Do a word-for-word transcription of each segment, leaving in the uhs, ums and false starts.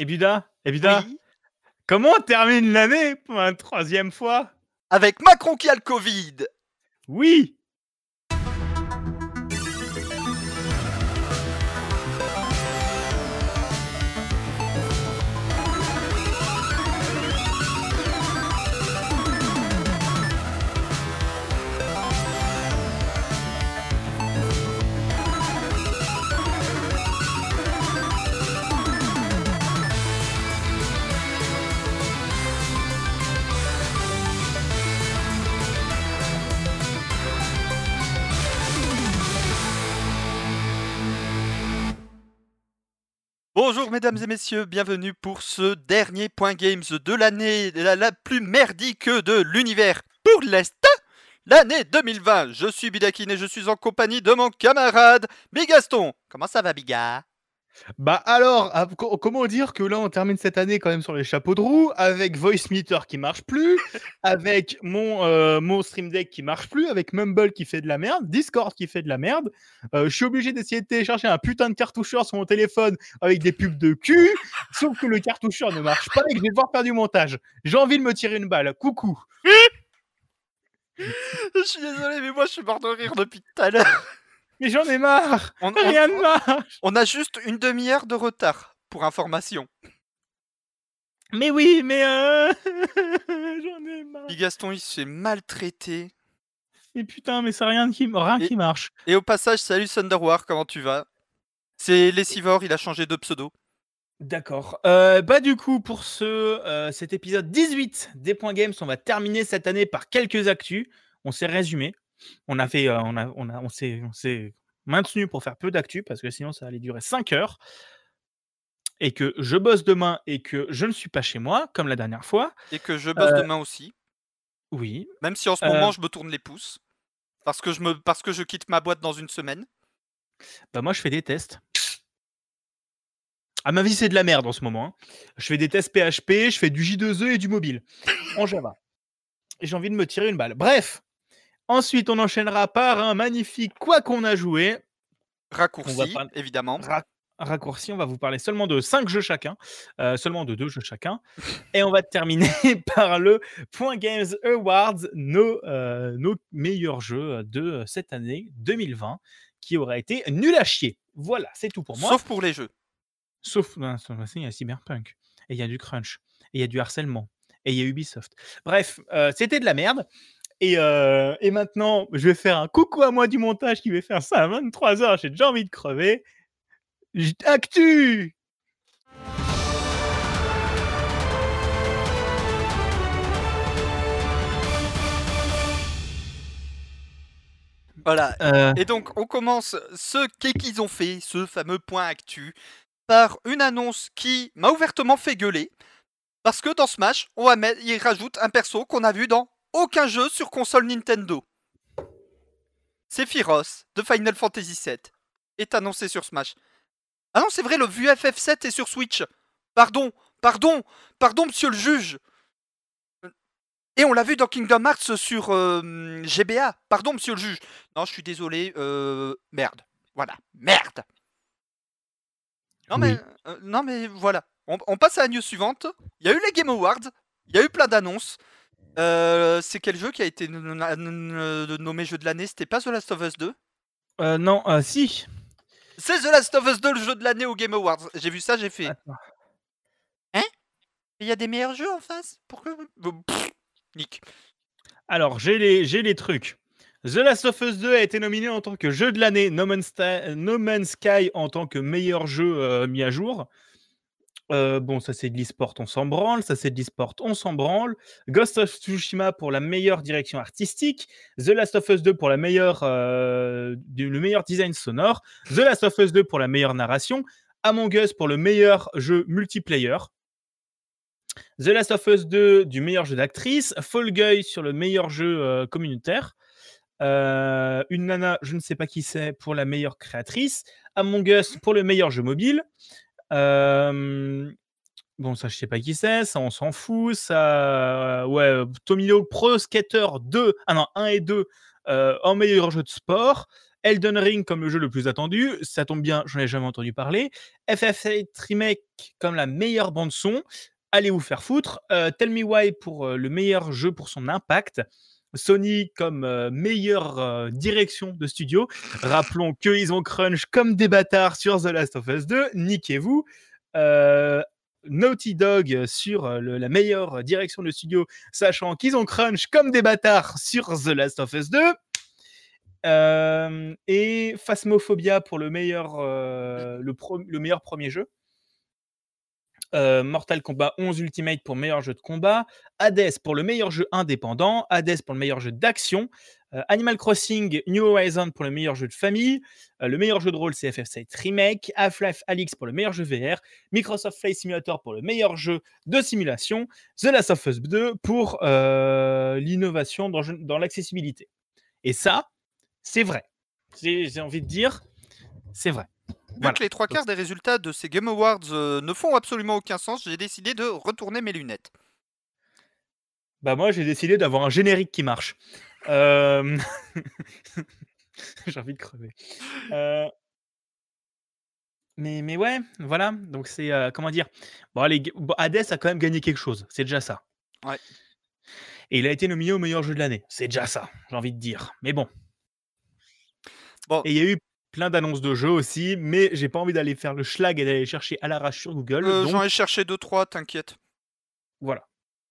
Et Buda, et Buda, Oui. comment on termine l'année pour la troisième fois? Avec Macron qui a le Covid. Oui. Bonjour mesdames et messieurs, bienvenue pour ce dernier Point Games de l'année la, la plus merdique de l'univers pour l'instant, l'année deux mille vingt. Je suis Bidakin et je suis en compagnie de mon camarade Bigaston. Comment ça va Biga? Bah alors, ah, co- comment dire que là on termine cette année quand même sur les chapeaux de roue, avec Voice Meter qui marche plus, avec mon, euh, mon Stream Deck qui marche plus, avec Mumble qui fait de la merde, Discord qui fait de la merde. Euh, je suis obligé d'essayer de télécharger un putain de cartoucheur sur mon téléphone avec des pubs de cul, sauf que le cartoucheur ne marche pas et que je vais devoir faire du montage. J'ai envie de me tirer une balle. Coucou. Je suis désolé mais moi je suis mort de rire depuis tout à l'heure. Mais j'en ai marre. On, Rien on- ne marche. on a juste une demi-heure de retard pour information. Mais oui, mais euh... j'en ai marre. Bigaston il se fait maltraiter. Et putain, mais c'est rien qui, rien Et, qui marche. et au passage, salut Thunderwar, comment tu vas? C'est Lessivor, il a changé de pseudo. D'accord. Euh, bah du coup, pour ce, euh, cet épisode dix-huit des Points Games, on va terminer cette année par quelques actus. On s'est résumé. On a fait, euh, on a, on a, on s'est, on s'est maintenu pour faire peu d'actu parce que sinon ça allait durer cinq heures. Et que je bosse demain et que je ne suis pas chez moi comme la dernière fois. Et que je bosse Euh, demain aussi. oui. Même si en ce Euh, moment je me tourne les pouces. Parce que je, me, parce que je quitte ma boîte dans une semaine. bah moi je fais des tests. À ma vie, c'est de la merde en ce moment. Hein. Je fais des tests P H P, je fais du J deux E et du mobile en Java. Et j'ai envie de me tirer une balle. Bref. Ensuite, on enchaînera par un magnifique quoi qu'on a joué. On va Raccourci, parler évidemment. ra- raccourci. On va vous parler seulement de cinq jeux chacun, euh, seulement de deux jeux chacun, et on va terminer par le Point Games Awards, nos, euh, nos meilleurs jeux de cette année deux mille vingt, qui aura été nul à chier. Voilà, c'est tout pour moi. Sauf pour les jeux. Sauf, non, il y a Cyberpunk, et il y a du crunch, et il y a du harcèlement, et il y a Ubisoft. Bref, euh, c'était de la merde. Et, euh, et maintenant, je vais faire un coucou à moi du montage qui va faire ça à vingt-trois heures. J'ai déjà envie de crever. J- Actu. Voilà. Euh, Et donc, on commence ce qu'est qu'ils ont fait, ce fameux point actu, par une annonce qui m'a ouvertement fait gueuler. Parce que dans Smash, on va mettre, ils rajoutent un perso qu'on a vu dans aucun jeu sur console Nintendo. Sephiroth de Final Fantasy sept est annoncé sur Smash. Ah non, c'est vrai, le V F F sept est sur Switch. Pardon, pardon, pardon, monsieur le juge. Et on l'a vu dans Kingdom Hearts sur euh, G B A. Pardon, monsieur le juge. Non, je suis désolé. Euh, merde. Voilà. Merde. Non, mais, oui. euh, non, mais voilà. On, on passe à la news suivante. Il y a eu les Game Awards. Il y a eu plein d'annonces. Euh, c'est quel jeu qui a été nommé jeu de l'année? C'était pas The Last of Us deux? Euh, non, euh, si. C'est The Last of Us deux le jeu de l'année aux Game Awards. J'ai vu ça, j'ai fait. Attends. Hein? Il y a des meilleurs jeux en face? Pourquoi? Pff, Nick. Alors, j'ai les, j'ai les trucs. The Last of Us deux a été nominé en tant que jeu de l'année, No Man's, Sta- No Man's Sky en tant que meilleur jeu euh, mis à jour. Euh, bon, ça c'est de l'e-sport, on s'en branle. Ça c'est de l'e-sport, on s'en branle. Ghost of Tsushima pour la meilleure direction artistique. The Last of Us deux pour la meilleure, euh, du, le meilleur design sonore. The Last of Us deux pour la meilleure narration. Among Us pour le meilleur jeu multiplayer. The Last of Us deux du meilleur jeu d'actrice. Fall Guy sur le meilleur jeu euh, communautaire. Euh, une nana, je ne sais pas qui c'est, pour la meilleure créatrice. Among Us pour le meilleur jeu mobile. Euh, bon, ça, je sais pas qui c'est, ça, on s'en fout. Ça, ouais, Tommy Hawk Pro Skater deux, ah non, un et deux, euh, en meilleur jeu de sport. Elden Ring comme le jeu le plus attendu, ça tombe bien, j'en ai jamais entendu parler. F F sept Remake comme la meilleure bande son, allez vous faire foutre. Euh, Tell Me Why pour euh, le meilleur jeu pour son impact. Sony comme euh, meilleure euh, direction de studio. Rappelons qu'ils ont crunch comme des bâtards sur The Last of Us deux. Niquez-vous. Euh, Naughty Dog sur euh, le, la meilleure direction de studio, sachant qu'ils ont crunch comme des bâtards sur The Last of Us deux. Euh, et Phasmophobia pour le meilleur, euh, le, pro, le meilleur premier jeu. Euh, Mortal Kombat onze Ultimate pour meilleur jeu de combat, Hades pour le meilleur jeu indépendant, Hades pour le meilleur jeu d'action, euh, Animal Crossing New Horizons pour le meilleur jeu de famille, euh, le meilleur jeu de rôle c'est F F sept Remake, Half-Life Alyx pour le meilleur jeu V R, Microsoft Flight Simulator pour le meilleur jeu de simulation, The Last of Us deux pour euh, l'innovation dans, dans l'accessibilité. Et ça, c'est vrai. C'est, j'ai envie de dire, c'est vrai. Vu Voilà. que les trois quarts des résultats de ces Game Awards euh, ne font absolument aucun sens, j'ai décidé de retourner mes lunettes. Bah moi, j'ai décidé d'avoir un générique qui marche. Euh... j'ai envie de crever. Euh... Mais, mais ouais, voilà. Donc c'est, euh, comment dire, bon, allez, bon, Hades a quand même gagné quelque chose. C'est déjà ça. Ouais. Et il a été nominé au meilleur jeu de l'année. C'est déjà ça, j'ai envie de dire. Mais bon. Bon. Et il y a eu plein d'annonces de jeux aussi, mais j'ai pas envie d'aller faire le schlag et d'aller chercher à l'arrache sur Google. Euh, donc... J'en ai cherché deux trois, t'inquiète. Voilà.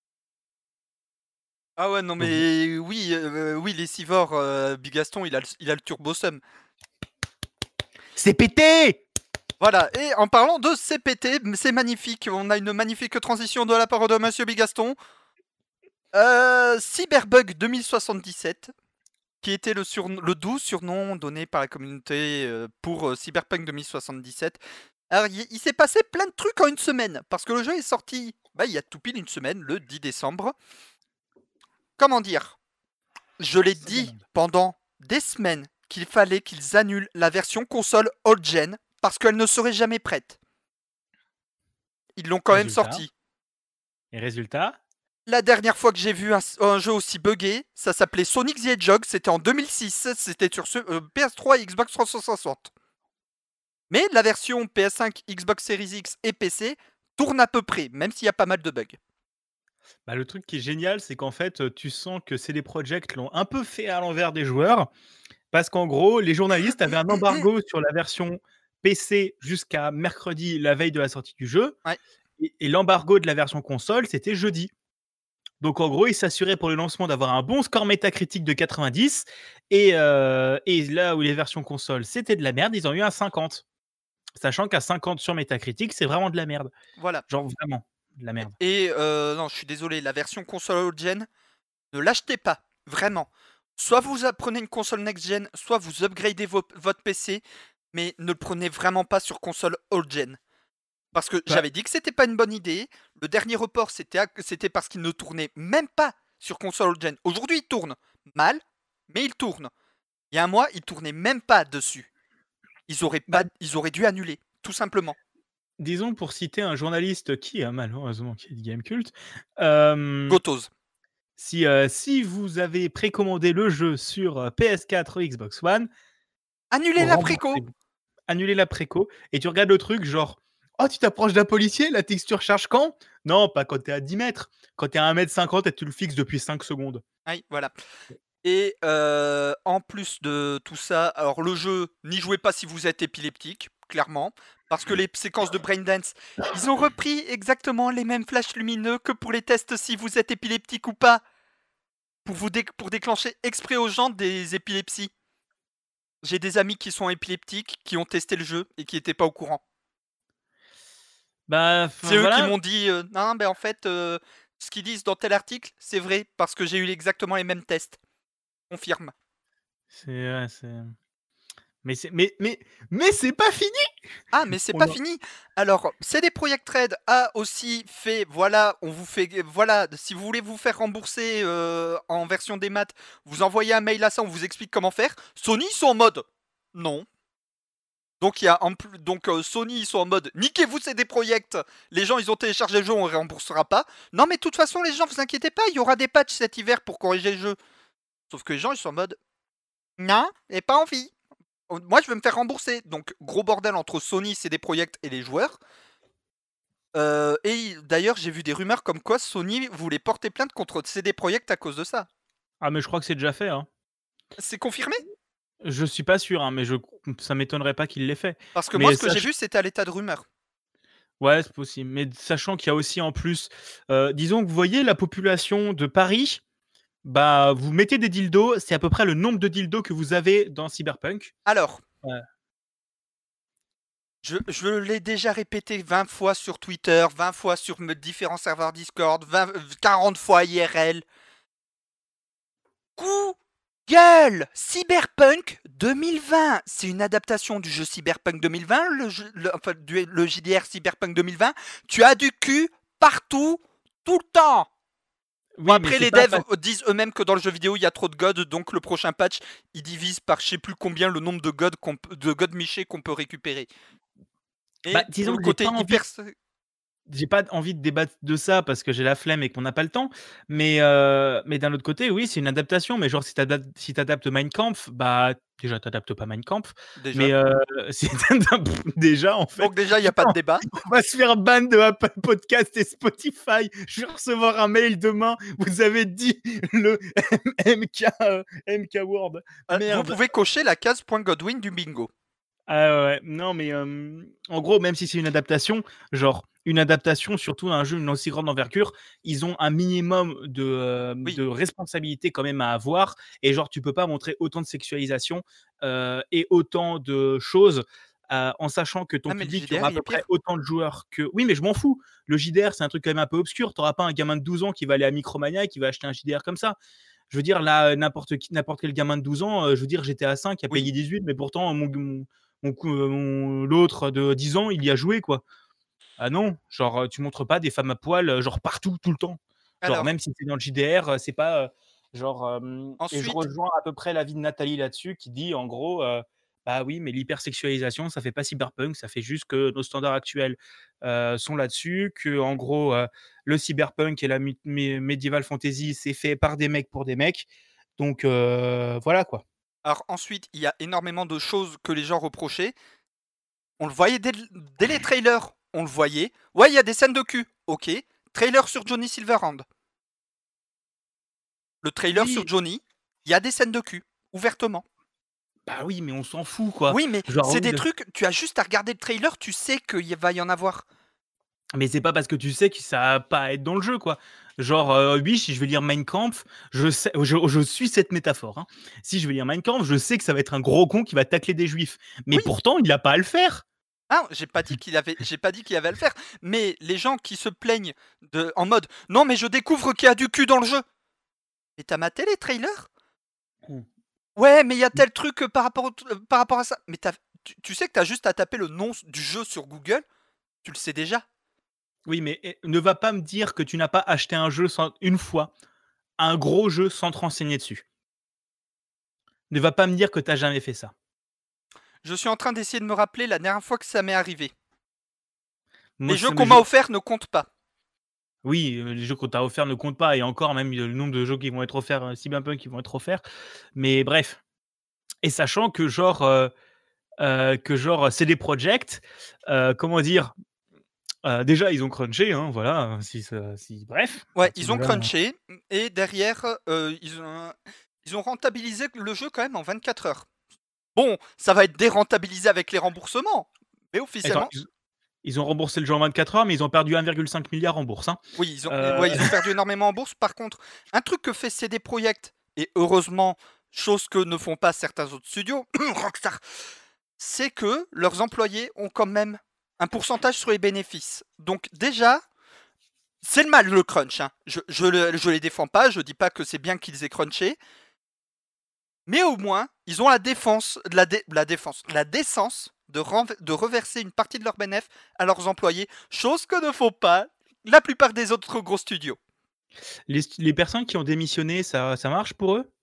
Ah ouais, non mais donc... oui, euh, oui, les Sivors, euh, Bigaston, il a, le, il a le turbo sum. C'est pété. Voilà, et en parlant de C P T, c'est magnifique, on a une magnifique transition de la part de Monsieur Bigaston. Euh, Cyberbug deux mille soixante-dix-sept, qui était le, sur, le doux surnom donné par la communauté euh, pour euh, Cyberpunk deux mille soixante-dix-sept. Alors, il, il s'est passé plein de trucs en une semaine, parce que le jeu est sorti, bah, il y a tout pile une semaine, le dix décembre. Comment dire? Je l'ai dit pendant des semaines qu'il fallait qu'ils annulent la version console old-gen, parce qu'elle ne serait jamais prête. Ils l'ont quand résultat. même sorti. Et résultat? La dernière fois que j'ai vu un, un jeu aussi buggé, ça s'appelait Sonic the Hedgehog, c'était en deux mille six, c'était sur ce, euh, P S trois et Xbox trois cent soixante. Mais la version P S cinq, Xbox Series X et P C tourne à peu près, même s'il y a pas mal de bugs. Bah, le truc qui est génial, c'est qu'en fait, tu sens que C D Projekt l'ont un peu fait à l'envers des joueurs, parce qu'en gros, les journalistes avaient un embargo sur la version P C jusqu'à mercredi, la veille de la sortie du jeu, ouais. et, et l'embargo de la version console, c'était jeudi. Donc en gros, ils s'assuraient pour le lancement d'avoir un bon score métacritique de quatre-vingt-dix, et, euh, et là où les versions console, c'était de la merde, ils ont eu un cinquante. Sachant qu'à cinquante sur Metacritic, c'est vraiment de la merde. Voilà. Genre vraiment de la merde. Et euh, non, je suis désolé, la version console old-gen, ne l'achetez pas, vraiment. Soit vous prenez une console next-gen, soit vous upgradez vo votre P C, mais ne le prenez vraiment pas sur console old-gen. Parce que ouais. J'avais dit que c'était pas une bonne idée. Le dernier report, c'était parce qu'il ne tournait même pas sur console old-gen. Aujourd'hui, il tourne mal, mais il tourne. Il y a un mois, il tournait même pas dessus. Ils auraient, pas, bah, ils auraient dû annuler, tout simplement. Disons, pour citer un journaliste qui a malheureusement qui est de Gamecult, euh, Gotos. Si, euh, si vous avez précommandé le jeu sur P S quatre ou Xbox One, annulez la préco. Annulez la préco. Et tu regardes le truc, genre, oh, tu t'approches d'un policier, la texture charge quand? Non, pas quand t'es à dix mètres. Quand t'es à un mètre cinquante et tu le fixes depuis cinq secondes. Oui, voilà. Et euh, en plus de tout ça, alors le jeu, n'y jouez pas si vous êtes épileptique, clairement, parce que les séquences de Braindance, ils ont repris exactement les mêmes flashs lumineux que pour les tests si vous êtes épileptique ou pas, pour, vous dé pour déclencher exprès aux gens des épilepsies. J'ai des amis qui sont épileptiques, qui ont testé le jeu et qui n'étaient pas au courant. Bah, c'est voilà. eux qui m'ont dit, euh, non, ben en fait, euh, ce qu'ils disent dans tel article, c'est vrai, parce que j'ai eu exactement les mêmes tests. Confirme. C'est... Ouais, c'est... Mais c'est mais mais mais c'est pas fini. Ah mais c'est pas a... fini. Alors C D Projekt Red a aussi fait voilà on vous fait voilà si vous voulez vous faire rembourser euh, en version des maths, vous envoyez un mail à ça, on vous explique comment faire. Sony ils sont en mode non. Donc il y a en plus donc euh, Sony ils sont en mode niquez-vous C D Projekt. Les gens ils ont téléchargé le jeu, on ne remboursera pas. Non mais de toute façon les gens vous inquiétez pas, il y aura des patchs cet hiver pour corriger le jeu. Sauf que les gens ils sont en mode non, et pas envie. oh, moi je vais me faire rembourser. Donc gros bordel entre Sony, C D Projekt et les joueurs. Heu et il d'ailleurs, j'ai vu des rumeurs comme quoi Sony voulait porter plainte contre C D Projekt à cause de ça. Ah mais je crois que c'est déjà fait, hein. C'est confirmé? Je suis pas sûr, hein, mais je ça m'étonnerait pas qu'il l'ait fait. Parce que moi, Mais ce que j'ai sach vu, c'était à l'état de rumeur. Ouais, c'est possible, mais sachant qu'il y a aussi en plus, heu, disons que vous voyez la population de Paris, bah, vous mettez des dildos, c'est à peu près le nombre de dildos que vous avez dans Cyberpunk. Alors Ouais. je je l'ai déjà répété vingt fois sur Twitter, vingt fois sur mes différents serveurs Discord, vingt v quarante fois I R L. Google! Cyberpunk deux mille vingt, c'est une adaptation du jeu Cyberpunk deux mille vingt, le jeu le enfin du le J D R Cyberpunk deux mille vingt. Tu as du cul partout, tout le temps! Bon Oui, mais après c'est les pas devs parce disent eux-mêmes que dans le jeu vidéo, il y a trop de god, donc le prochain patch, il divise par je sais plus combien le nombre de god qu'on p de god michés qu'on peut récupérer. bah, Et pour disons le que j'ai pas côté envie hyper sé j'ai pas envie de débattre de ça parce que j'ai la flemme et qu'on n'a pas le temps, mais heu, mais d'un autre côté, oui, c'est une adaptation, mais genre si tu adaptes si tu adaptes Mein Kampf, bah, déjà tu adaptes pas Mein Kampf, mais déjà. heu, si tu adaptes déjà en fait, Donc déjà, il y a pas putain, de débat. on va se faire ban de Apple Podcast et Spotify. Je vais recevoir un mail demain, vous avez dit le M MK, heu, M K word, Heu, vous merde. pouvez cocher la case point Godwin du bingo. Ah ouais, ouais. Non, mais hem, en gros, même si c'est une adaptation, genre une adaptation, surtout d'un jeu d'une aussi grande envergure, ils ont un minimum de, hem, Oui. de responsabilité quand même à avoir et genre tu peux pas montrer autant de sexualisation, heu et autant de choses, heu, en sachant que ton Ah mais le public, il y aura J D R, à il est peu près pire. autant de joueurs que oui, mais je m'en fous. Le J D R, c'est un truc quand même un peu obscur. Tu auras pas un gamin de douze ans qui va aller à Micromania et qui va acheter un J D R comme ça. Je veux dire là, n'importe qui n'importe quel gamin de douze ans, heu, je veux dire G T A cinq, il a Oui. payé dix-huit, mais pourtant mon mon mon cou heu, mon l'autre de dix ans, il y a joué, quoi. Ah non, genre, heu, tu montres pas des femmes à poil, heu, genre partout, tout le temps. Genre Alors même si c'est dans le J D R, heu, c'est pas, heu, genre, hem et je ensuite rejoins à peu près l'avis de Nathalie là-dessus qui dit en gros, heu: «Bah oui, mais l'hypersexualisation, ça fait pas cyberpunk, ça fait juste que nos standards actuels, heu, sont là-dessus, qu'en gros, heu, le cyberpunk et la myth mé medieval fantasy, c'est fait par des mecs pour des mecs, donc heu, voilà quoi». alors ensuite, il y a énormément de choses que les gens reprochaient. On le voyait dès l dès les trailers, on le voyait. Ouais, il y a des scènes de cul, OK. Trailer sur Johnny Silverhand. Le trailer sur Oui, Johnny, il y a des scènes de cul, ouvertement. bah oui, mais on s'en fout quoi. Oui, mais Genre c'est oui, des le trucs, tu as juste à regarder le trailer, tu sais qu'il y va y en avoir. mais c'est pas parce que tu sais que ça va pas être dans le jeu, quoi. Genre, heu, oui, si je vais lire Mein Kampf, je sais je je suis cette métaphore, hein. Si je vais lire Mein Kampf, je sais que ça va être un gros con qui va tacler des juifs, mais Oui! pourtant il a pas à le faire. Ah, j'ai pas dit qu'il avait j'ai pas dit qu'il avait à le faire, mais les gens qui se plaignent de en mode: «Non, mais je découvre qu'il y a du cul dans le jeu». Mais tu as maté les trailers? Mmh. Ouais, mais il y a tel truc, heu, par rapport au t heu, par rapport à ça. Mais tu tu tu sais que tu as juste à taper le nom s du jeu sur Google, tu le sais déjà. Oui, mais et ne va pas me dire que tu n'as pas acheté un jeu sans une fois, un gros jeu sans te renseigner dessus. Ne va pas me dire que tu as jamais fait ça. Je suis en train d'essayer de me rappeler la dernière fois que ça m'est arrivé. Moi Les jeux ça me qu'on je m'a offerts ne comptent pas. oui, heu, les jeux qu'on t'a offerts ne comptent pas et encore même, il y a le nombre de jeux qui vont être offerts, heu, Cyberpunk qui vont être offerts, mais bref et sachant que genre, heu heu, que genre, C D Projekt, heu, comment dire? Heu, déjà ils ont crunché, hein, voilà, si ça si bref, Ouais, si ils ont déjà crunché, mmh et derrière, heu, ils ont ils ont rentabilisé le jeu quand même en vingt-quatre heures. Bon, ça va être dérentabilisé avec les remboursements, mais attends, officiellement ils ils ont remboursé le jeu en vingt-quatre heures, mais ils ont perdu un virgule cinq milliard en bourse, hein. oui, ils ont Heu, ouais, ils ont perdu énormément en bourse. Par contre, un truc que fait C D Projekt et heureusement, chose que ne font pas certains autres studios, Rockstar, c'est que leurs employés ont quand même un pourcentage sur les bénéfices. Donc déjà, c'est le mal le crunch, hein. Je je le je les défends pas, je dis pas que c'est bien qu'ils aient crunché, mais au moins, ils ont la défense la dé la défense, la décence de renv de reverser une partie de leurs bénéfices à leurs employés, chose que ne font pas la plupart des autres gros studios. les st les personnes qui ont démissionné, ça ça marche pour eux?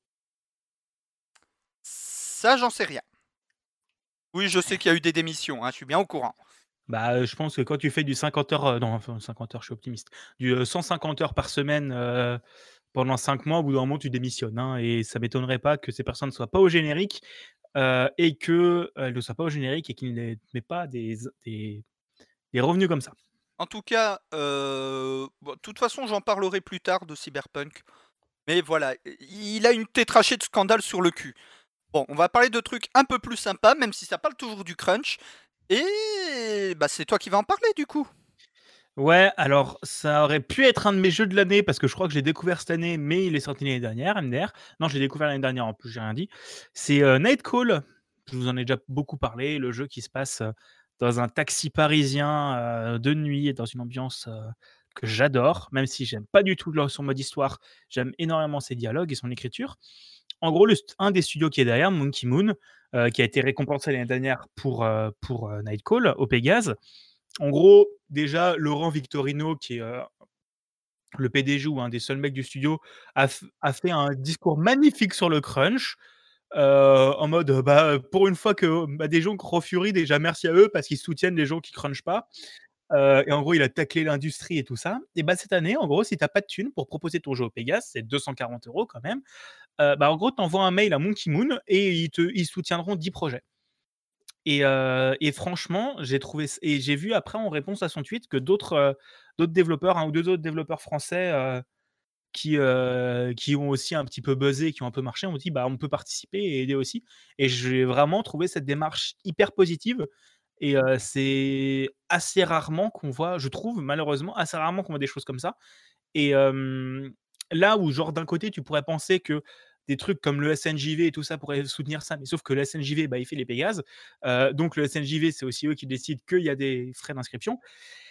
Ça, j'en sais rien. Oui, je sais qu'il y a eu des démissions, hein, je suis bien au courant. Bah, heu, je pense que quand tu fais du cinquante heures, heu, non, enfin cinquante heures, je suis optimiste, du, heu, cent cinquante heures par semaine, heu, pendant cinq mois, au bout d'un moment, tu démissionnes, hein et ça m'étonnerait pas que ces personnes ne soient pas au générique, heu et que, heu, ne soit pas au générique et qu'il ne met pas des des des revenus comme ça. En tout cas, heu, bon, de toute façon, j'en parlerai plus tard de Cyberpunk. Mais voilà, i il a une tétrachée de scandales sur le cul. Bon, on va parler de trucs un peu plus sympas, même si ça parle toujours du crunch et bah, c'est toi qui vas en parler du coup. Ouais, alors ça aurait pu être un de mes jeux de l'année parce que je crois que je l'ai découvert cette année, mais il est sorti l'année dernière, M D R. Non, je l'ai découvert l'année dernière en plus, j'ai rien dit. C'est, heu, Nightcall. Je vous en ai déjà beaucoup parlé, le jeu qui se passe, heu, dans un taxi parisien, heu, de nuit et dans une ambiance, heu, que j'adore, même si j'aime pas du tout le son mode histoire. J'aime énormément ses dialogues et son écriture. En gros, le st un des studios qui est derrière, Monkey Moon, heu, qui a été récompensé l'année dernière pour, heu, pour, heu, Nightcall au Pégase. En gros, déjà, Laurent Victorino, qui est, heu, le P D G ou un des seuls mecs du studio, a f a fait un discours magnifique sur le crunch, heu, en mode, heu, bah, heu, pour une fois que, bah, des gens Raw Fury, déjà merci à eux parce qu'ils soutiennent les gens qui crunchent pas, heu et en gros, il a taclé l'industrie et tout ça et bah, cette année, en gros, si tu as pas de thunes pour proposer ton jeu au Pégase, c'est deux cent quarante euros quand même, heu, bah, en gros, tu envoies un mail à Monkey Moon et ils te ils soutiendront dix projets. Et heu et franchement, j'ai trouvé ç et j'ai vu après en réponse à son tweet que d'autres, heu, d'autres développeurs, un ou deux autres développeurs français, heu, qui, heu, qui ont aussi un petit peu buzzé, qui ont un peu marché, ont dit: «Bah, on peut participer et aider aussi» et j'ai vraiment trouvé cette démarche hyper positive et heu, c'est assez rarement qu'on voit, je trouve malheureusement, assez rarement qu'on voit des choses comme ça et hem, là où genre d'un côté tu pourrais penser que des trucs comme le S N J V et tout ça pourraient soutenir ça, mais sauf que le S N J V, bah, il fait les Pégases, heu, donc le S N J V, c'est aussi eux qui décident qu'il y a des frais d'inscription.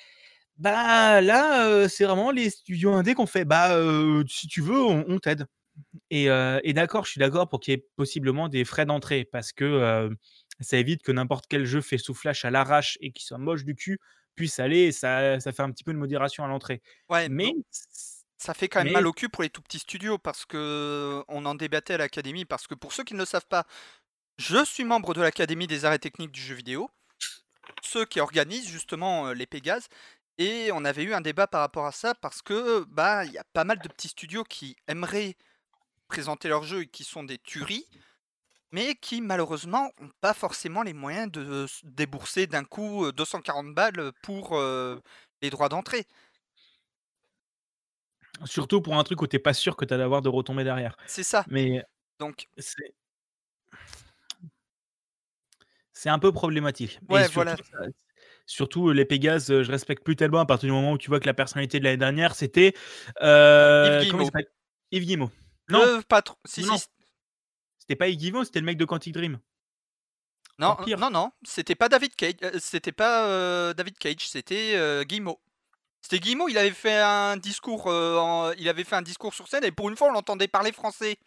Bah, là, heu, c'est vraiment les studios indés qui ont fait: «Bah, heu, si tu veux, on on t'aide» et heu et d'accord, je suis d'accord pour qu'il y ait possiblement des frais d'entrée parce que, heu, ça évite que n'importe quel jeu fait soufflage à l'arrache et qui soit moche du cul puisse aller et ça ça fait un petit peu de modération à l'entrée. Ouais, Mais bon, ça fait quand même mais mal au cul pour les tout petits studios parce que on en débattait à l'académie parce que pour ceux qui ne le savent pas, je suis membre de l'académie des arts et techniques du jeu vidéo, ceux qui organisent justement, heu, les Pégases et on avait eu un débat par rapport à ça parce que, bah, il y a pas mal de petits studios qui aimeraient présenter leurs jeux et qui sont des tueries, mais qui malheureusement ont pas forcément les moyens de s débourser d'un coup, heu, deux cent quarante balles, pour, heu, les droits d'entrée. surtout pour un truc où tu es pas sûr que tu allais avoir de retombées derrière. C'est ça, Mais donc c'est c'est un peu problématique et ouais, surtout voilà. ça surtout les Pégases, heu, je respecte plus tellement à partir du moment où tu vois que la personnalité de l'année dernière, c'était, Yves heu, comment il Guillemot, s'appelle? Yves Guillemot. Non, le patron si, non, si, non, c c'était pas Yves Guillemot, c'était le mec de Quantic Dream. non, Encore pire. non, non, c'était pas David Cage, heu, c'était pas, heu, David Cage, c'était, heu, Guillemot. C'était Guillemot, il avait fait un discours, heu, en il avait fait un discours sur scène et pour une fois, on l'entendait parler français.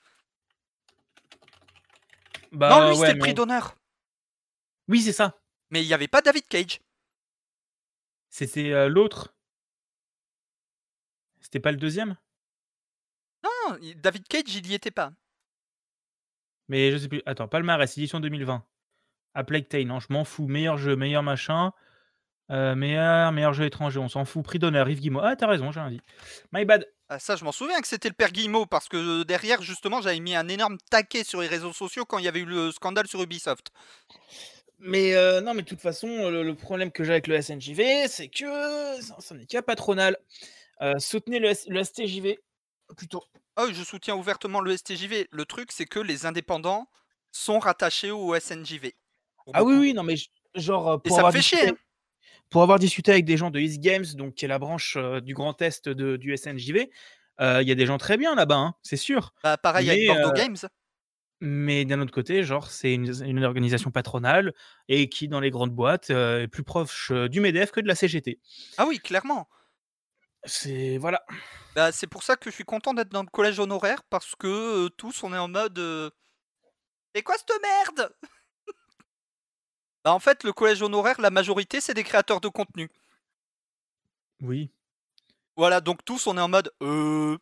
Non, Bah, lui, c'était ouais, le mais prix on d'honneur, oui, c'est ça. mais il y avait pas David Cage. C'était, heu, l'autre. C'était pas le deuxième. Non, il David Cage, il y était pas. Mais je sais plus. Attends, palmarès, édition deux mille vingt. A Plague Tale, non, je m'en fous. Meilleur jeu, meilleur machin, heu, meilleur meilleur jeu étranger, on s'en fout. Prix d'honneur, Yves Guillemot. Ah, tu as raison, j'ai rien dit. My bad. Ah ça, je m'en souviens que c'était le père Guillemot parce que derrière, justement, j'avais mis un énorme taquet sur les réseaux sociaux quand il y avait eu le scandale sur Ubisoft. Mais heu, non, mais de toute façon, le le problème que j'ai avec le S N J V, c'est que c'est un syndicat patronal. Heu, soutenez le S le S T J V plutôt. Ah oui, je soutiens ouvertement le S T J V. Le truc, c'est que les indépendants sont rattachés au S N J V, pour Ah oui, beaucoup. oui, non, mais j genre, heu, Et pour ça me avoir fait chier, discuté hein. avec pour avoir discuté avec des gens de East Games, donc qui est la branche, heu, du Grand Est de du S N J V, heu, il y a des gens très bien là-bas, hein, c'est sûr. Bah, pareil avec Mais Bordeaux heu, Games. mais d'un autre côté, genre, c'est une une organisation patronale et qui, dans les grandes boîtes, heu, est plus proche, heu, du MEDEF que de la C G T. Ah oui, clairement. C'est voilà. Bah, c'est pour ça que je suis content d'être dans le collège honoraire parce que, heu, tous on est en mode, heu: «C'est quoi cette merde?» Bah, en fait, le collège honoraire, la majorité, c'est des créateurs de contenu. Oui. Voilà, donc tous on est en mode: «Heu».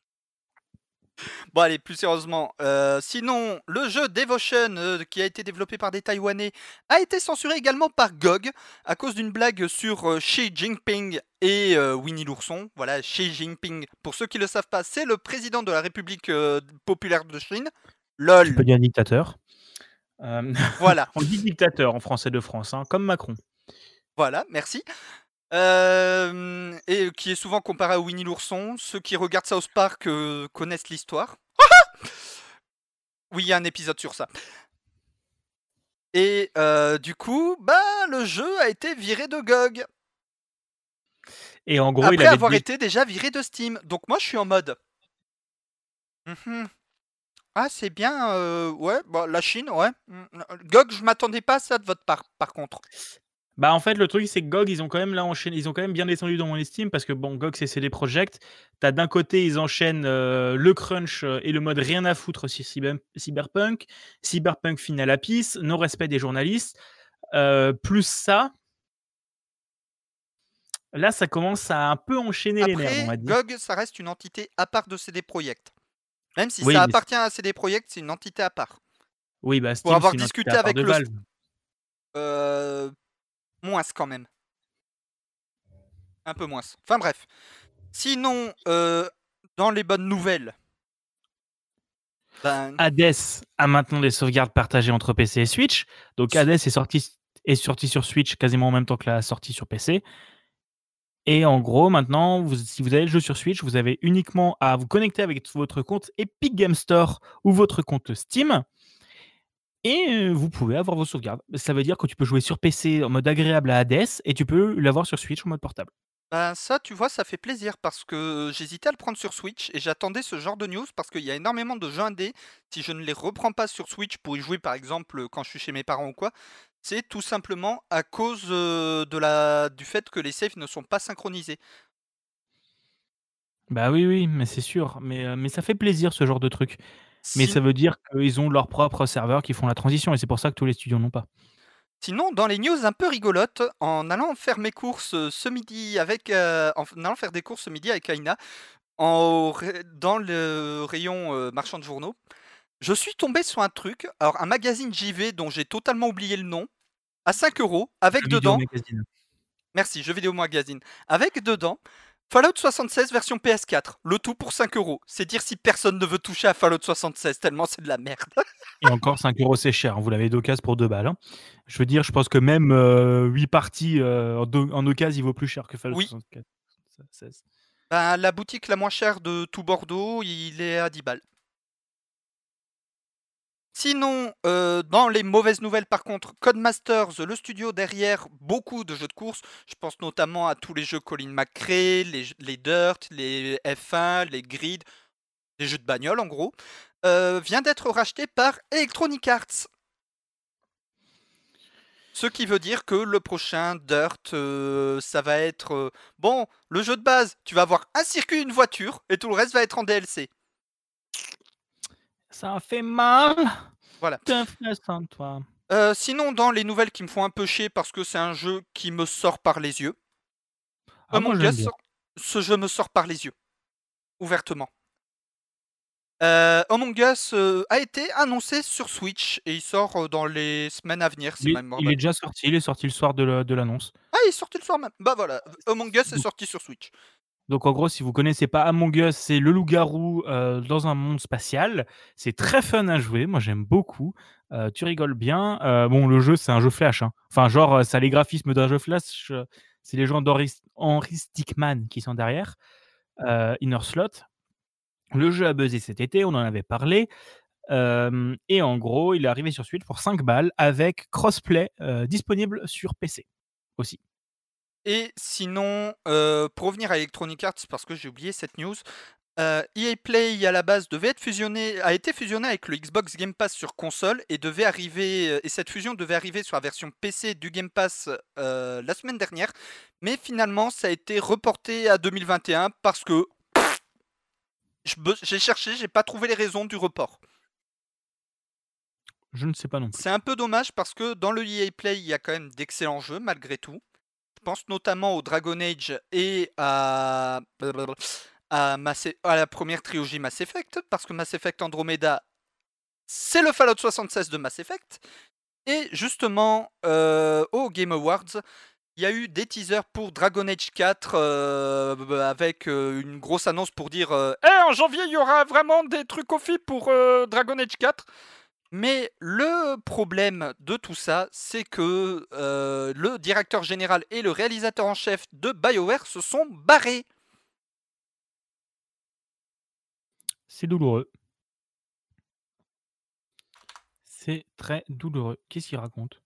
Bon allez, plus sérieusement, heu, sinon le jeu Devotion, heu, qui a été développé par des Taïwanais, a été censuré également par G O G à cause d'une blague sur, heu, Xi Jinping et heu, Winnie l'ourson. Voilà, Xi Jinping, pour ceux qui ne le savent pas, c'est le président de la République, heu, populaire de Chine. Tu LOL. peux dire dictateur. Hem, Voilà, on dit dictateur en français de France, hein, comme Macron. voilà, merci. Hem et qui est souvent comparé à Winnie l'ourson. Ceux qui regardent South Park, heu, connaissent l'histoire. Oui, il y a un épisode sur ça. Et heu, du coup, bah, le jeu a été viré de G O G. Et en gros, il Après avait avoir dit été déjà viré de Steam. Donc moi, je suis en mode: «Mmh mh. Ah, c'est bien, heu, ouais, bah, la Chine, ouais, mmh, G O G, je m'attendais pas à ça de votre part, par contre». bah, en fait, le truc, c'est que G O G, ils ont quand même là enchaîné ils ont quand même bien descendu dans mon estime parce que bon, G O G, c'est C D Projekt. Tu as d'un côté, ils enchaînent, heu, le crunch, heu et le mode rien à foutre sur Cyber Cyberpunk, Cyberpunk final à pisse, non respect des journalistes, heu, plus ça là, ça commence à un peu enchaîner les merdes, on Après, va dire. G O G, ça reste une entité à part de C D Projekt. Même si Oui, ça mais c appartient à C D Projekt, c'est une entité à part. oui, bah, Pour Steam, avoir c'est une entité discuté à part de avec le s Valve. heu, moins quand même. Un peu moins. Enfin bref. Sinon, heu, dans les bonnes nouvelles ben Hades a maintenant des sauvegardes partagées entre P C et Switch. Donc Hades est sorti est sorti sur Switch quasiment en même temps que la sortie sur P C. Et en gros, maintenant, vous si vous avez le jeu sur Switch, vous avez uniquement à vous connecter avec votre compte Epic Games Store ou votre compte Steam et heu, vous pouvez avoir vos sauvegardes. Ça veut dire que tu peux jouer sur P C en mode agréable à Hades et tu peux l'avoir sur Switch en mode portable. ben, ça, tu vois, ça fait plaisir parce que j'hésitais à le prendre sur Switch et j'attendais ce genre de news parce qu'il y a énormément de jeux indés. Si je ne les reprends pas sur Switch pour y jouer, par exemple, quand je suis chez mes parents ou quoi, c'est tout simplement à cause, heu, de la du fait que les saves ne sont pas synchronisés. Bah, oui, oui, mais c'est sûr, mais heu, mais ça fait plaisir ce genre de truc. Mais Sin ça veut dire qu'ils ont leurs propres serveurs qui font la transition et c'est pour ça que tous les studios n'ont pas. Sinon, dans les news un peu rigolotes, en allant faire mes courses, heu, ce midi avec, heu, en f allant faire des courses ce midi avec Aïna, en ray dans le rayon, heu, marchand de journaux, je suis tombé sur un truc, alors un magazine J V dont j'ai totalement oublié le nom, à cinq euros avec Jeux vidéo dedans magazine. merci, Jeux vidéo magazine, avec dedans Fallout soixante-seize version P S quatre, le tout pour cinq euros. C'est dire si personne ne veut toucher à Fallout soixante-seize tellement c'est de la merde. Et encore cinq euros c'est cher, hein, vous l'avez d'occasion pour deux balles, hein. Je veux dire, je pense que même, heu, huit parties, heu, en do en occasion, il vaut plus cher que Fallout Oui, soixante-quatre seize. ben, la boutique la moins chère de tout Bordeaux, il est à dix balles. Sinon, heu, dans les mauvaises nouvelles par contre, Codemasters, le studio derrière beaucoup de jeux de course, je pense notamment à tous les jeux Colin McRae, les j les Dirt, les F un, les Grid, les jeux de bagnole en gros, heu, vient d'être racheté par Electronic Arts. Ce qui veut dire que le prochain Dirt, heu, ça va être, heu, bon, le jeu de base, tu vas avoir un circuit, une voiture et tout le reste va être en D L C. Ça fait mal Voilà. de faire sans toi. Heu, sinon dans les nouvelles qui me font un peu chier parce que c'est un jeu qui me sort par les yeux, Ah moi Among j'aime Us, bien. ce jeu me sort par les yeux, ouvertement. Heu, Among Us, heu, a été annoncé sur Switch et il sort, heu, dans les semaines à venir si Il ma est mémoire est il est bonne. déjà sorti, il est sorti le soir de le de l'annonce. Ah, il est sorti le soir même? Bah voilà, Among Us est Donc sorti sur Switch. donc en gros, si vous connaissez pas Among Us, c'est le loup-garou, heu, dans un monde spatial. C'est très fun à jouer, moi j'aime beaucoup, heu, tu rigoles bien. Heu, bon le jeu, c'est un jeu flash, hein. Enfin genre, heu, ça a les graphismes d'un jeu flash, heu, c'est les gens d'Henri Henri Stickmin qui sont derrière, heu, Inner Slot. Le jeu a buzzé cet été, on en avait parlé, hem et en gros, il est arrivé sur Switch pour cinq balles avec crossplay, heu, disponible sur P C aussi. Et sinon, heu, pour revenir à Electronic Arts parce que j'ai oublié cette news, heu, E A Play à la base devait être fusionné a été fusionné avec le Xbox Game Pass sur console et devait arriver, heu et cette fusion devait arriver sur la version P C du Game Pass, heu, la semaine dernière. Mais finalement, ça a été reporté à deux mille vingt et un parce que je be j'ai cherché, j'ai pas trouvé les raisons du report. Je ne sais pas non C'est plus. un peu dommage parce que dans le E A Play, il y a quand même d'excellents jeux malgré tout. Je pense notamment au Dragon Age et à à Mass E à la première trilogie Mass Effect, parce que Mass Effect Andromeda, c'est le Fallout soixante-seize de Mass Effect. Et justement, heu, aux Game Awards, il y a eu des teasers pour Dragon Age quatre, heu, b b avec, heu, une grosse annonce pour dire, heu: «Eh, en janvier, il y aura vraiment des trucs au F I pour, heu, Dragon Age quatre». Mais le problème de tout ça, c'est que euh, le directeur général et le réalisateur en chef de BioWare se sont barrés. C'est douloureux. C'est très douloureux. Qu'est-ce qu'il raconte?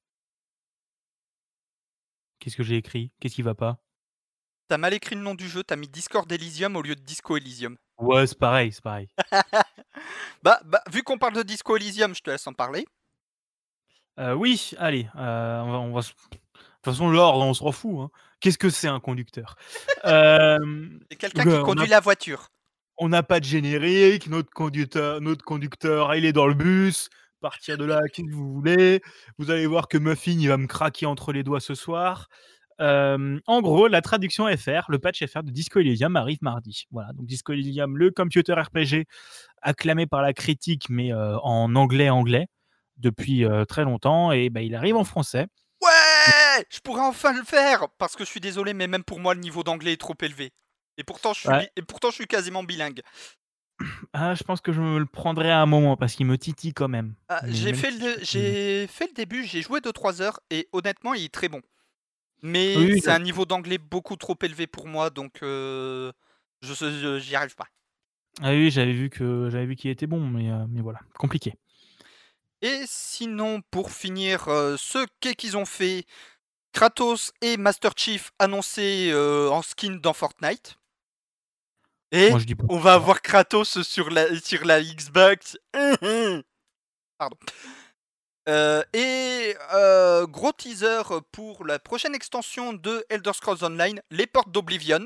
Qu'est-ce que j'ai écrit? Qu'est-ce qui va pas? T'as mal écrit le nom du jeu, t'as mis Discord Elysium au lieu de Disco Elysium. Ouais, c'est pareil, c'est pareil. bah, bah, vu qu'on parle de Disco Elysium, je te laisse en parler. Heu, oui, allez, heu, on va on va se de toute façon l'ordre, on s'en fout, hein. Qu'est-ce que c'est un conducteur? Hem, C'est quelqu'un qui le on a conduit la voiture. on n'a pas de générique, notre conducteur notre conducteur, il est dans le bus. À partir de là, qu'est-ce que vous voulez? Vous allez voir que Muffin, il va me craquer entre les doigts ce soir. Hem, en gros, la traduction F R, le patch F R de Disco Elysium arrive mardi. Voilà, donc Disco Elysium, le computer R P G acclamé par la critique, mais heu, en anglais, anglais, depuis, heu, très longtemps et bah, il arrive en français. Ouais! Je pourrais enfin le faire! Parce que je suis désolé, mais même pour moi, le niveau d'anglais est trop élevé. Et pourtant, je suis, Ouais. bi- et pourtant, je suis quasiment bilingue. Ah, je pense que je me le prendrai à un moment parce qu'il me titille quand même. Ah, Mais j'ai même fait, si je le, peux pas le j'ai fait le début, j'ai joué deux trois heures, et honnêtement, il est très bon. Mais oui, c'est un niveau d'anglais beaucoup trop élevé pour moi, donc euh, je je- j'y arrive pas. ah oui, j'avais vu que j'avais vu qu'il était bon, mais heu, mais voilà, compliqué. Et sinon, pour finir, euh, ce qu'est qu'ils ont fait, Kratos et Master Chief annoncés euh, en skin dans Fortnite. Et Moi, je dis pas on va pas. avoir Kratos sur la, sur la Xbox. Pardon. Euh, et euh, gros teaser pour la prochaine extension de Elder Scrolls Online, les portes d'Oblivion.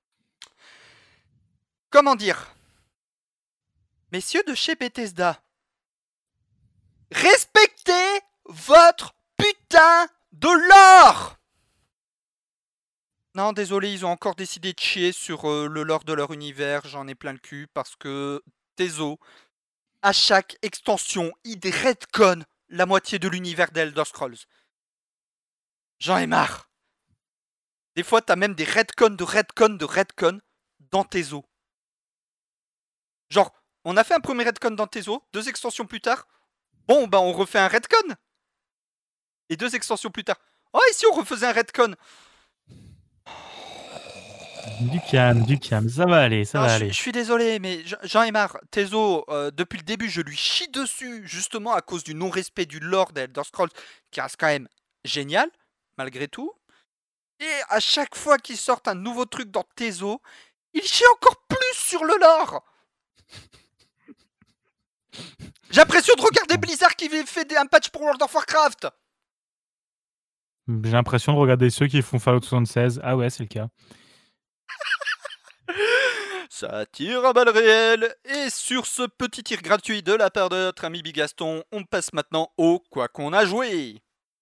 Comment dire? Messieurs de chez Bethesda, respectez votre putain de lore! Non, désolé, ils ont encore décidé de chier sur euh, le lore de leur univers, j'en ai plein le cul, parce que Tezo, à chaque extension, il redconne la moitié de l'univers d'Elder Scrolls. J'en ai marre. Des fois, t'as même des redcons de redcons de redcons dans Tezo. Genre, on a fait un premier redcon dans Tezo, deux extensions plus tard, bon, bah on refait un redcon. Et deux extensions plus tard, oh, et si on refaisait un redcon? Du calme, du calme, ça va aller, ça Non, va je, je aller. suis désolé, mais j'en ai marre. Tezo, euh, depuis le début, je lui chie dessus, justement à cause du non-respect du lore d'Elder Scrolls, qui reste quand même génial, malgré tout. Et à chaque fois qu'il sort un nouveau truc dans Tezo, il chie encore plus sur le lore. J'ai l'impression de regarder Blizzard qui fait un patch pour World of Warcraft. J'ai l'impression de regarder ceux qui font Fallout soixante-seize. Ah ouais, c'est le cas. Ça tire à balles réelles. Et sur ce petit tir gratuit de la part de notre ami Bigaston, on passe maintenant au quoi qu'on a joué.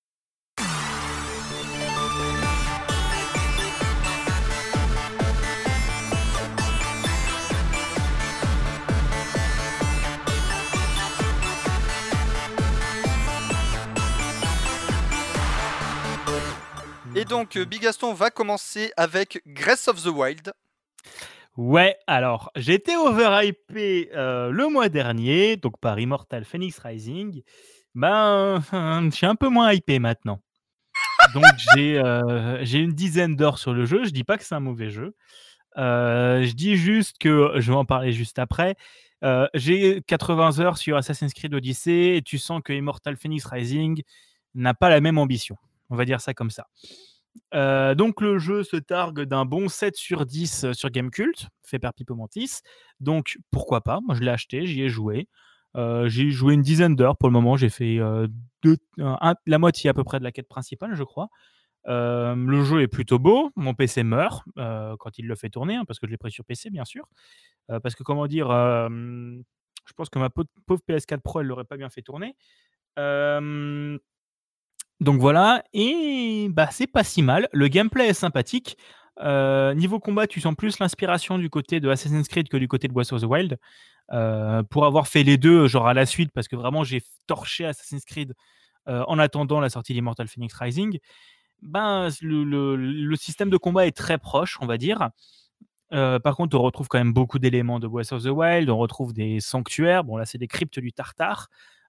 Et donc, Bigaston va commencer avec Breath of the Wild. Ouais, alors, j'ai été overhypé, heu, le mois dernier, donc par Immortal Phoenix Rising. Ben, je suis un peu moins hypé maintenant. Donc j'ai, heu, j'ai une dizaine d'heures sur le jeu. Je dis pas que c'est un mauvais jeu. Heu, je dis juste que je vais en parler juste après. Heu, j'ai quatre-vingts heures sur Assassin's Creed Odyssey et tu sens que Immortal Phoenix Rising n'a pas la même ambition. On va dire ça comme ça. Heu, donc le jeu se targue d'un bon sept sur dix sur Gamecult, fait par Pipo Mantis. Donc pourquoi pas? Moi je l'ai acheté, j'y ai joué. Heu, j'ai joué une dizaine d'heures pour le moment. J'ai fait, heu, deux un la moitié à peu près de la quête principale, je crois. Hem, le jeu est plutôt beau. Mon P C meurt, heu, quand il le fait tourner, hein, parce que je l'ai pris sur P C, bien sûr. Heu, parce que comment dire? Hem, je pense que ma pauvre pauvre P S quatre Pro, elle l'aurait pas bien fait tourner. Hem donc voilà et bah, c'est pas si mal. Le gameplay est sympathique. Heu, niveau combat, tu sens plus l'inspiration du côté de Assassin's Creed que du côté de Breath of the Wild. Heu, pour avoir fait les deux, genre à la suite, parce que vraiment j'ai torché Assassin's Creed, heu, en attendant la sortie d'Immortal Phoenix Rising. Ben, le le le système de combat est très proche, on va dire. Heu, par contre, on retrouve quand même beaucoup d'éléments de Breath of the Wild. On retrouve des sanctuaires. Bon là, c'est des cryptes du Tartare.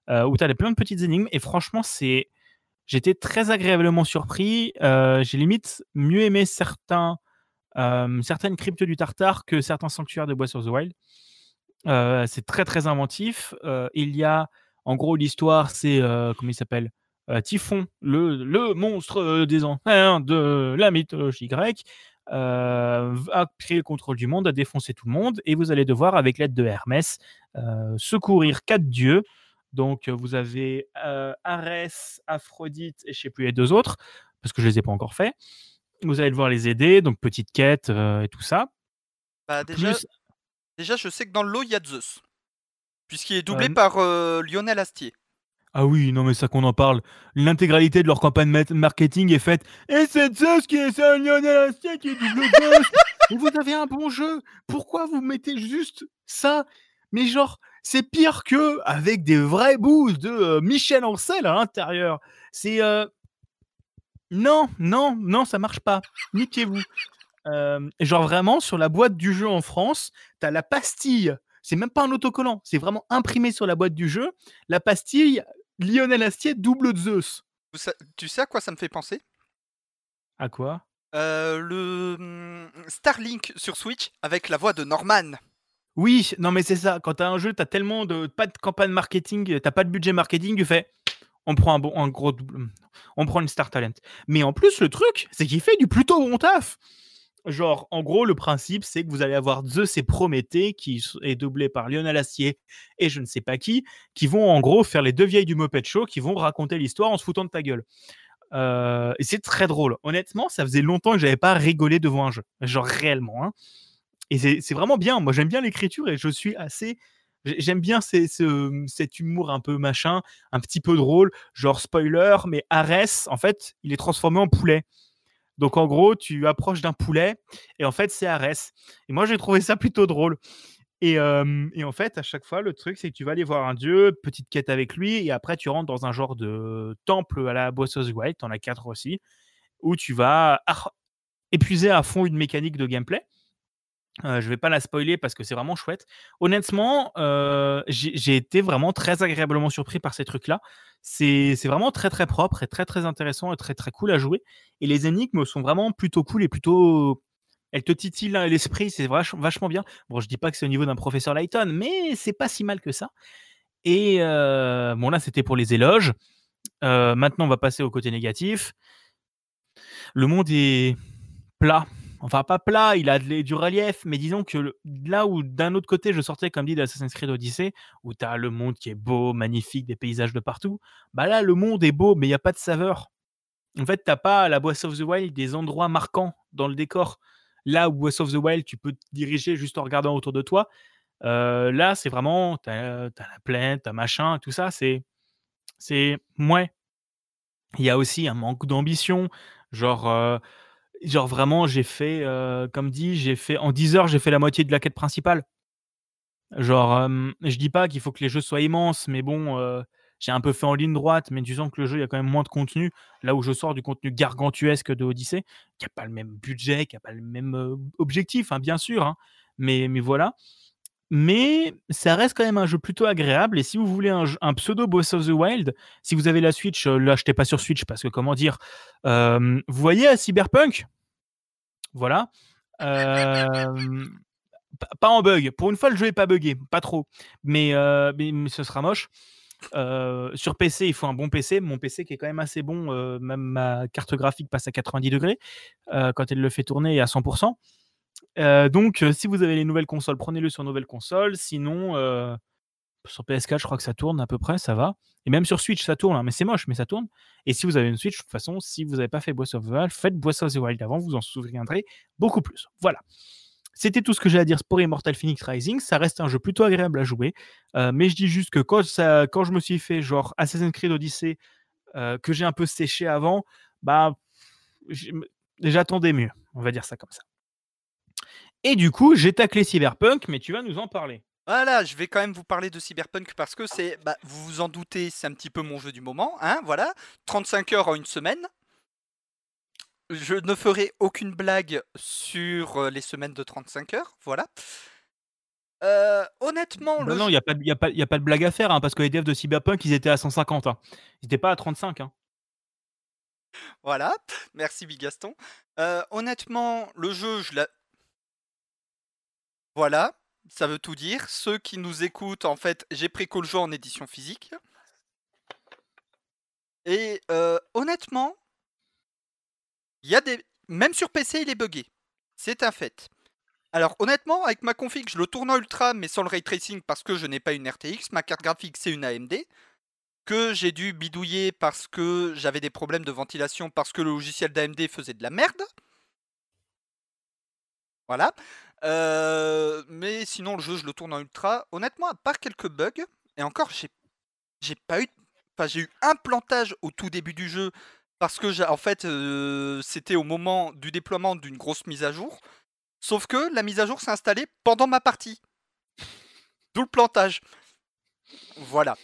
heu, où tu as plein de petites énigmes et franchement, c'est j'étais très agréablement surpris, heu, j'ai limite mieux aimé certains, hem, certaines cryptes du Tartare que certains sanctuaires de Breath of the Wild. Heu, c'est très, très inventif, heu, il y a en gros l'histoire c'est, heu, comment il s'appelle? Heu, Typhon, le le monstre, heu, des enfers de la mythologie grecque, heu, va créer le contrôle du monde, a défoncé tout le monde et vous allez devoir avec l'aide de Hermès, heu, secourir quatre dieux. Donc, heu, vous avez, heu, Arès, Aphrodite et je sais plus les deux autres, parce que je les ai pas encore faits. Vous allez devoir les aider, donc petite quête, heu, et tout ça. Bah, déjà Plus, déjà, je sais que dans le lot, il y a Zeus, puisqu'il est doublé hem par, heu, Lionel Astier. Ah oui, non mais ça qu'on en parle. L'intégralité de leur campagne mat marketing est faite: «Et c'est Zeus qui est c'est Lionel Astier qui double Zeus!» Mais vous avez un bon jeu, pourquoi vous mettez juste ça? Mais genre, c'est pire qu'avec des vraies bouses de, heu, Michel Ancel à l'intérieur. C'est, heu non, non, non, ça marche pas. Niquez-vous. Hem, genre vraiment sur la boîte du jeu en France, tu as la pastille, c'est même pas un autocollant, c'est vraiment imprimé sur la boîte du jeu, la pastille Lionel Astier double Zeus. Vous sa Tu sais à quoi ça me fait penser? À quoi? Heu, le, mmh, Starlink sur Switch avec la voix de Norman. Oui, non mais c'est ça, quand tu as un jeu, tu as tellement de pas de campagne marketing, tu as pas de budget marketing, tu fais: «On prend un bon un gros double, mmh, on prend une star talent». Mais en plus le truc, c'est qu'il fait du plutôt bon taf. Genre, en gros, le principe, c'est que vous allez avoir Zeus et Prométhée, qui s est doublé par Lionel Astier et je ne sais pas qui, qui vont en gros faire les deux vieilles du Muppet Show, qui vont raconter l'histoire en se foutant de ta gueule. Heu et c'est très drôle. Honnêtement, ça faisait longtemps que j'avais pas rigolé devant un jeu, genre réellement, hein, et c'est c'est vraiment bien. Moi, j'aime bien l'écriture et je suis assez j'ai j'aime bien ces ce, mmh, cet humour un peu machin, un petit peu drôle, genre spoiler, mais Arès, en fait, il est transformé en poulet. Donc en gros, tu approches d'un poulet et en fait, c'est Arès. Et moi, j'ai trouvé ça plutôt drôle. Et, hem, et en fait, à chaque fois, le truc, c'est que tu vas aller voir un dieu, petite quête avec lui, et après, tu rentres dans un genre de temple à la Breath of the Wild, tu en as quatre aussi, où tu vas ar épuiser à fond une mécanique de gameplay. Heu, je vais pas la spoiler parce que c'est vraiment chouette. Honnêtement, heu, j'ai j'ai été vraiment très agréablement surpris par ces trucs-là. C'est c'est vraiment très, très propre et très, très intéressant et très, très cool à jouer et les énigmes sont vraiment plutôt cool et plutôt elles te titillent l'in l'esprit, c'est vache vachement bien. Bon, je dis pas que c'est au niveau d'un professeur Layton, mais c'est pas si mal que ça et heu, bon là, c'était pour les éloges. Heu, maintenant, on va passer au côté négatif. Le monde est plat. Enfin, pas plat, il a de l'é du relief, mais disons que le là où d'un autre côté, je sortais comme dit d'Assassin's Creed Odyssey, où tu as le monde qui est beau, magnifique, des paysages de partout, bah là, le monde est beau, mais il y a pas de saveur. En fait, tu as pas à la Breath of the Wild des endroits marquants dans le décor. Là où Breath of the Wild, tu peux te diriger juste en regardant autour de toi, heu, là, c'est vraiment tu as tu as la plaine, tu as machin, tout ça, c'est c'est mouais. Il y a aussi un manque d'ambition, genre, heu, genre vraiment j'ai fait, heu, comme dit, j'ai fait en dix heures, j'ai fait la moitié de la quête principale. Genre, hem, je dis pas qu'il faut que les jeux soient immenses, mais bon, heu, j'ai un peu fait en ligne droite, mais tu sens que le jeu, il y a quand même moins de contenu. Là où je sors du contenu gargantuesque de Odyssey, qui a pas le même budget, qui a pas le même, heu, objectif, hein, bien sûr, hein, mais mais voilà. Mais ça reste quand même un jeu plutôt agréable et si vous voulez un jeu un pseudo Breath of the Wild, si vous avez la Switch, heu, l'achetez pas sur Switch parce que comment dire? Hem, vous voyez, à Cyberpunk? Voilà, hem, pas pas en bug. Pour une fois, le jeu est pas buggé, pas trop, mais heu, mais mais ce sera moche. Heu, sur P C, il faut un bon P C. Mon P C qui est quand même assez bon, heu, même ma carte graphique passe à quatre-vingt-dix degrés heu, quand elle le fait tourner et à cent pour cent. Heu, donc heu, si vous avez les nouvelles consoles, prenez-le sur nouvelle console. Sinon, heu, sur P S quatre, je crois que ça tourne à peu près, ça va et même sur Switch, ça tourne, hein, mais c'est moche, mais ça tourne et si vous avez une Switch, de toute façon, si vous avez pas fait Breath of the Wild, faites Breath of the Wild avant, vous en souviendrez beaucoup plus. Voilà. C'était tout ce que j'ai à dire pour Immortal Phoenix Rising. Ça reste un jeu plutôt agréable à jouer, heu, mais je dis juste que quand ça quand je me suis fait genre Assassin's Creed Odyssey, heu, que j'ai un peu séché avant, bah, je me j'attendais mieux, on va dire ça comme ça. Et du coup, j'ai taclé Cyberpunk, mais tu vas nous en parler. Voilà, je vais quand même vous parler de Cyberpunk parce que c'est, bah, vous vous en doutez, c'est un petit peu mon jeu du moment, hein, voilà. trente-cinq heures en une semaine. Je ne ferai aucune blague sur, heu, les semaines de trente-cinq heures, voilà. Heu, honnêtement, Bah le non, il jeu y a pas de il y a pas il y a pas de blague à faire, hein, parce que les devs de Cyberpunk, ils étaient à cent cinquante, hein. Ils étaient pas à trente-cinq, hein. voilà, merci Bigaston. Heu, honnêtement, le jeu, je l'a voilà, ça veut tout dire. Ceux qui nous écoutent, en fait, j'ai préco le jeu en édition physique et heu, honnêtement, il y a des même sur P C, il est buggé. C'est un fait. Alors honnêtement, avec ma config, je le tourne en ultra, mais sans le ray tracing parce que je n'ai pas une R T X. Ma carte graphique, c'est une A M D, que j'ai dû bidouiller parce que j'avais des problèmes de ventilation, parce que le logiciel d'A M D faisait de la merde. Voilà. Heu, mais sinon, le jeu, je le tourne en ultra. Honnêtement, à part quelques bugs, et encore, j'ai j'ai pas eu, enfin, j'ai eu un plantage au tout début du jeu parce que j'a en fait, heu, c'était au moment du déploiement d'une grosse mise à jour. Sauf que la mise à jour s'est installée pendant ma partie. D'où le plantage. Voilà.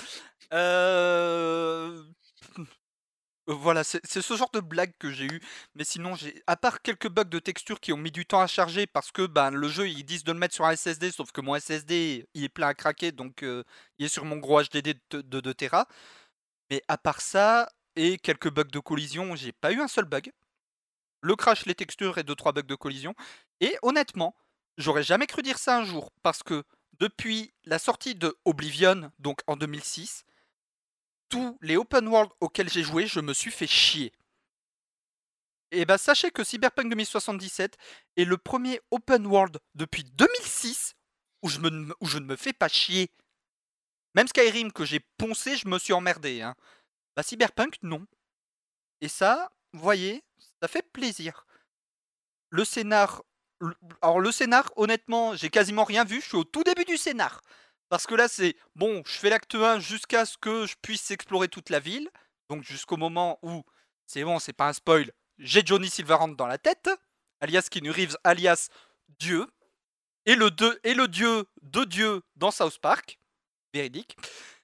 Heu, voilà, c'est c'est ce genre de blague que j'ai eu. Mais sinon, j'ai à part quelques bugs de texture qui ont mis du temps à charger parce que, ben, le jeu, ils disent de le mettre sur un S S D, sauf que mon S S D, il est plein à craquer, donc heu, il est sur mon gros H D D de de deux téra. Mais à part ça et quelques bugs de collision, j'ai pas eu un seul bug. Le crash, les textures et deux trois bugs de collision. Et honnêtement, j'aurais jamais cru dire ça un jour parce que depuis la sortie de Oblivion, donc en deux mille six, tous les open world auxquels j'ai joué, je me suis fait chier. Et bah sachez que Cyberpunk deux mille soixante-dix-sept est le premier open world depuis deux mille six où je, me, où je ne me fais pas chier. Même Skyrim que j'ai poncé, je me suis emmerdé. Hein. Bah Cyberpunk, non. Et ça, vous voyez, ça fait plaisir. Le scénar. le- Alors, le scénar, honnêtement, j'ai quasiment rien vu. Je suis au tout début du scénar. Parce que là, c'est bon, je fais l'acte un jusqu'à ce que je puisse explorer toute la ville. Donc, jusqu'au moment où, c'est bon, c'est pas un spoil, j'ai Johnny Silverhand dans la tête, alias Keanu Reeves, alias Dieu. Et le, deux, et le dieu de Dieu dans South Park. Véridique.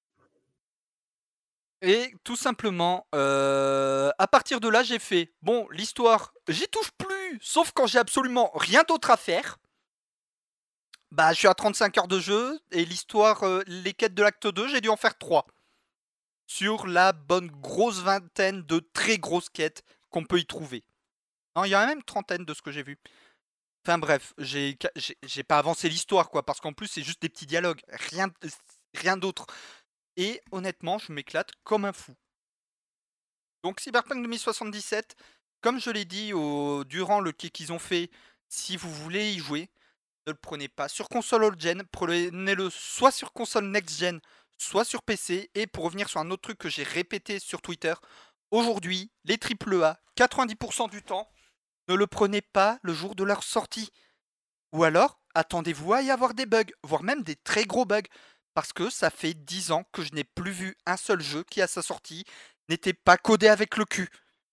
Et tout simplement, euh, à partir de là, j'ai fait bon, l'histoire, j'y touche plus, sauf quand j'ai absolument rien d'autre à faire. Bah, je suis à trente-cinq heures de jeu et l'histoire, euh, les quêtes de l'acte deux, j'ai dû en faire trois. Sur la bonne grosse vingtaine de très grosses quêtes qu'on peut y trouver. Non, il y en a même une trentaine de ce que j'ai vu. Enfin bref, j'ai j'ai pas avancé l'histoire quoi, parce qu'en plus c'est juste des petits dialogues, rien, rien d'autre. Et honnêtement, je m'éclate comme un fou. Donc Cyberpunk deux mille soixante-dix-sept, comme je l'ai dit au, durant le quai qu'ils ont fait, si vous voulez y jouer, ne le prenez pas sur console old-gen, prenez-le soit sur console next-gen, soit sur P C. Et pour revenir sur un autre truc que j'ai répété sur Twitter, aujourd'hui, les triple A, quatre-vingt-dix pour cent du temps, ne le prenez pas le jour de leur sortie. Ou alors, attendez-vous à y avoir des bugs, voire même des très gros bugs. Parce que ça fait dix ans que je n'ai plus vu un seul jeu qui, à sa sortie, n'était pas codé avec le cul.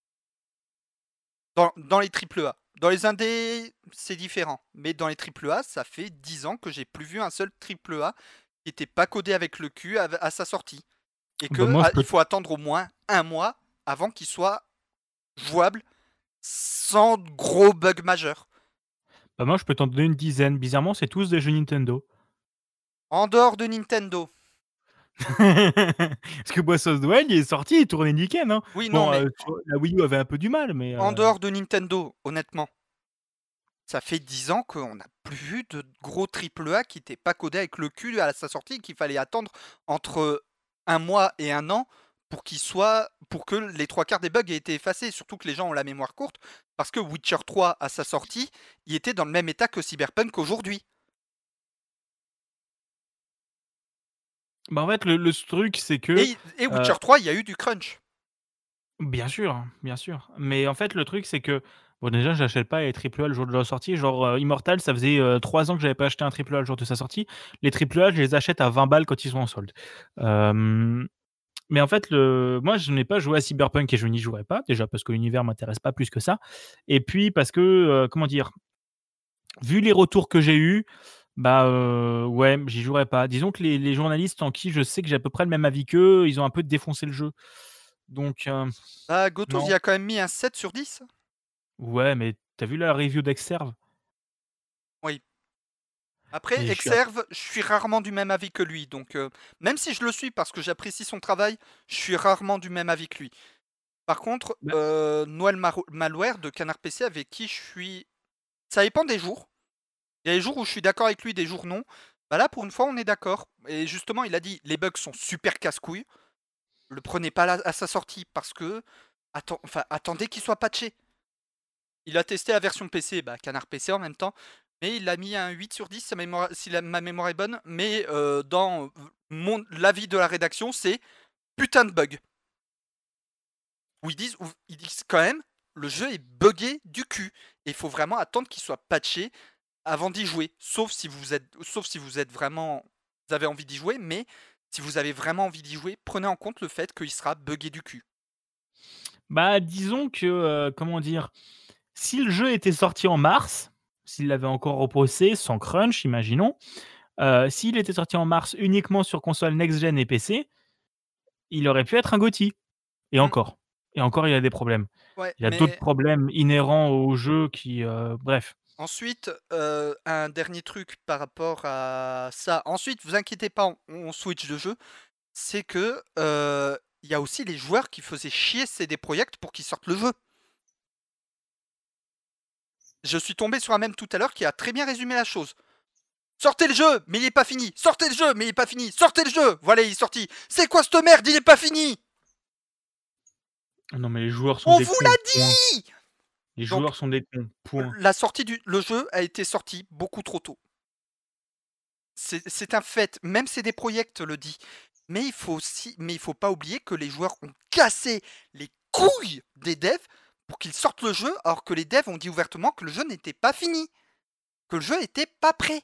Dans, dans les triple A. Dans les indés, c'est différent. Mais dans les triple A, ça fait dix ans que j'ai plus vu un seul triple A qui n'était pas codé avec le cul à, à sa sortie. Et Bah, que moi, je ah, peux il faut attendre au moins un mois avant qu'il soit jouable sans gros bugs majeurs. bah, moi, je peux t'en donner une dizaine. Bizarrement, c'est tous des jeux Nintendo. En dehors de Nintendo. Parce que Breath of the Wild, il est sorti, il tournait nickel, hein. Oui, non, Bon, mais heu, sur la Wii U avait un peu du mal, mais en heu dehors de Nintendo, honnêtement, ça fait dix ans qu'on n'a plus vu de gros triple A qui n'étaient pas codés avec le cul à sa sortie, qu'il fallait attendre entre un mois et un an pour qu'il soit, pour que les trois quarts des bugs aient été effacés. Surtout que les gens ont la mémoire courte, parce que Witcher trois à sa sortie, il était dans le même état que Cyberpunk aujourd'hui. bah, en fait, le le truc, c'est que, Et, et heu Witcher trois, il y a eu du crunch. bien sûr, bien sûr. Mais en fait, le truc, c'est que, bon, déjà, j'achète pas les triple A le jour de leur sortie. Genre, heu, Immortals, ça faisait, heu, trois ans que j'avais pas acheté un triple A le jour de sa sortie. Les triple A, je les achète à vingt balles quand ils sont en solde. Hem, mais en fait, le moi, je n'ai pas joué à Cyberpunk et je n'y jouerai pas. Déjà parce que l'univers m'intéresse pas plus que ça et puis parce que, heu, comment dire? Vu les retours que j'ai eus, bah, heu, ouais, j'y jouerai pas. Disons que les les journalistes en qui je sais que j'ai à peu près le même avis qu'eux, ils ont un peu défoncé le jeu. Donc, heu, Bah, Gotos y non. a quand même mis un sept sur dix. Ouais, mais tu as vu la review d'Exserve? Oui. Après, Et je suis à Exerve, je suis rarement du même avis que lui, donc heu, même si je le suis parce que j'apprécie son travail, je suis rarement du même avis que lui. Par contre, bah, heu, Noël Maro Malware de Canard P C avec qui je suis ça dépend des jours. Il y a des jours où je suis d'accord avec lui, des jours non. Bah, là, pour une fois, on est d'accord et justement, il a dit: «Les bugs sont super casse-couilles, le prenez pas là à sa sortie parce que atten enfin, attendez qu'il soit patché». Il a testé la version P C, bah, Canard P C en même temps, mais il a mis un huit sur dix sa mémoire si la ma mémoire est bonne, mais heu, dans mon l'avis de la rédaction, c'est: «Putain de bug». Où ils disent où ils disent quand même: «Le jeu est buggé du cul et il faut vraiment attendre qu'il soit patché avant d'y jouer». Sauf si vous êtes sauf si vous êtes vraiment vous avez envie d'y jouer, mais si vous avez vraiment envie d'y jouer, prenez en compte le fait qu'il sera buggé du cul. bah, disons que, heu, comment dire? Si le jeu était sorti en mars, s'il l'avait encore repoussé sans crunch, imaginons, heu, s'il était sorti en mars uniquement sur console next gen et P C, il aurait pu être un GOTY et Mmh, encore et encore il y a des problèmes. ouais, Il y a d'autres mais problèmes inhérents au jeu qui, heu, bref. ensuite, heu, un dernier truc par rapport à ça. Ensuite, vous inquiétez pas, on on switch de jeu. C'est que, heu, il y a aussi les joueurs qui faisaient chier C D Projekt pour qu'ils sortent le jeu. Je suis tombé sur un mème tout à l'heure qui a très bien résumé la chose. «Sortez le jeu, mais il est pas fini! Sortez le jeu, mais il est pas fini! Sortez le jeu! Voilà, il est sorti! C'est quoi cette merde? Il est pas fini!» Non mais les joueurs sont On des vous cons, l'a point. dit! Les Donc, joueurs sont des cons, point. la sortie du le jeu a été sorti beaucoup trop tôt. C'est c'est un fait, même C D Projekt le dit. Mais il faut aussi mais il faut pas oublier que les joueurs ont cassé les couilles des devs pour qu'ils sortent le jeu, alors que les devs ont dit ouvertement que le jeu n'était pas fini, que le jeu était pas prêt.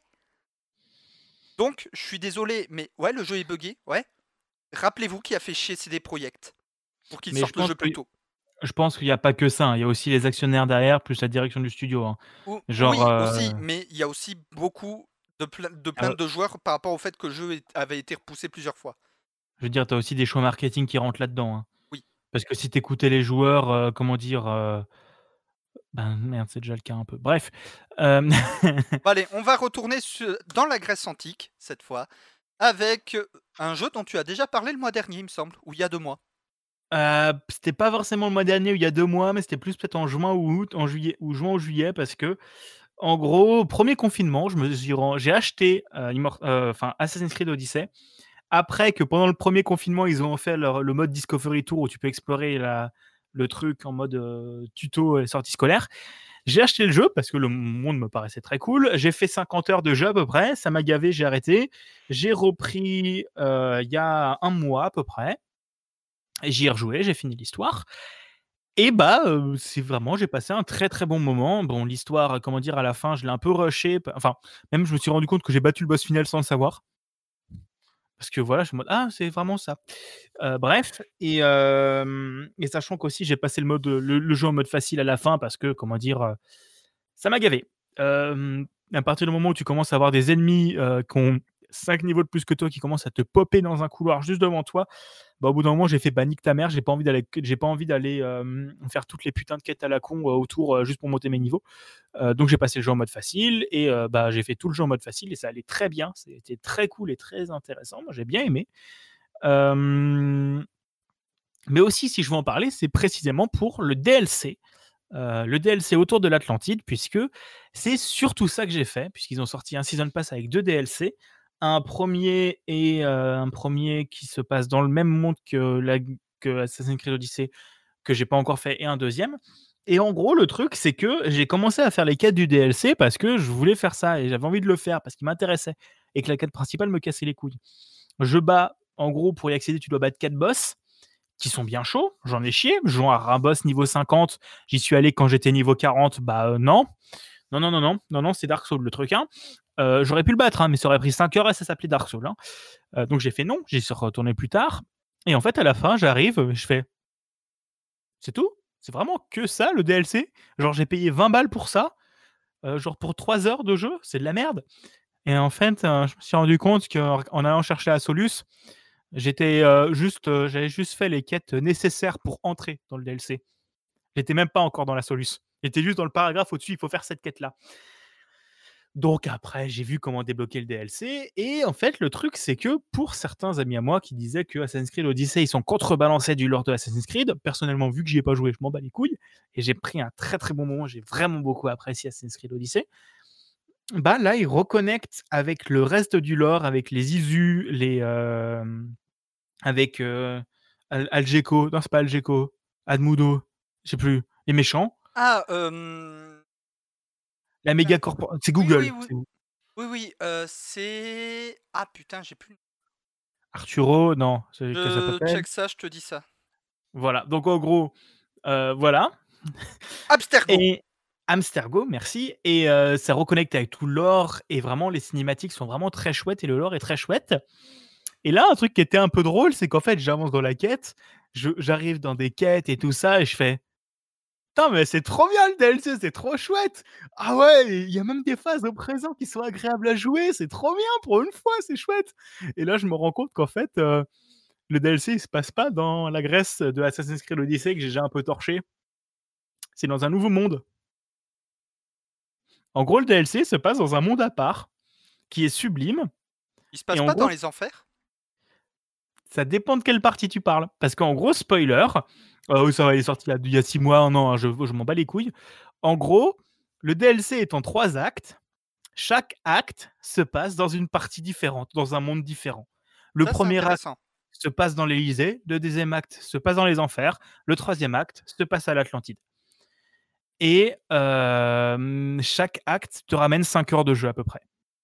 Donc, je suis désolé, mais ouais, le jeu est buggé, ouais. Rappelez-vous qui a fait chier C D Projekt pour qu'ils Mais je sortent le pense jeu que plus tôt. je pense qu'il y a pas que ça, hein. Il y a aussi les actionnaires derrière, plus la direction du studio, hein. Ou Genre, oui, heu, aussi, mais il y a aussi beaucoup de plai de ah, plaintes de joueurs par rapport au fait que le jeu ait avait été repoussé plusieurs fois. je veux dire, tu as aussi des choix marketing qui rentrent là-dedans, hein. Oui. Parce que si tu écoutais les joueurs, heu, comment dire, heu, ben, merde, c'est déjà le cas un peu. Bref, hem, Bon allez, on va retourner su dans la Grèce antique, cette fois, avec, heu, un jeu dont tu as déjà parlé le mois dernier, il me semble, ou il y a deux mois. heu, c'était pas forcément le mois dernier ou il y a deux mois, mais c'était plus peut-être en juin ou août, en juillet ou juin ou juillet parce qu'en gros, premier confinement, je me suis ren j'ai acheté, heu, Immor heu, enfin Assassin's Creed Odyssey. Après que pendant le premier confinement, ils ont fait leur le mode Discovery Tour où tu peux explorer la le truc en mode, heu, tuto et sortie scolaire. J'ai acheté le jeu parce que le monde me paraissait très cool. J'ai fait cinquante heures de jeu à peu près, ça m'a gavé, j'ai arrêté. J'ai repris, heu, il y a un mois à peu près et j'y ai rejoué, j'ai fini l'histoire et bah, heu, c'est vraiment j'ai passé un très, très bon moment. Bon l'histoire, comment dire? À la fin, je l'ai un peu rushée, p enfin, même je me suis rendu compte que j'ai battu le boss final sans le savoir. Parce que voilà, je suis en mode: «Ah, c'est vraiment ça». Heu, bref et hem et sachant qu'aussi j'ai passé le mode, le le jeu en mode facile à la fin parce que comment dire? Heu, ça m'a gavé. Hem, à partir du moment où tu commences à avoir des ennemis, heu, qui ont cinq niveaux de plus que toi, qui commencent à te popper dans un couloir juste devant toi, bah, au bout d'un moment j'ai fait: «Bah, nique ta mère», j'ai pas envie d'aller j'ai pas envie d'aller, hem, faire toutes les putains de quêtes à la con, heu, autour, heu, juste pour monter mes niveaux. Heu, donc j'ai passé le jeu en mode facile et heu, bah, j'ai fait tout le jeu en mode facile et ça allait très bien. C'était très cool et très intéressant. Moi, j'ai bien aimé. Hem, mais aussi, si je veux en parler, c'est précisément pour le D L C. Heu, le D L C autour de l'Atlantide, puisque c'est surtout ça que j'ai fait, puisqu'ils ont sorti un season pass avec deux D L C. Un premier et heu, un premier qui se passe dans le même monde que la que Assassin's Creed Odyssey, que j'ai pas encore fait et un deuxième. Et en gros, le truc, c'est que j'ai commencé à faire les quêtes du D L C parce que je voulais faire ça et j'avais envie de le faire parce qu'il m'intéressait et que la quête principale me cassait les couilles. Je bats en gros, pour y accéder, tu dois battre quatre boss qui sont bien chauds. J'en ai chié. Genre un boss niveau cinquante, j'y suis allé quand j'étais niveau quarante, bah, heu, non. Non, non, non, non, non, non, c'est Dark Souls le truc, hein. Heu, j'aurais pu le battre, hein, mais ça aurait pris cinq heures et ça s'appelait Dark Souls, hein. Heu, donc j'ai fait non, j'y suis retourné plus tard et en fait, à la fin, j'arrive, je fais: «C'est tout? C'est vraiment que ça le D L C?» Genre j'ai payé vingt balles pour ça, heu, genre pour trois heures de jeu, c'est de la merde et en fait, heu, je me suis rendu compte qu'en en allant chercher la Solus, j'étais, heu, juste, heu, j'avais juste fait les quêtes nécessaires pour entrer dans le D L C. J'étais même pas encore dans la Solus. J'étais juste dans le paragraphe au-dessus, il faut faire cette quête-là. Donc après, j'ai vu comment débloquer le D L C et en fait, le truc, c'est que pour certains amis à moi qui disaient que Assassin's Creed Odyssey, ils sont contrebalancés du lore de Assassin's Creed, personnellement, vu que j'y ai pas joué, je m'en bats les couilles et j'ai pris un très, très bon moment. J'ai vraiment beaucoup apprécié Assassin's Creed Odyssey. Bah, là, ils reconnectent avec le reste du lore, avec les Isu, les, hem, avec, heu, Al Algeco, non, c'est pas Algeco, Admudo, je sais plus, les méchants, Ah, hem, la putain. méga corpo c'est Oui, oui, Google, oui. c'est Oui, oui, heu, c'est ah putain, j'ai plus Arturo, non, c'est que ça je s'appelle. check ça, je te dis ça. Voilà, donc en gros, heu, voilà Abstergo! et Abstergo, merci et heu, ça reconnecte avec tout le lore et vraiment les cinématiques sont vraiment très chouettes et le lore est très chouette et là, un truc qui était un peu drôle, c'est qu'en fait, j'avance dans la quête, je j'arrive dans des quêtes et tout ça et je fais: «Putain, mais c'est trop bien le D L C, c'est trop chouette! Ah ouais, il y a même des phases au présent qui sont agréables à jouer, c'est trop bien pour une fois, c'est chouette!» Et là, je me rends compte qu'en fait, heu, le D L C, il se passe pas dans la Grèce de Assassin's Creed Odyssey que j'ai déjà un peu torché. C'est dans un nouveau monde. En gros, le D L C se passe dans un monde à part, qui est sublime Il se et passe en pas dans gros, les enfers? ça dépend de quelle partie tu parles. Parce qu'en gros, spoiler, heu, oui, ça va, il est sorti il y a il y a six mois, un an, hein, je je m'en bats les couilles. En gros, le D L C est en trois actes. Chaque acte se passe dans une partie différente, dans un monde différent. Le Ça, c'est premier acte intéressant. se passe dans l'Élysée, le deuxième acte se passe dans les enfers, le troisième acte se passe à l'Atlantide et hem, chaque acte te ramène cinq heures de jeu à peu près.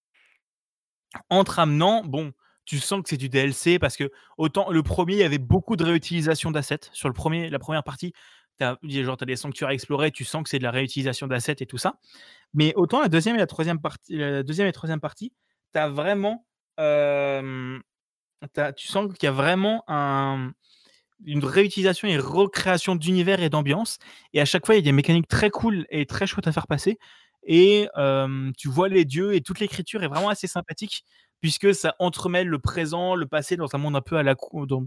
En te ramenant, bon, tu sens que c'est du D L C parce que autant le premier il y avait beaucoup de réutilisation d'assets. Sur le premier, la première partie, tu as genre tu as des sanctuaires à explorer, tu sens que c'est de la réutilisation d'assets et tout ça. Mais autant la deuxième et la troisième partie la deuxième et troisième partie, tu as vraiment, hem, tu tu sens qu'il y a vraiment un une réutilisation et recréation d'univers et d'ambiance et à chaque fois, il y a des mécaniques très cool et très chouettes à faire passer et hem, tu vois les dieux et toute l'écriture est vraiment assez sympathique puisque ça entremêle le présent, le passé dans un monde un peu à la cou dans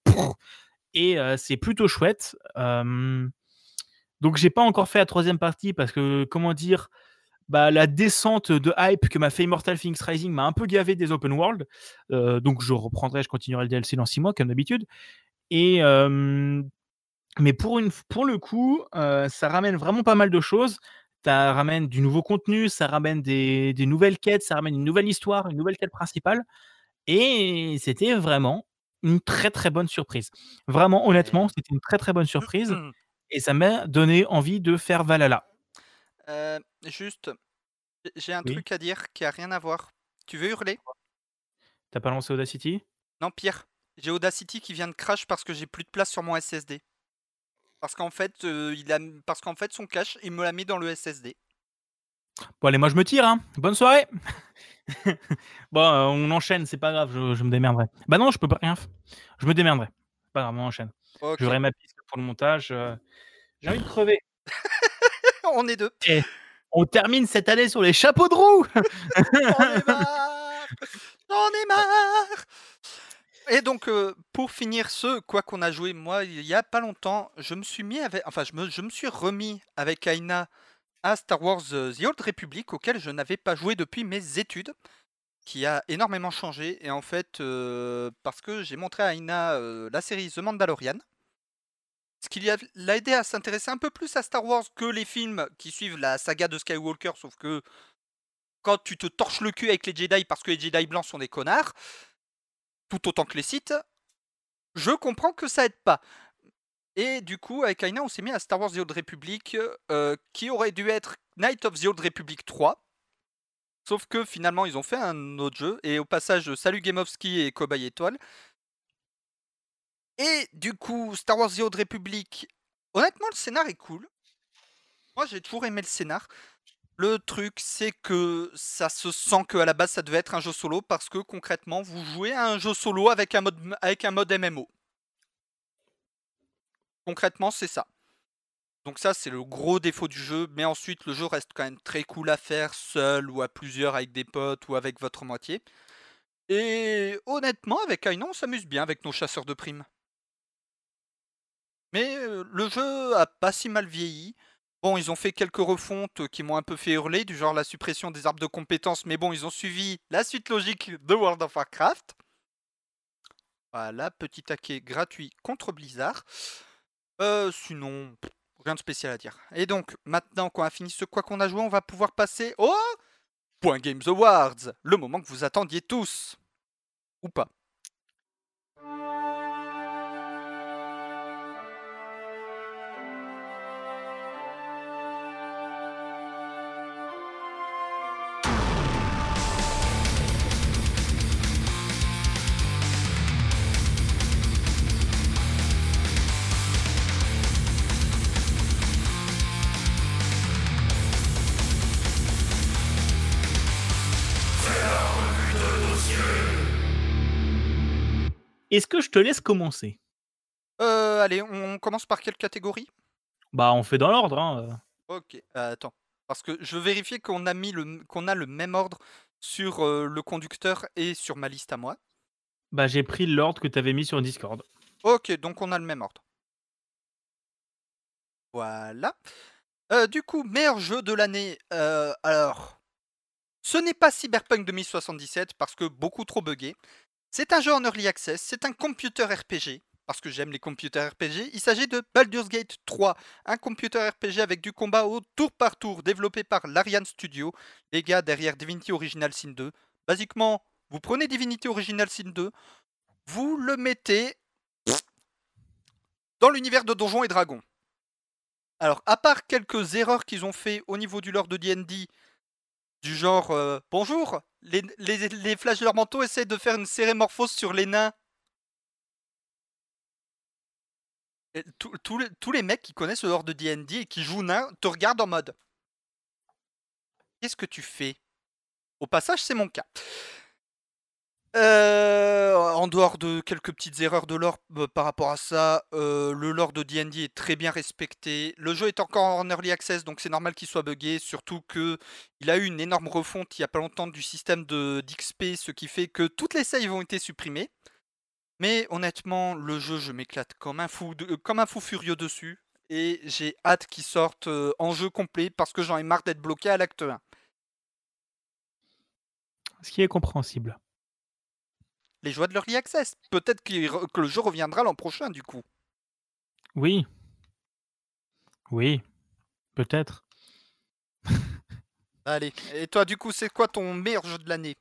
et heu, c'est plutôt chouette. Hem, donc j'ai pas encore fait la troisième partie parce que, comment dire? Bah, la descente de hype que m'a fait Immortal Phoenix Rising m'a un peu gavé des open world, heu, donc je reprendrai, je continuerai le D L C dans six mois comme d'habitude et hem mais pour une f pour le coup, heu, ça ramène vraiment pas mal de choses. Ça ramène du nouveau contenu, ça ramène des des nouvelles quêtes, ça ramène une nouvelle histoire, une nouvelle quête principale et c'était vraiment une très, très bonne surprise. Vraiment, honnêtement, OK. c'était une très, très bonne surprise et ça m'a donné envie de faire Valhalla. Heu, juste, j'ai j'ai un Oui, truc à dire qui a rien à voir. Tu veux hurler? tu as pas lancé Audacity? Non, pire, j'ai Audacity qui vient de crash parce que j'ai plus de place sur mon S S D. Parce qu'en fait, heu, il a m parce qu'en fait son cache, il me l'a mis dans le S S D. Bon allez, moi je me tire, hein. Bonne soirée! Bon, heu, on enchaîne, c'est pas grave, je je me démerderai. Bah non, je peux pas rien f je me démerderai. C'est pas grave, on enchaîne. OK. J'aurai ma piste pour le montage, heu, j'ai envie de crever. On est deux. Eh, on termine cette année sur les chapeaux de roue! J'en ai marre! J'en ai marre! Et donc, heu, pour finir ce quoi qu'on a joué, moi, il y a pas longtemps, je me suis mis avec enfin, je me je me suis remis avec Aïna à Star Wars, heu, The Old Republic auquel je n'avais pas joué depuis mes études, qui a énormément changé et en fait, heu, parce que j'ai montré à Aïna, heu, la série The Mandalorian. Ce qui lui a l'a aidé à s'intéresser un peu plus à Star Wars que les films qui suivent la saga de Skywalker, sauf que quand tu te torches le cul avec les Jedi parce que les Jedi blancs sont des connards, tout autant que les Sith, je comprends que ça aide pas. Et du coup, avec Aina, on s'est mis à Star Wars The Old Republic, heu, qui aurait dû être Knight of the Old Republic trois. Sauf que finalement, ils ont fait un autre jeu. Et au passage, salut Gameofsky et Cobaye Étoile. Et du coup, Star Wars The Old Republic, honnêtement, le scénar est cool. Moi, j'ai toujours aimé le scénar. Le truc, c'est que ça se sent qu'à la base, ça devait être un jeu solo parce que concrètement, vous jouez à un jeu solo avec un mode, avec un mode M M O. Concrètement, c'est ça. Donc ça, c'est le gros défaut du jeu, mais ensuite, le jeu reste quand même très cool à faire seul ou à plusieurs avec des potes ou avec votre moitié. Et honnêtement, avec Aina, on s'amuse bien avec nos chasseurs de primes. Mais euh, le jeu a pas si mal vieilli. Bon, ils ont fait quelques refontes qui m'ont un peu fait hurler, du genre la suppression des arbres de compétences, mais bon, ils ont suivi la suite logique de World of Warcraft. Voilà, petit taquet gratuit contre Blizzard. Euh, sinon, pff, rien de spécial à dire. Et donc, maintenant qu'on a fini ce quoi qu'on a joué, on va pouvoir passer au Point Games Awards, le moment que vous attendiez tous. Ou pas. Est-ce que je te laisse commencer? Euh, allez, on commence par quelle catégorie? Bah, on fait dans l'ordre, hein, heu. Ok, euh, attends. Parce que je veux vérifier qu'on a mis le, m- qu'on a le même ordre sur euh, le conducteur et sur ma liste à moi. Bah, j'ai pris l'ordre que tu avais mis sur Discord. Ok, donc on a le même ordre. Voilà. Euh, du coup, meilleur jeu de l'année. Euh, alors, ce n'est pas Cyberpunk deux mille soixante-dix-sept parce que beaucoup trop buggé. C'est un jeu en early access, c'est un computer R P G, parce que j'aime les computers R P G. Il s'agit de Baldur's Gate trois, un computer R P G avec du combat au tour par tour, développé par l'Ariane Studio, les gars derrière Divinity Original Sin deux. Basiquement, vous prenez Divinity Original Sin deux, vous le mettez dans l'univers de Donjons et Dragons. Alors, à part quelques erreurs qu'ils ont fait au niveau du lore de D and D, du genre euh, bonjour, les, les, les flashs de leur manteau essaient de faire une cérémorphose sur les nains. Et tous- tous les, tous les mecs qui connaissent le lore de D and D et qui jouent nain te regardent en mode qu'est-ce que tu fais? Au passage, c'est mon cas. Euh, en dehors de quelques petites erreurs de lore euh, par rapport à ça, euh, le lore de D and D est très bien respecté. Le jeu est encore en early access, donc c'est normal qu'il soit buggé. Surtout que il a eu une énorme refonte il y a pas longtemps du système de d'X P, ce qui fait que toutes les saves ont été supprimées. Mais honnêtement, le jeu, je m'éclate comme un fou, de- comme un fou furieux dessus. Et j'ai hâte qu'il sorte euh, en jeu complet parce que j'en ai marre d'être bloqué à l'acte un. Ce qui est compréhensible. Les joies de l'Early Access. Peut-être qu'il re- que le jeu reviendra l'an prochain du coup. Oui, oui, peut-être. Allez, et toi du coup, c'est quoi ton meilleur jeu de l'année?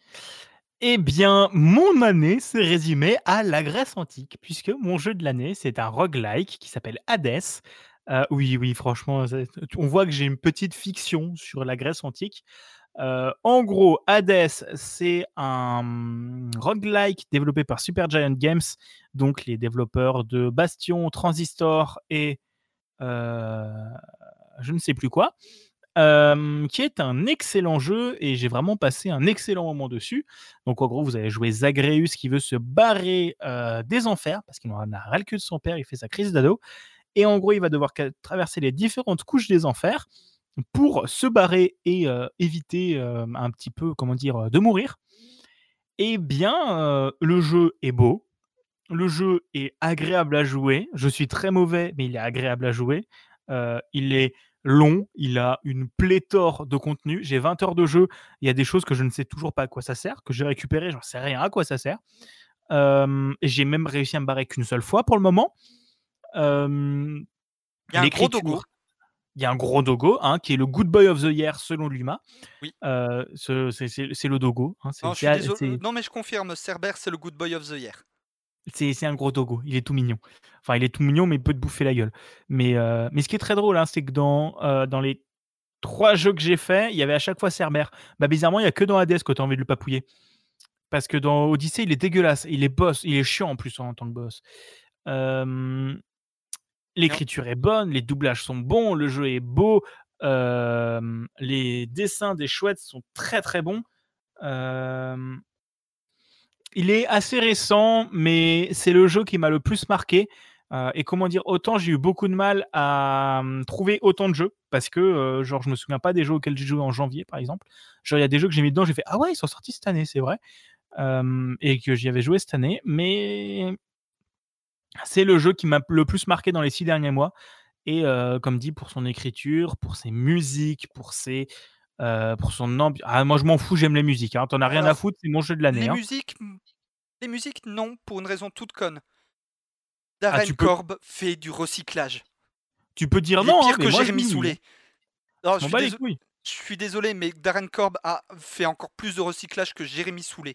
Eh bien, mon année s'est résumée à la Grèce antique, puisque mon jeu de l'année, c'est un roguelike qui s'appelle Hades. Heu, oui, oui, franchement, c'est on voit que j'ai une petite fiction sur la Grèce antique. Heu, en gros, Hades, c'est un, mmh, roguelike développé par Supergiant Games, donc les développeurs de Bastion, Transistor et heu, je ne sais plus quoi. Hem, qui est un excellent jeu et j'ai vraiment passé un excellent moment dessus. Donc en gros, vous allez jouer Zagreus qui veut se barrer, heu, des enfers parce qu'il en a ras le cul de son père, il fait sa crise d'ado et en gros, il va devoir ca traverser les différentes couches des enfers pour se barrer et heu, éviter, hem, un petit peu, comment dire, heu, de mourir. Eh bien, heu, le jeu est beau, le jeu est agréable à jouer. Je suis très mauvais, mais il est agréable à jouer. Heu, il est long, il a une pléthore de contenu. J'ai vingt heures de jeu, il y a des choses que je ne sais toujours pas à quoi ça sert, que j'ai récupérées, j'en sais rien à quoi ça sert. Hem, j'ai même réussi à me barrer qu'une seule fois pour le moment. Hem, Il y a un gros l'écriture, dogo. il y a un gros dogo, hein, qui est le good boy of the year selon Luma. Oui. Heu, ce c'est c'est c'est le dogo, hein, c'est Non, je c'est suis a désolé. c'est Non, mais je confirme, Cerber, c'est le Good Boy of the Year. C'est c'est un gros dogo, il est tout mignon. Enfin, il est tout mignon, mais il peut te bouffer la gueule. Mais, heu, mais ce qui est très drôle, hein, c'est que dans, heu, dans les trois jeux que j'ai faits, il y avait à chaque fois Cerbère. Bah, bizarrement, il y a que dans Hades que tu as envie de le papouiller. Parce que dans Odyssey, il est dégueulasse, il est boss, il est chiant en plus en tant que boss. Hem, Non. l'écriture est bonne, les doublages sont bons, le jeu est beau, hem, les dessins des chouettes sont très, très bons. Hem Il est assez récent, mais c'est le jeu qui m'a le plus marqué, heu et comment dire? Autant j'ai eu beaucoup de mal à, mmh, trouver autant de jeux parce que, heu, genre je me souviens pas des jeux auxquels j'ai joué en janvier, par exemple. Genre il y a des jeux que j'ai mis dedans, j'ai fait: «Ah ouais, ils sont sortis cette année, c'est vrai», hem et que j'y avais joué cette année, mais c'est le jeu qui m'a le plus marqué dans les six derniers mois et heu, comme dit, pour son écriture, pour ses musiques, pour ses, heu, pour son ambi ah moi je m'en fous, j'aime les musiques, hein. Tu en as rien à Alors, foutre, c'est mon jeu de l'année, les hein. musiques, mmh, les musiques, non, pour une raison toute conne. Ah Darren tu peux Korb fait du recyclage. tu peux dire Il est non, hein, pire mais que moi Jérémy oui, hein. Soulet. Non, Je je m'en suis bats les déso couilles. je suis désolé, mais Darren Korb a fait encore plus de recyclage que Jérémy Soulet.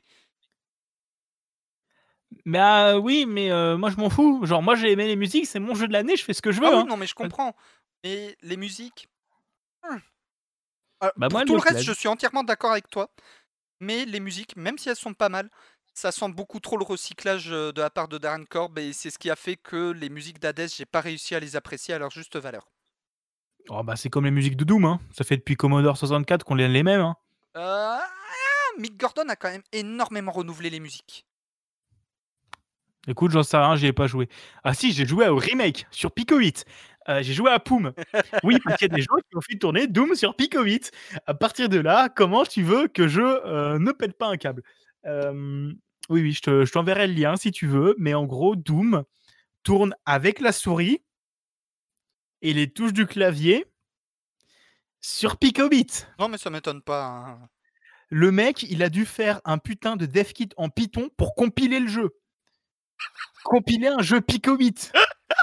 Mais ah oui, mais heu, moi je m'en fous. Genre moi j'ai aimé les musiques, c'est mon jeu de l'année, je fais ce que je Ah veux, oui, hein. non, mais je Heu, comprends. Mais les musiques, mmh, ah, bah moi pour elles tout me le reste, je plaisent. suis entièrement d'accord avec toi. Mais les musiques, même si elles sont pas mal, ça sent beaucoup trop le recyclage, heu, de la part de Darren Korb et c'est ce qui a fait que les musiques d'Hadès, j'ai pas réussi à les apprécier à leur juste valeur. Oh bah c'est comme les musiques de Doom, hein. Ça fait depuis Commodore soixante-quatre qu'on les les mêmes, hein. Heu, Mick Gordon a quand même énormément renouvelé les musiques. Écoute, j'en sais rien, j'y ai pas joué. Ah si, j'ai joué au remake sur Pico huit. Heu, j'ai joué à Poom. Oui, parce qu'il y a des gens qui ont fait tourner Doom sur Pico huit. À partir de là, comment tu veux que je, heu, ne pète pas un câble? Hem, oui, oui, je te je t'enverrai le lien si tu veux, mais en gros, Doom tourne avec la souris et les touches du clavier sur Pico huit. Non, mais ça m'étonne pas, hein. Le mec, il a dû faire un putain de dev kit en Python pour compiler le jeu. Compiler un jeu Pico huit.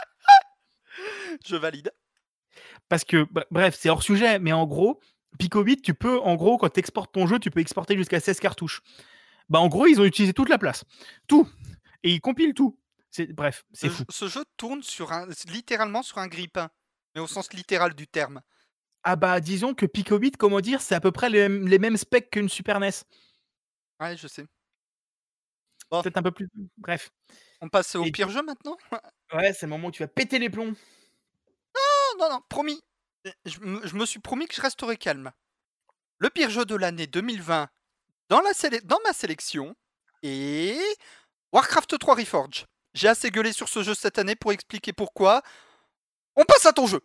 Je valide. Parce que, b bref, c'est hors sujet, mais en gros, Pico huit, tu peux, en gros, quand tu exportes ton jeu, tu peux exporter jusqu'à seize cartouches. Bah, en gros, ils ont utilisé toute la place. Tout. Et ils compilent tout. C'est bref, c'est Ce j fou. ce jeu tourne sur un littéralement sur un grille-pain, mais au sens littéral du terme. Ah bah, disons que Pico huit, comment dire? C'est à peu près les mêmes les mêmes specs qu'une Super N E S. Ouais, je sais. Bon, Peut-être un peu plus bref. on passe au Et pire du jeu maintenant? ouais, c'est le moment où tu vas péter les plombs. Non, non, non, promis. Heu, je me je me suis promis que je resterai calme. Le pire jeu de l'année deux mille vingt dans la sélec dans ma sélection est Warcraft trois Reforged. J'ai assez gueulé sur ce jeu cette année pour expliquer pourquoi. On passe à ton jeu!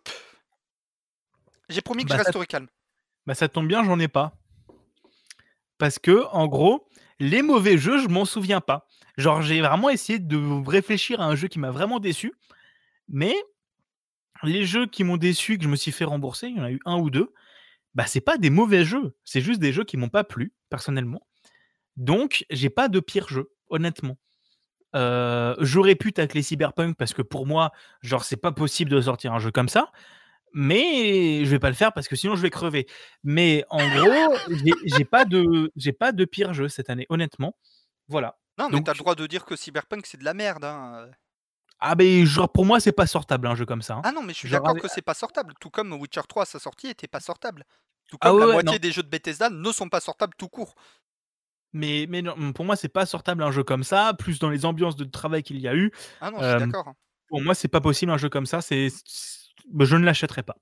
J'ai promis que je Bah, ça resterai calme. bah, ça tombe bien, j'en ai pas. Parce que, en gros, les mauvais jeux, je m'en souviens pas. Genre, j'ai vraiment essayé de réfléchir à un jeu qui m'a vraiment déçu, mais les jeux qui m'ont déçu, que je me suis fait rembourser, il y en a eu un ou deux, bah, c'est pas des mauvais jeux, c'est juste des jeux qui m'ont pas plu, personnellement. Donc j'ai pas de pire jeu, honnêtement. Heu, j'aurais pu tacler Cyberpunk parce que pour moi, genre, c'est pas possible de sortir un jeu comme ça, mais je vais pas le faire parce que sinon je vais crever. Mais en gros, j'ai j'ai pas de j'ai pas de pire jeu cette année, honnêtement. Voilà. Non, mais tu as le Donc droit de dire que Cyberpunk, c'est de la merde, hein, heu. ah beh, genre pour moi, c'est pas sortable un jeu comme ça, hein. Ah non, mais je suis Genre d'accord avec que c'est pas sortable, tout comme Witcher trois à sa sortie était pas sortable. Tout ah comme ouais, la ouais, non. moitié des jeux de Bethesda ne sont pas sortables tout court. Mais mais non, pour moi, c'est pas sortable un jeu comme ça, plus dans les ambiances de travail qu'il y a eu. Ah non, je suis Hem, d'accord, hein. pour moi, c'est pas possible un jeu comme ça, c'est c bah, je ne l'achèterai pas.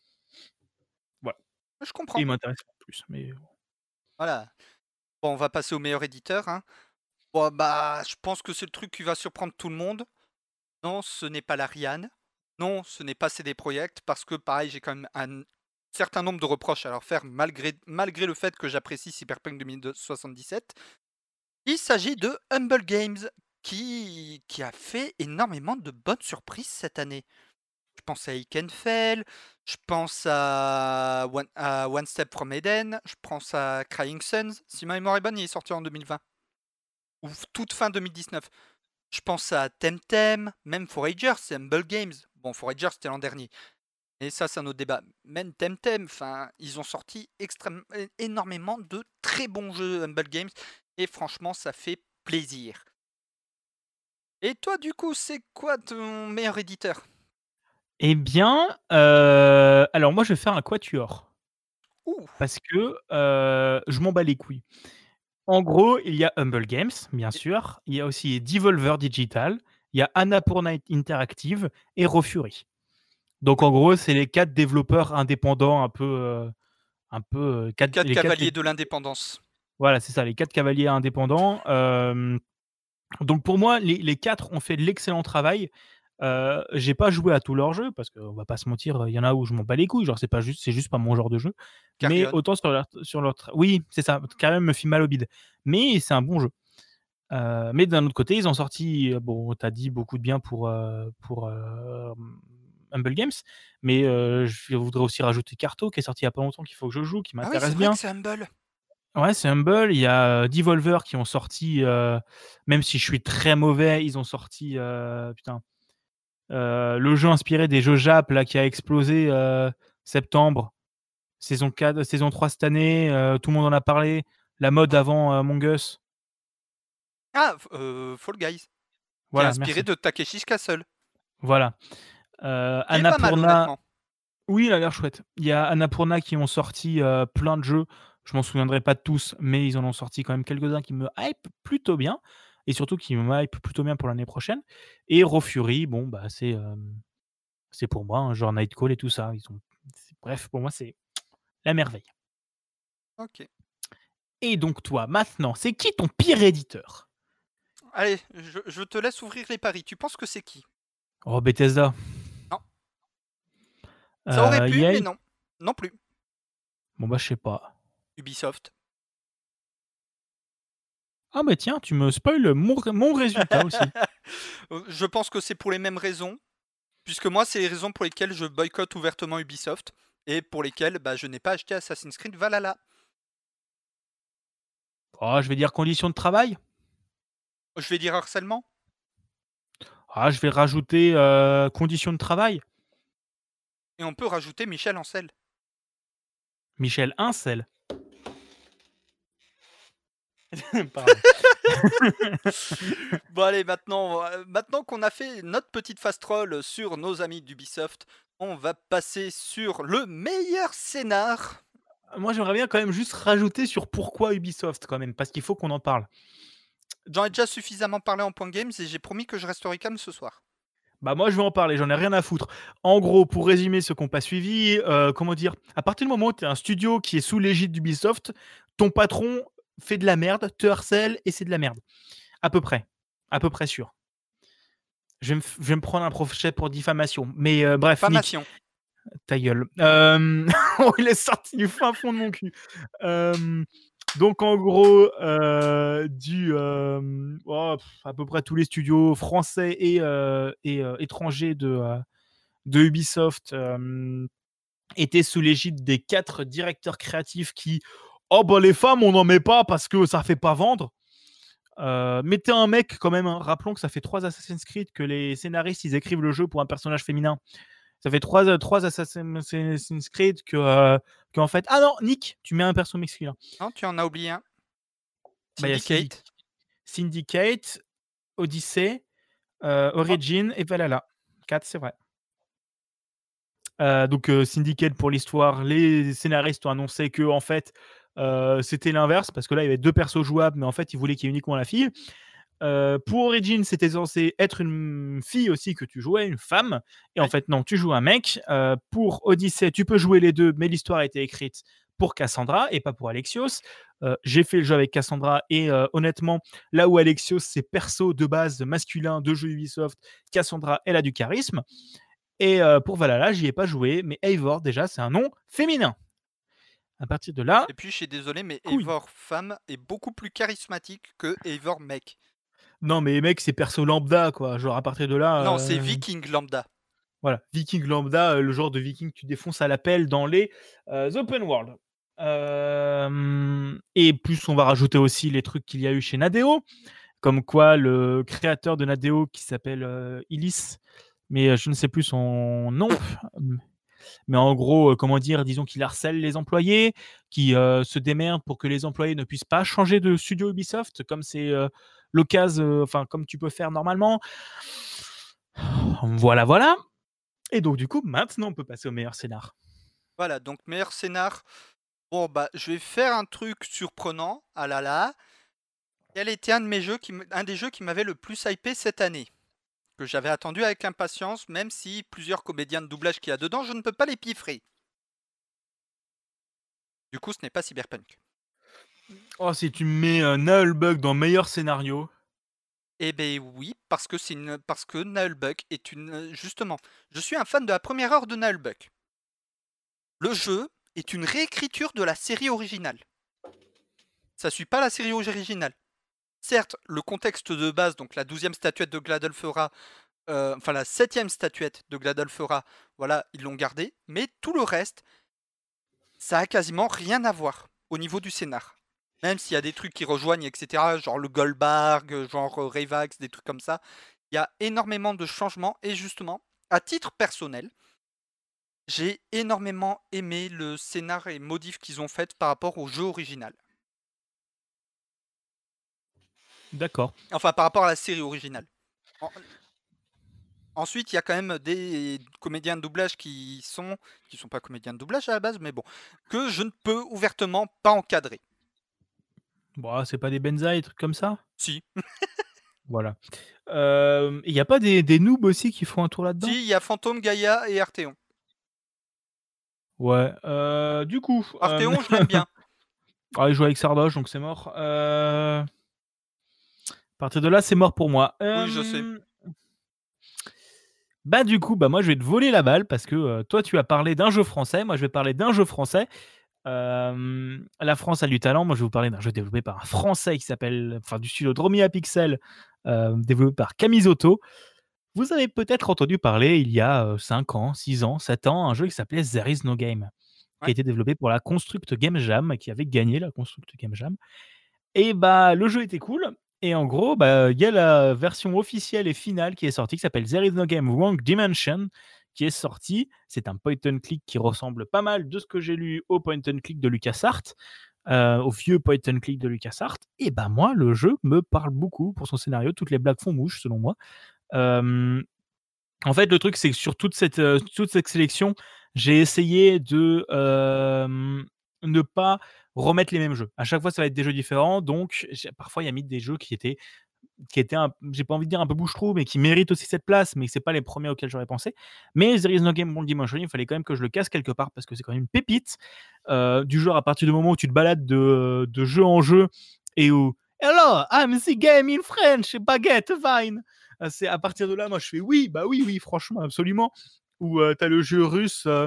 Voilà. Je Et comprends. il m'intéresse pas plus, mais Voilà. Bon, on va passer au meilleur éditeur, hein. Bon, bah, je pense que c'est le truc qui va surprendre tout le monde. Non, ce n'est pas l'Ariane. Non, ce n'est pas C D Projekt parce que pareil, j'ai quand même un certain nombre de reproches à leur faire malgré malgré le fait que j'apprécie Cyberpunk deux mille soixante-dix-sept. Il s'agit de Humble Games qui qui a fait énormément de bonnes surprises cette année. Je pense à Ikenfell, je pense à One à One Step from Eden, je pense à Crying Suns. Si ma mémoire est bonne, il est sorti en deux mille vingt ou f toute fin deux mille dix-neuf. Je pense à Temtem, même Forager, c'est Humble Games. Bon, Forager, c'était l'an dernier. Et ça, c'est un autre débat. Même Temtem, enfin, ils ont sorti extrêmement, énormément de très bons jeux Humble Games. Et franchement, ça fait plaisir. Et toi, du coup, c'est quoi ton meilleur éditeur? eh bien, heu, alors moi, je vais faire un quatuor Ouh! parce que, heu, je m'en bats les couilles. En gros, il y a Humble Games, bien Et sûr, il y a aussi Devolver Digital, il y a Annapurna Interactive et Raw Fury. Donc oui, en gros, c'est les quatre développeurs indépendants un peu, heu, un peu, heu, quatre quatre les quatre cavaliers de l'indépendance. voilà, c'est ça, les quatre cavaliers indépendants. Hem, donc pour moi, les les quatre ont fait de l'excellent travail. Heu, j'ai pas joué à tous leurs jeux parce qu'on va pas se mentir, il y en a où je m'en bats les couilles, genre c'est pas juste c'est juste pas mon genre de jeu. Mais Carrion. autant sur leur sur leur tra oui, c'est ça, Carrion me fait mal au bide. Mais c'est un bon jeu. Heu, mais d'un autre côté, ils ont sorti, heu, bon, tu as dit beaucoup de bien pour, heu, pour, hem, Humble Games, mais heu, je voudrais aussi rajouter Carto, qui est sorti il y a pas longtemps, qu'il faut que je joue, qui Ah oui, c'est m'intéresse vrai que bien. c'est Humble. Ouais, c'est Humble. Il y a, heu, Devolver qui ont sorti, heu, même si je suis très mauvais, ils ont sorti, heu, putain, heu, le jeu inspiré des jeux Jap là qui a explosé, heu, septembre, saison quatre, saison trois cette année, heu, tout le monde en a parlé. La mode avant Among Us. Ah, f heu, Fall Guys, qui est Voilà, inspiré merci. de Takeshi's Castle. Voilà, heu, Qui est pas mal Annapurna, honnêtement. oui, il a l'air chouette. Il y a Annapurna qui ont sorti, heu, plein de jeux. Je m'en souviendrai pas de tous, mais ils en ont sorti quand même quelques-uns qui me hype plutôt bien et surtout qui me hype plutôt bien pour l'année prochaine et Raw Fury, bon, bah, c'est, hem, c'est pour moi, hein, genre Nightcall et tout ça. Ils ont c'est bref, pour moi, c'est la merveille. OK. Et donc toi, maintenant, c'est qui ton pire éditeur? Allez, je je te laisse ouvrir les paris. Tu penses que c'est qui? Oh, Bethesda. Non. Ça aurait Heu, pu, mais E A? non. Non plus. Bon, bah, je sais pas. Ubisoft. Ah, bah, tiens, tu me spoil mon ré mon résultat aussi. Heu, je pense que c'est pour les mêmes raisons, puisque moi, c'est les raisons pour lesquelles je boycotte ouvertement Ubisoft et pour lesquelles, bah, je n'ai pas acheté Assassin's Creed Valhalla. Oh, je vais dire conditions de travail. Je vais dire harcèlement. Ah, je vais rajouter, heu, conditions de travail. Et on peut rajouter Michel Ancel. Michel Ancel. Pardon. Bon allez, maintenant, heu, maintenant qu'on a fait notre petite fast troll sur nos amis d'Ubisoft, on va passer sur le meilleur scénar. Moi, j'aimerais bien quand même juste rajouter sur pourquoi Ubisoft quand même, parce qu'il faut qu'on en parle. J'en ai déjà suffisamment parlé en point games et j'ai promis que je resterai calme ce soir. Bah, moi, je vais en parler, j'en ai rien à foutre. En gros, pour résumer ceux qui ont pas suivi, heu, comment dire? À partir du moment où tu es un studio qui est sous l'égide d'Ubisoft, ton patron fait de la merde, te harcèle et c'est de la merde. À peu près, à peu près sûr. Je vais me f je vais me prendre un procès pour diffamation, mais heu, bref, Nick, Diffamation. ta gueule. Hem, oh, il est sorti du fin fond de mon cul. Hem, donc en gros, heu, du, hem, oh, à peu près tous les studios français et heu et heu, étrangers de, heu, de Ubisoft, hem, étaient sous l'égide des quatre directeurs créatifs qui: «Oh bah, les femmes, on n'en met pas parce que ça fait pas vendre». Heu, mettez un mec quand même, hein. Rappelons que ça fait trois Assassin's Creed que les scénaristes, ils écrivent le jeu pour un personnage féminin. Ça fait trois, heu, trois Assassin's Creed que, heu, qu'en fait ah non, Nick, tu mets un perso masculin. Non, tu en as oublié un. Bah, il y a Syndic Syndicate. Syndicate, Odyssey, heu, Oh, Origin et Valhalla. quatre, c'est vrai. Heu, donc heu, Syndicate pour l'histoire, les scénaristes ont annoncé qu'en fait, heu, c'était l'inverse parce que là, il y avait deux persos jouables, mais en fait, ils voulaient qu'il y ait uniquement la fille. Heu, pour Origin, c'était censé être une fille aussi que tu jouais, une femme et en oui. fait non, tu joues un mec. Heu, pour Odyssey, tu peux jouer les deux, mais l'histoire a été écrite pour Cassandra et pas pour Alexios. Heu, j'ai fait le jeu avec Cassandra et heu, honnêtement, là où Alexios, c'est perso de base masculin de jeux Ubisoft, Cassandra, elle a du charisme et heu, pour Valhalla, j'y ai pas joué, mais Eivor déjà, c'est un nom féminin. À partir de là, Et puis je suis désolé, mais couille. Eivor femme est beaucoup plus charismatique que Eivor mec. Non mais mec, c'est perso lambda quoi, genre à partir de là, Non, c'est heu Viking lambda. voilà, viking lambda, heu, le genre de viking que tu défonces à la pelle dans les, heu, open world. Hem et plus on va rajouter aussi les trucs qu'il y a eu chez Nadeo, comme quoi le créateur de Nadeo qui s'appelle, heu, Illis, mais heu, je ne sais plus son nom, m mais en gros, heu, comment dire? Disons qu'il harcèle les employés, qui, heu, se démerde pour que les employés ne puissent pas changer de studio Ubisoft comme c'est, heu, l'occasion, heu, enfin comme tu peux faire normalement. Voilà, voilà. Et donc du coup, maintenant, on peut passer au meilleur scénar. Voilà, donc meilleur scénar. Bon bah, je vais faire un truc surprenant. Ah là là. Quel était un de mes jeux qui me un des jeux qui m'avait le plus hypé cette année? Que j'avais attendu avec impatience, même si plusieurs comédiens de doublage qu'il y a dedans, je ne peux pas les piffrer. Du coup, ce n'est pas Cyberpunk. Oh, si tu mets, heu, Nullbug dans meilleur scénario. Eh beh, oui, parce que c'est une parce que Nullbuck est une, heu justement, je suis un fan de la première heure de Nullbuck. Le jeu est une réécriture de la série originale. Ça suit pas la série originale. Certes, le contexte de base, donc la douzième statuette de Gladolfera, euh, enfin la septième statuette de Gladolfera, voilà, ils l'ont gardée, mais tout le reste, ça a quasiment rien à voir au niveau du scénar. Même s'il y a des trucs qui rejoignent, et cetera, genre le Goldberg, genre euh, Rayvax, des trucs comme ça, il y a énormément de changements, et justement, à titre personnel, j'ai énormément aimé le scénar et modifs qu'ils ont fait par rapport au jeu original. D'accord. Enfin, par rapport à la série originale. En- Ensuite, il y a quand même des comédiens de doublage qui sont, qui sont pas comédiens de doublage à la base, mais bon, que je ne peux ouvertement pas encadrer. Bon, c'est pas des Benzaï, des trucs comme ça? Si, Voilà. Hem, il y a pas des des noobs aussi qui font un tour là-dedans? si, il y a Fantôme, Gaïa et Arthéon. Ouais, heu, du coup, hem, Arthéon, je l'aime bien. ah, il joue avec Sardoche, donc c'est mort. Heu, à partir de là, c'est mort pour moi. Oui, je sais. Hem, bah, du coup, bah, moi, je vais te voler la balle parce que, heu, toi, tu as parlé d'un jeu français, moi, je vais parler d'un jeu français. Hem, la France a du talent. Moi, je vais vous parler d'un jeu développé par un Français qui s'appelle enfin, du studio Dromia Pixel, heu, développé par Camizotto. Vous avez peut-être entendu parler il y a, heu, cinq ans, six ans, sept ans, un jeu qui s'appelait There is no game, qui a Ouais. été développé pour la Construct Game Jam, qui avait gagné la Construct Game Jam et bah, le jeu était cool et en gros, bah, il y a la version officielle et finale qui est sortie, qui s'appelle There is no game Wrong Dimension, qui est sortie. C'est un point and click qui ressemble pas mal, de ce que j'ai lu, au point and click de LucasArts, heu, au vieux point and click de LucasArts et bah, moi, le jeu me parle beaucoup pour son scénario. Toutes les blagues font mouche, selon moi. Hem En fait, le truc, c'est que sur toute cette, heu, toute cette sélection, j'ai essayé de, hem, ne pas remettre les mêmes jeux. À chaque fois, ça va être des jeux différents, donc j'ai parfois, il y a mis des jeux qui étaient qui étaient un j'ai pas envie de dire un peu bouche-trou, mais qui méritent aussi cette place, mais c'est pas les premiers auxquels j'aurais pensé. Mais There is no game Wrong Dimension, il fallait quand même que je le casse quelque part parce que c'est quand même une pépite, heu, du genre à partir du moment où tu te balades de de jeu en jeu et où: «Hello, I'm the game in French, baguette, wine». Heu, c'est à partir de là, moi je fais: «Oui, bah oui, oui, franchement, absolument». Ou, heu, tu le jeu russe, heu: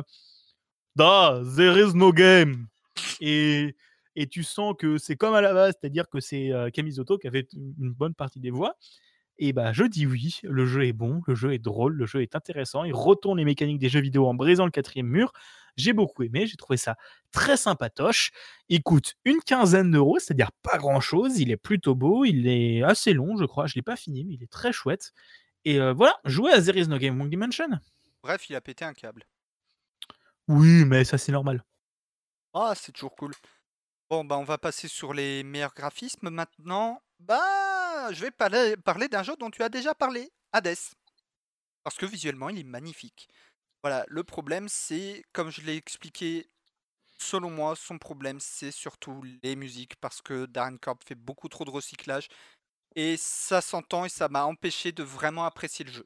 «Da, there is no game». Et et tu sens que c'est comme à la base, c'est-à-dire que c'est, heu, Camizotto qui a fait une bonne partie des voix et bah, je dis oui, le jeu est bon, le jeu est drôle, le jeu est intéressant, il retourne les mécaniques des jeux vidéo en brisant le quatrième mur. J'ai beaucoup aimé, j'ai trouvé ça très sympatoche. Il coûte une quinzaine d'euros, c'est-à-dire pas grand-chose, il est plutôt beau, il est assez long, je crois, je l'ai pas fini, mais il est très chouette et heu, voilà, jouez à There is no game Wrong Dimension. Bref, il a pété un câble. Oui, mais ça, c'est normal. Ah, c'est toujours cool. Bon, bah, on va passer sur les meilleurs graphismes maintenant. Bah, je vais parler, parler d'un jeu dont tu as déjà parlé, Hades. Parce que visuellement, il est magnifique. Voilà, le problème, c'est, comme je l'ai expliqué, selon moi, son problème, c'est surtout les musiques. Parce que Darren Korb fait beaucoup trop de recyclage. Et ça s'entend et ça m'a empêché de vraiment apprécier le jeu.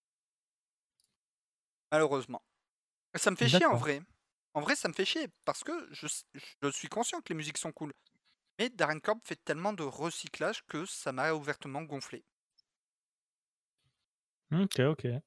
Malheureusement. Ça me fait chier en D'accord. vrai. En vrai, ça me fait chier. Parce que je, s- je suis conscient que les musiques sont cool. Mais Darren Korb fait tellement de recyclage que ça m'a ouvertement gonflé. OK, OK.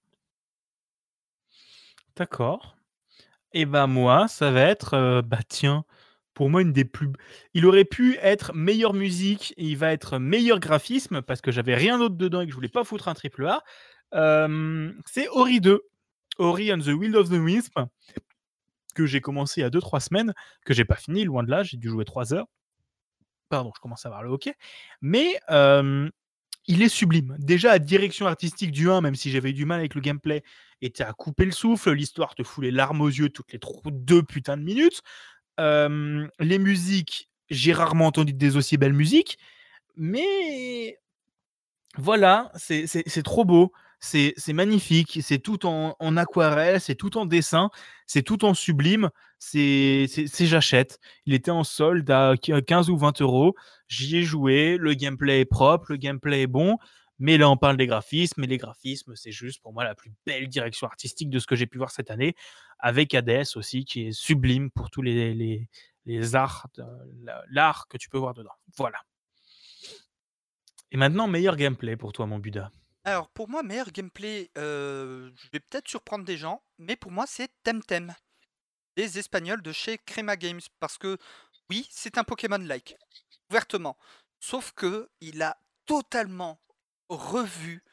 D'accord. Et bah, moi, ça va être, heu, bah, tiens, pour moi, une des plus il aurait pu être meilleure musique et il va être meilleur graphisme parce que j'avais rien d'autre dedans et que je voulais pas foutre un triple A. Hem, c'est Ori deux, Ori and the Will of the Wisp, que j'ai commencé il y a deux trois semaines, que j'ai pas fini, loin de là, j'ai dû jouer trois heures. Pardon, je commence à avoir le hoquet. Mais, hem, il est sublime. Déjà, la direction artistique du un, même si j'avais eu du mal avec le gameplay, était à couper le souffle. L'histoire te fout les larmes aux yeux toutes les tro deux putains de minutes. Euh, les musiques, j'ai rarement entendu des aussi belles musiques, mais voilà, c'est c'est- c'est trop beau, c'est c'est magnifique, c'est tout en, en aquarelle, c'est tout en dessin, c'est tout en sublime, c'est c'est- c'est- j'achète. Il était en solde à quinze ou vingt euros, j'y ai joué, le gameplay est propre, le gameplay est bon, mais là on parle des graphismes, et les graphismes, c'est juste pour moi la plus belle direction artistique de ce que j'ai pu voir cette année, avec Hades aussi, qui est sublime pour tous les, les, les arts, de- l'art que tu peux voir dedans. Voilà. Et maintenant, meilleur gameplay pour toi, mon Buda. Alors, pour moi, meilleur gameplay, euh, je vais peut-être surprendre des gens, mais pour moi, c'est Temtem, des Espagnols de chez Crema Games. Parce que, oui, c'est un Pokémon-like, ouvertement. Sauf que il a totalement revu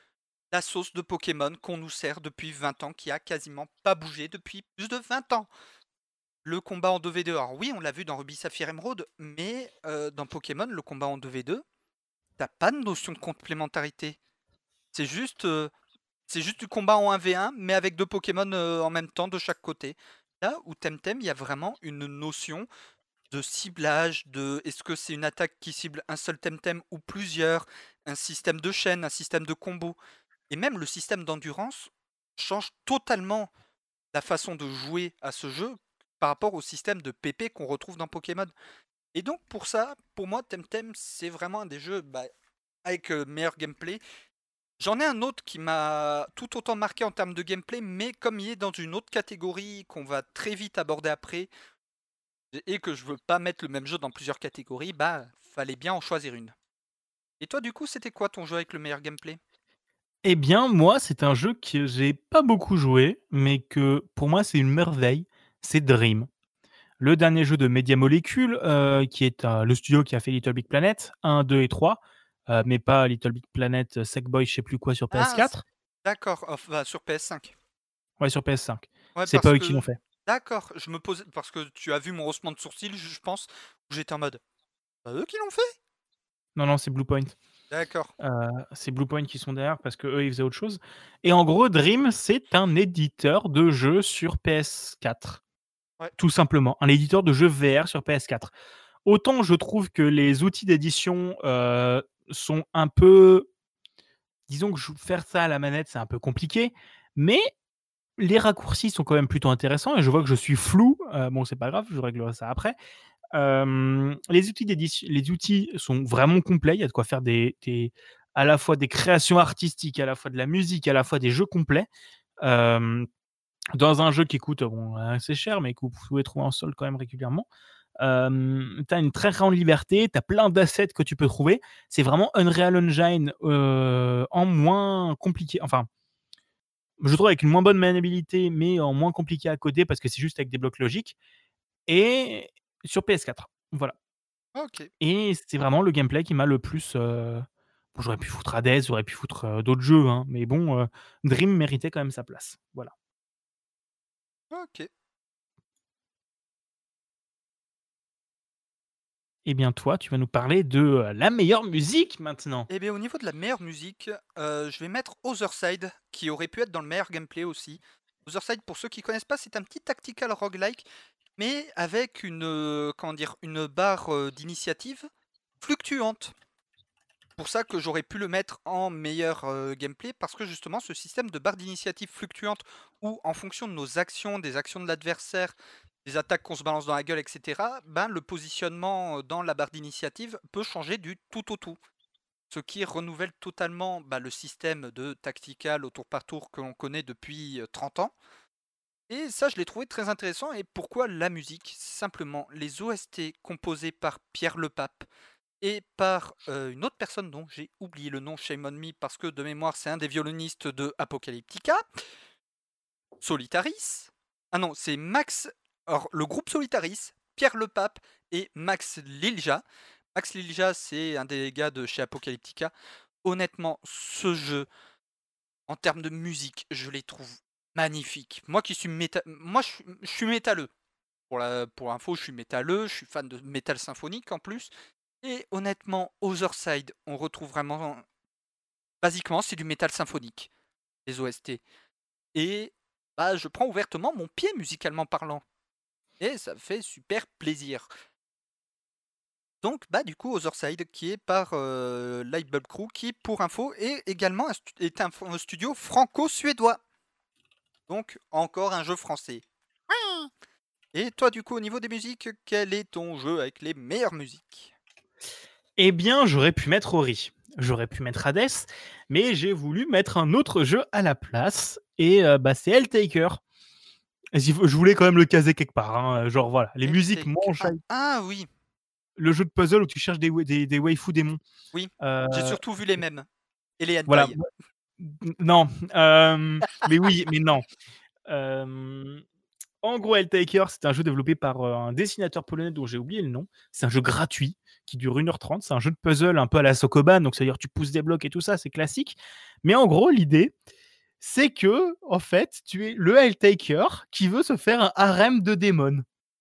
La sauce de Pokémon qu'on nous sert depuis vingt ans, qui a quasiment pas bougé depuis plus de vingt ans. Le combat en deux v deux, alors oui, on l'a vu dans Ruby Sapphire Emeraude, mais heu, dans Pokémon, le combat en deux v deux, tu as pas de notion de complémentarité. C'est juste, heu, c'est juste du combat en un v un, mais avec deux Pokémon, heu, en même temps de chaque côté. Là où Temtem, il y a vraiment une notion de ciblage, de est-ce que c'est une attaque qui cible un seul Temtem ou plusieurs, un système de chaîne, un système de combo et même le système d'endurance change totalement la façon de jouer à ce jeu par rapport au système de P P qu'on retrouve dans Pokémon. Et donc pour ça, pour moi, Temtem, c'est vraiment un des jeux bah, avec euh, meilleur gameplay. J'en ai un autre qui m'a tout autant marqué en termes de gameplay, mais comme il est dans une autre catégorie qu'on va très vite aborder après, et que je veux pas mettre le même jeu dans plusieurs catégories, bah fallait bien en choisir une. Et toi du coup, c'était quoi ton jeu avec le meilleur gameplay? Eh bien, moi, c'est un jeu que j'ai pas beaucoup joué, mais que pour moi, c'est une merveille, c'est Dream. Le dernier jeu de Media Molecule, heu, qui est, heu, le studio qui a fait Little Big Planet un, deux et trois, heu, mais pas Little Big Planet, heu, Sackboy, je sais plus quoi sur Ah, s- P S quatre. d'accord, off, bah, sur P S cinq. Ouais, sur P S cinq. Ouais, C'est pas parce eux qui l'ont que fait. d'accord, je me posais parce que tu as vu mon haussement de sourcil, je je pense, où j'étais en mode: «Bah, eux qui l'ont fait?» Non, non, c'est Bluepoint. D'accord. Heu, c'est Bluepoint qui sont derrière parce qu'eux, ils faisaient autre chose et en gros, Dream, c'est un éditeur de jeux sur P S quatre, Ouais. tout simplement. Un éditeur de jeux V R sur P S quatre. Autant je trouve que les outils d'édition, heu, sont un peu disons que jou faire ça à la manette, c'est un peu compliqué, mais les raccourcis sont quand même plutôt intéressants et je vois que je suis flou, heu, bon, c'est pas grave, je réglerai ça après. Hem, les outils d'édition les outils sont vraiment complets. Il y a de quoi faire des des à la fois des créations artistiques, à la fois de la musique, à la fois des jeux complets. Hem, dans un jeu qui coûte, bon, assez cher, mais que vous pouvez trouver en solde quand même régulièrement. Hem, tu as une très grande liberté, tu as plein d'assets que tu peux trouver. C'est vraiment Unreal Engine, heu, en moins compliqué, enfin, je trouve avec une moins bonne maniabilité, mais en moins compliqué à coder parce que c'est juste avec des blocs logiques et sur P S quatre. Voilà. OK. Et c'est vraiment le gameplay qui m'a le plus, heu bon, j'aurais pu foutre Hades, j'aurais pu foutre, heu, d'autres jeux, hein, mais bon, heu, Dream méritait quand même sa place. Voilà. OK. Et bien toi, tu vas nous parler de, heu, la meilleure musique maintenant. Et bien, au niveau de la meilleure musique, heu, je vais mettre Otherside, qui aurait pu être dans le meilleur gameplay aussi. Otherside, pour ceux qui connaissent pas, c'est un petit tactical roguelike, mais avec une, heu, comment dire? Une barre, heu, d'initiative fluctuante. Pour ça que j'aurais pu le mettre en meilleur, heu, gameplay parce que justement ce système de barre d'initiative fluctuante où en fonction de nos actions, des actions de l'adversaire, des attaques qu'on se balance dans la gueule et cetera, ben, le positionnement, heu, dans la barre d'initiative peut changer du tout au tout. Ce qui renouvelle totalement, bah, le système de tactical au tour par tour que l'on connaît depuis, heu, trente ans et ça je l'ai trouvé très intéressant et pourquoi la musique? Simplement les O S T composés par Pierre Lepape et par, heu, une autre personne dont j'ai oublié le nom, shame on me, parce que de mémoire, c'est un des violonistes de Apocalyptica. Solitaris. Ah non, c'est Max alors le groupe Solitaris, Pierre Lepape et Max Lilja. Max Lilja, c'est un des gars de chez Apocalyptica. Honnêtement, ce jeu, en termes de musique, je les trouve magnifiques. Moi qui suis méta moi je suis je suis métalleux. Pour la pour info, je suis métalleux, je suis fan de métal symphonique en plus et honnêtement, Otherside, on retrouve vraiment basiquement, c'est du métal symphonique, les O S T et bah, je prends ouvertement mon pied musicalement parlant et ça fait super plaisir. Donc bah, du coup, Otherside qui est par, heu, Lightbulb Crew qui, pour info, est également un stu est un f un studio franco-suédois. Donc encore un jeu français. Et toi, du coup, au niveau des musiques, quel est ton jeu avec les meilleures musiques? Eh bien, j'aurais pu mettre Ori, j'aurais pu mettre Hades, mais j'ai voulu mettre un autre jeu à la place et heu, bah, c'est Helltaker. J'y v je voulais quand même le caser quelque part, hein, genre voilà, les musiques Helltake ah m'enjaillent. ah oui, Le jeu de puzzle où tu cherches des wai des des waifus démons. oui, Heu, j'ai surtout vu les mèmes et les voilà, hentai. moi n non, hem, mais oui, mais non. Hem, en gros, Helltaker, c'est un jeu développé par, heu, un dessinateur polonais dont j'ai oublié le nom. C'est un jeu gratuit qui dure une heure trente. C'est un jeu de puzzle un peu à la Sokoban, donc c'est-à-dire tu pousses des blocs et tout ça, c'est classique. Mais en gros, l'idée, c'est que, en fait, tu es le Helltaker qui veut se faire un harem de démons.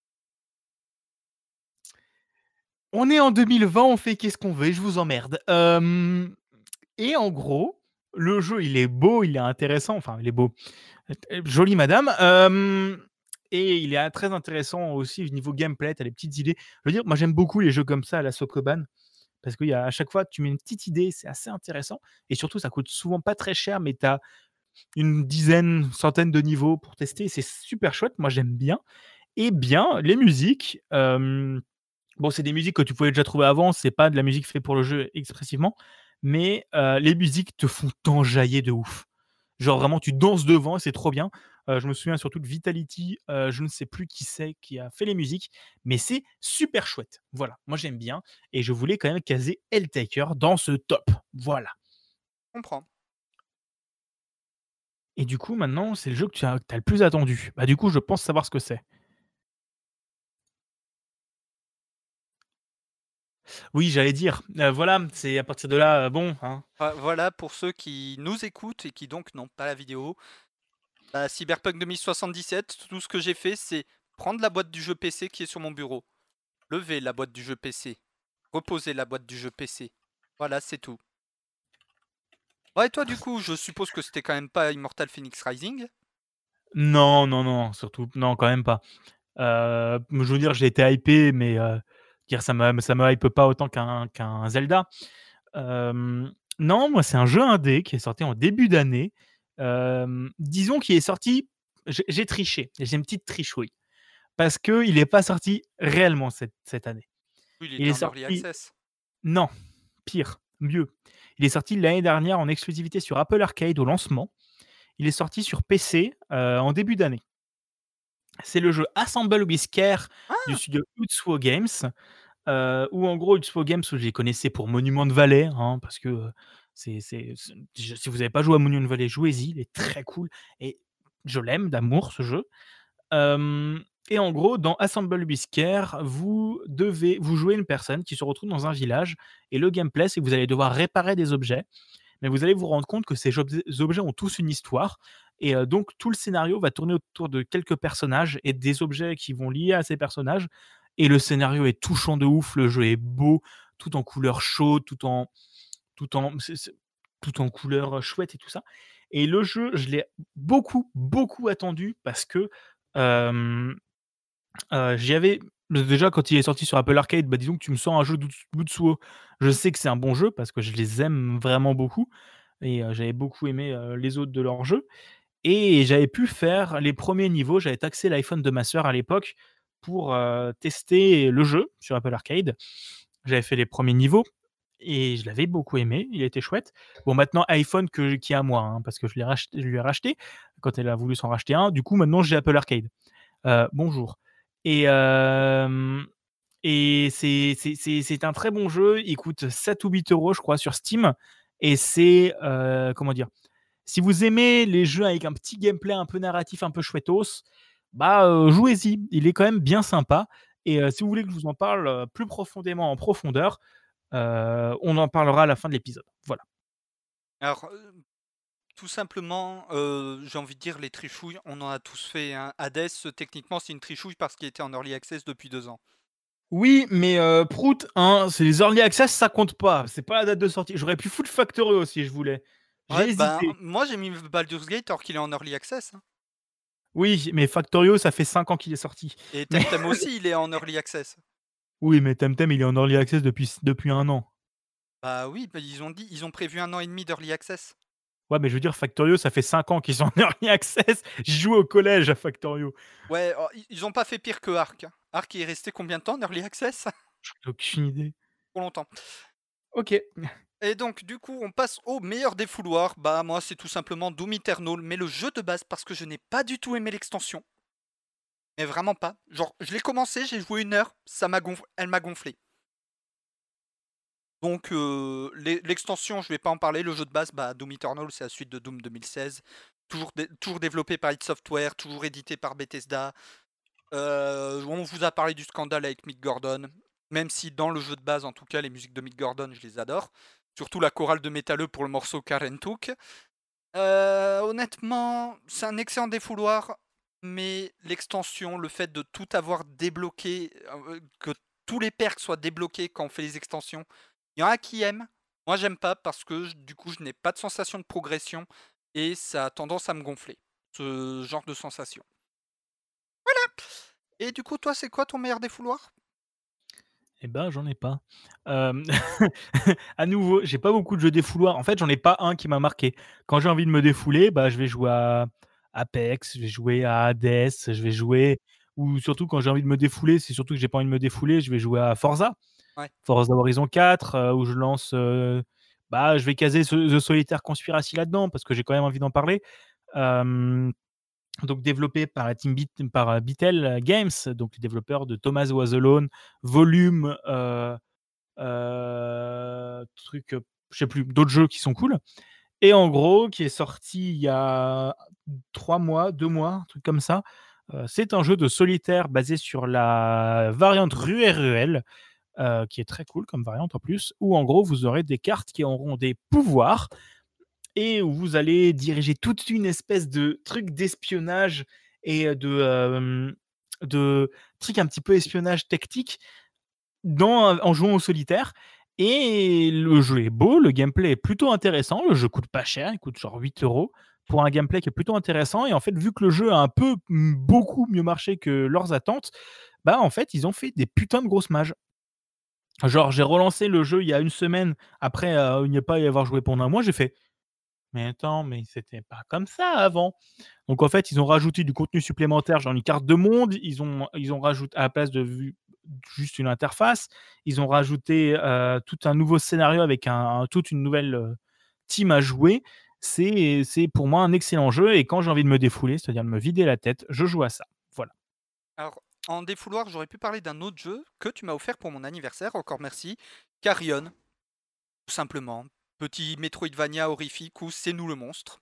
On est en deux mille vingt, on fait qu'est-ce qu'on veut, je vous emmerde. Euh, et en gros, le jeu, il est beau, il est intéressant, enfin, il est beau. Jolie madame. Euh, et il est très intéressant aussi au niveau gameplay, tu as des petites idées. Je veux dire, moi j'aime beaucoup les jeux comme ça à la Sokoban, parce qu'à chaque fois, tu mets une petite idée, c'est assez intéressant. Et surtout, ça coûte souvent pas très cher, mais tu as une dizaine, centaine de niveaux pour tester. C'est super chouette, moi j'aime bien. Et bien, les musiques, euh, bon, c'est des musiques que tu pouvais déjà trouver avant, c'est pas de la musique faite pour le jeu expressivement, mais euh, les musiques te font t'enjailler de ouf. Genre vraiment, tu danses devant, c'est trop bien. Euh, je me souviens surtout de Vitality, euh, je ne sais plus qui c'est qui a fait les musiques, mais c'est super chouette. Voilà, moi j'aime bien, et je voulais quand même caser Helltaker dans ce top. Voilà. Je comprends. Et du coup, maintenant, c'est le jeu que tu as, que tu as le plus attendu. Bah du coup, je pense savoir ce que c'est. Oui, j'allais dire, euh, voilà, c'est à partir de là, euh, bon, hein. Ah, voilà pour ceux qui nous écoutent et qui donc n'ont pas la vidéo. Bah, Cyberpunk deux mille soixante-dix-sept, tout ce que j'ai fait, c'est prendre la boîte du jeu P C qui est sur mon bureau, lever la boîte du jeu P C, reposer la boîte du jeu P C. Voilà, c'est tout. Ouais, et toi, du coup, je suppose que c'était quand même pas Immortal Phoenix Rising. Non, non, non, surtout, non, quand même pas. Euh, je veux dire, j'ai été hypé, mais euh, dire ça me ça me hype pas autant qu'un qu'un Zelda. Euh, non, moi c'est un jeu indé qui est sorti en début d'année. Euh, disons qu'il est sorti. J'ai j'ai triché. J'ai une petite trichouille parce que il est pas sorti réellement cette cette année. Oui, il Il était est en Early sorti. Access. Non, pire, mieux. Il est sorti l'année dernière en exclusivité sur Apple Arcade au lancement. Il est sorti sur P C euh, en début d'année. C'est le jeu Assemble with Care du Ah, studio Utsuo Games, euh, où en gros Utsuo Games, je les connaissais pour Monument de Valley, hein, parce que euh, c'est, c'est, c'est- si vous n'avez pas joué à Monument de Valley, jouez-y, il est très cool et je l'aime d'amour ce jeu. Euh, et en gros, dans Assemble with Care, vous devez vous jouer une personne qui se retrouve dans un village, et le gameplay, c'est que vous allez devoir réparer des objets, mais vous allez vous rendre compte que ces objets ont tous une histoire. Et euh, donc, tout le scénario va tourner autour de quelques personnages et des objets qui vont lier à ces personnages. Et le scénario est touchant de ouf, le jeu est beau, tout en couleur chaude, tout en, tout en, c'est- c'est- tout en couleur chouette et tout ça. Et le jeu, je l'ai beaucoup, beaucoup attendu parce que euh, euh, j'y avais. Déjà, quand il est sorti sur Apple Arcade, bah, disons que tu me sors un jeu d'Utsuo. Je sais que c'est un bon jeu parce que je les aime vraiment beaucoup. Et euh, j'avais beaucoup aimé euh, les autres de leurs jeux. Et j'avais pu faire les premiers niveaux. J'avais taxé l'iPhone de ma sœur à l'époque pour euh, tester le jeu sur Apple Arcade. J'avais fait les premiers niveaux et je l'avais beaucoup aimé. Il était chouette. Bon, maintenant, iPhone que, qui est à moi, hein, parce que je, l'ai racheté, je lui ai racheté quand elle a voulu s'en racheter un. Du coup, maintenant, j'ai Apple Arcade. Euh, bonjour. Et, euh, et c'est, c'est, c'est, c'est un très bon jeu. Il coûte sept ou huit euros, je crois, sur Steam. Et c'est, euh, comment dire, si vous aimez les jeux avec un petit gameplay un peu narratif, un peu chouettos, bah euh, jouez-y. Il est quand même bien sympa. Et euh, si vous voulez que je vous en parle euh, plus profondément, en profondeur, euh, on en parlera à la fin de l'épisode. Voilà. alors, euh, tout simplement, euh, j'ai envie de dire, les trichouilles, on en a tous fait. Hein. Hades, euh, techniquement, c'est une trichouille parce qu'il était en Early Access depuis deux ans. Oui, mais euh, Prout, hein, c'est les early access, ça compte pas. C'est pas la date de sortie. J'aurais pu foutre Factory aussi, je voulais. Ouais, J'ai ben, hésité. moi j'ai mis Baldur's Gate alors qu'il est en Early Access. Hein. Oui, mais Factorio, ça fait cinq ans qu'il est sorti. Et Mais Temtem aussi, il est en Early Access. oui, mais Temtem, il est en early access depuis, depuis un an. Bah oui, bah, ils ont dit, ils ont prévu un an et demi d'Early Access. Ouais, mais je veux dire, Factorio, ça fait cinq ans qu'ils sont en early access. Je joue au collège à Factorio. Ouais, oh, i- ils ont pas fait pire que Ark. Hein. Ark est resté combien de temps en Early Access? J'ai aucune idée. Pour longtemps. Ok. Et donc, du coup, on passe au meilleur des fouloirs. Bah, moi, c'est tout simplement Doom Eternal, mais le jeu de base, parce que je n'ai pas du tout aimé l'extension. Mais vraiment pas. Genre, je l'ai commencé, j'ai joué une heure, ça m'a gonf... elle m'a gonflé. Donc, euh, l'e- l'extension, je vais pas en parler. Le jeu de base, bah, Doom Eternal, c'est la suite de Doom deux mille seize. Toujours, dé- toujours développé par id Software, toujours édité par Bethesda. Euh, on vous a parlé du scandale avec Mick Gordon. Même si dans le jeu de base, en tout cas, les musiques de Mick Gordon, je les adore. Surtout la chorale de Métalleux pour le morceau Karentuk. Heu, honnêtement, c'est un excellent défouloir, mais l'extension, le fait de tout avoir débloqué, heu, que tous les perks soient débloqués quand on fait les extensions, il y en a qui aiment. Moi, j'aime pas parce que j du coup, je n'ai pas de sensation de progression et ça a tendance à me gonfler, ce genre de sensation. Et du coup, toi, c'est quoi ton meilleur défouloir? Eh ben, j'en ai pas. Hem, à nouveau, j'ai pas beaucoup de jeux défouloirs. En fait, j'en ai pas un qui m'a marqué. Quand j'ai envie de me défouler, bah, je vais jouer à Apex, je vais jouer à Hades, je vais jouer ou surtout quand j'ai envie de me défouler, c'est surtout que j'ai pas envie de me défouler, je vais jouer à Forza. Ouais. Forza Horizon quatre, heu, où je lance, heu, bah, je vais caser ce The Solitaire Conspiracy là-dedans parce que j'ai quand même envie d'en parler. Hem, donc développé par la team Bit par, heu, Bitel Games, donc les développeurs de Thomas Was Alone, Volume, heu heu, truc, heu, je sais plus, d'autres jeux qui sont cool et en gros, qui est sorti il y a trois mois, deux mois, un truc comme ça. Heu, c'est un jeu de solitaire basé sur la variante Ruel heu, qui est très cool comme variante en plus, où en gros vous aurez des cartes qui auront des pouvoirs et où vous allez diriger toute une espèce de truc d'espionnage et heu, de, hem, de trucs un petit peu espionnage tactique dans en jouant au solitaire et le jeu est beau, le gameplay est plutôt intéressant, le jeu coûte pas cher, il coûte genre huit euros pour un gameplay qui est plutôt intéressant et en fait, vu que le jeu a un peu, mmh, beaucoup mieux marché que leurs attentes, bah, en fait, ils ont fait des putains de grosses mages. Genre, j'ai relancé le jeu il y a une semaine après, heu, n'y pas y avoir joué pendant un mois, j'ai fait: «Mais attends, mais c'était pas comme ça avant». Donc en fait, ils ont rajouté du contenu supplémentaire, genre une carte de monde, ils ont ils ont rajouté à la place de vue juste une interface, ils ont rajouté, heu, tout un nouveau scénario avec un toute une nouvelle, heu, team à jouer. C'est c'est pour moi un excellent jeu et quand j'ai envie de me défouler, c'est-à-dire de me vider la tête, je joue à ça. Voilà. Alors, en défouloir, j'aurais pu parler d'un autre jeu que tu m'as offert pour mon anniversaire, encore merci. Carrion, tout simplement. Petit Metroidvania horrifique où c'est nous le monstre.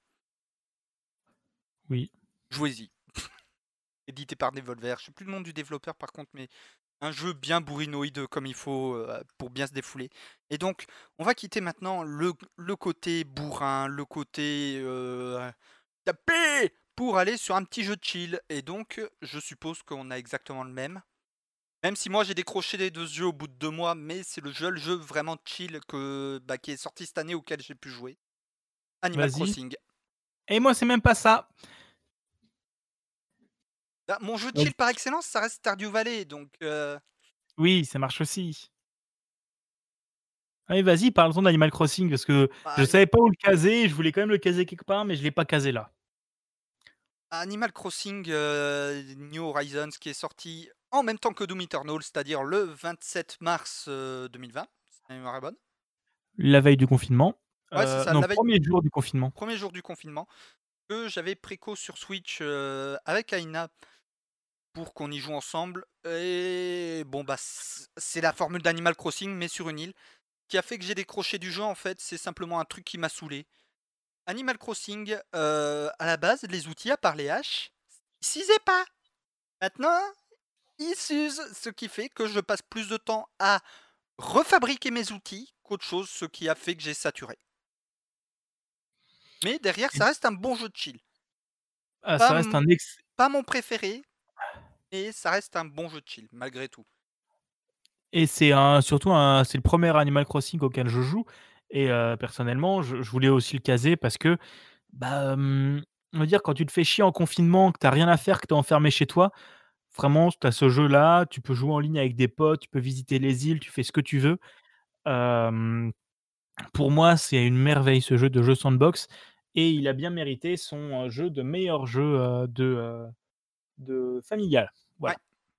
Oui. Jouez-y. Édité par Devolver. Je sais plus le nom du développeur par contre, mais un jeu bien bourrinoïde comme il faut euh, pour bien se défouler. Et donc, on va quitter maintenant le, le côté bourrin, le côté euh, tapé pour aller sur un petit jeu de chill. Et donc, je suppose qu'on a exactement le même. Même si moi j'ai décroché les deux jeux au bout de deux mois, mais c'est le seul jeu vraiment chill que, bah, qui est sorti cette année auquel j'ai pu jouer. Animal Vas-y. Crossing. Et moi, c'est même pas ça. Bah, mon jeu Donc chill par excellence, ça reste Stardew Valley, donc heu, oui, ça marche aussi. Allez, vas-y, parle-en d'Animal Crossing parce que je bah, savais pas où le caser, je voulais quand même le caser quelque part, mais je l'ai pas casé là. Animal Crossing, heu, New Horizons qui est sorti en même temps que Doom Eternal, c'est-à-dire le vingt-sept mars, heu, deux mille vingt, si ma mémoire est bonne. La veille du confinement, Ouais, c'est heu, ça, non, la veille premier jour du confinement. premier jour du confinement, que j'avais préco sur Switch, heu, avec Aina pour qu'on y joue ensemble et bon, bah, c c'est la formule d'Animal Crossing mais sur une île. Qui a fait que j'ai décroché du jeu en fait, c'est simplement un truc qui m'a saoulé. Animal Crossing, heu, à la base, les outils à part les haches, ils s'usaient pas. Maintenant, ils s'usent, ce qui fait que je passe plus de temps à refabriquer mes outils qu'autre chose, ce qui a fait que j'ai saturé. Mais derrière, Et ça reste un bon jeu de chill. ah, Pas ça reste m un ex pas mon préféré, mais ça reste un bon jeu de chill, malgré tout. et c'est un surtout un c'est le premier Animal Crossing auquel je joue et heu, personnellement, je je voulais aussi le caser parce que, bah, hem, on va dire quand tu te fais chier en confinement, que tu as rien à faire, que tu es enfermé chez toi, vraiment, tu as ce jeu-là, tu peux jouer en ligne avec des potes, tu peux visiter les îles, tu fais ce que tu veux. Hem, pour moi, c'est une merveille ce jeu de jeu sandbox et il a bien mérité son, heu, jeu de meilleur jeu, heu, de, heu, de familial. Ouais. Voilà.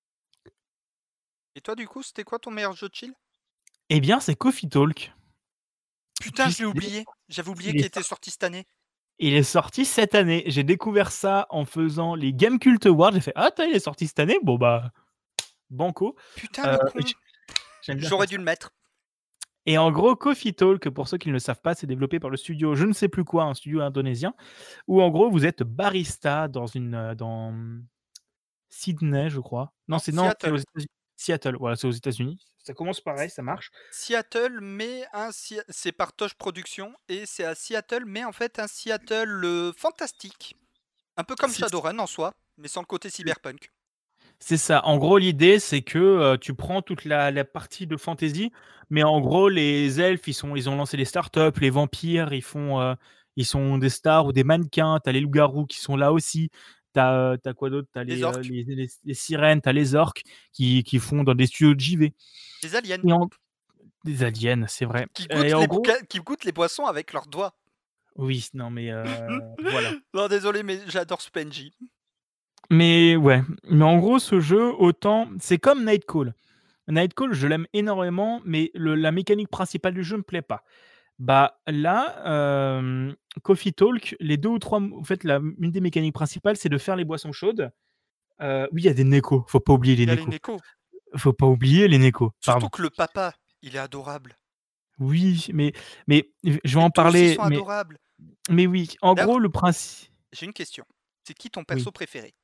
Et toi, du coup, c'était quoi ton meilleur jeu de chill? Eh bien, c'est Coffee Talk, Putain, je l'ai puisqu'il est oublié. J'avais oublié il est qu'il était sorti sorti cette année. il est sorti cette année. J'ai découvert ça en faisant les Gamecult Awards. J'ai fait: «Ah tain, il est sorti cette année, bon bah, banco». Putain, Heu, le con! j j'aime bien J'aurais faire dû ça. le mettre. Et en gros, Coffee Talk, pour ceux qui ne le savent pas, c'est développé par le studio je ne sais plus quoi, un studio indonésien, où en gros vous êtes barista dans une, heu, dans, mmh, Sydney, je crois. Non, Non, c'est non, c'est aux Seattle. États-Unis. Seattle, voilà, c'est aux États-Unis. Ça commence pareil, ça marche. Seattle, mais un Sea c'est par Toche Productions et c'est à Seattle, mais en fait un Seattle, heu, fantastique. Un peu comme C'est Shadowrun en soi, mais sans le côté c'est cyberpunk. c'est ça. En gros, l'idée, c'est que, heu, tu prends toute la la partie de fantasy, mais en gros, les elfes, ils sont ils ont lancé des startups, les vampires, ils font, heu, ils sont des stars ou des mannequins. Tu as les loups-garous qui sont là aussi. Tu as, heu, tu as quoi d'autre? Tu as Les les, heu, orques, les les les sirènes, tu as les orques qui qui font dans des studios de J V les aliens, et en des aliens, c'est vrai qui et goûtent en les gros bouca qui goûtent les boissons avec leurs doigts. oui, non mais, heu, voilà. Non désolé, mais j'adore Spengy. Mais ouais, mais en gros, ce jeu, autant c'est comme Nightcall. Nightcall, je l'aime énormément, mais le la mécanique principale du jeu me plaît pas. Bah, là, hem, Coffee Talk, les deux ou trois m en fait, la une des mécaniques principales, c'est de faire les boissons chaudes. Heu, oui, il y a des Neco, faut pas oublier les Il y a les Neco. Neko. Faut pas oublier les Neco, Surtout pardon. que le papa, il est adorable. Oui, mais mais je je vais Et en tous, ils parler, sont mais adorables. mais oui, en D'ailleurs, gros, le princi j'ai une question. C'est qui ton oui. perso préféré?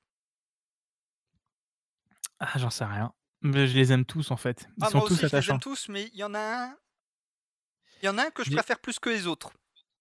Ah, j'en sais rien. Mais je les aime tous, en fait. Ils Ah sont moi tous aussi je les aime attachants. tous, mais il y en a un il y en a un que je J'ai préfère plus que les autres.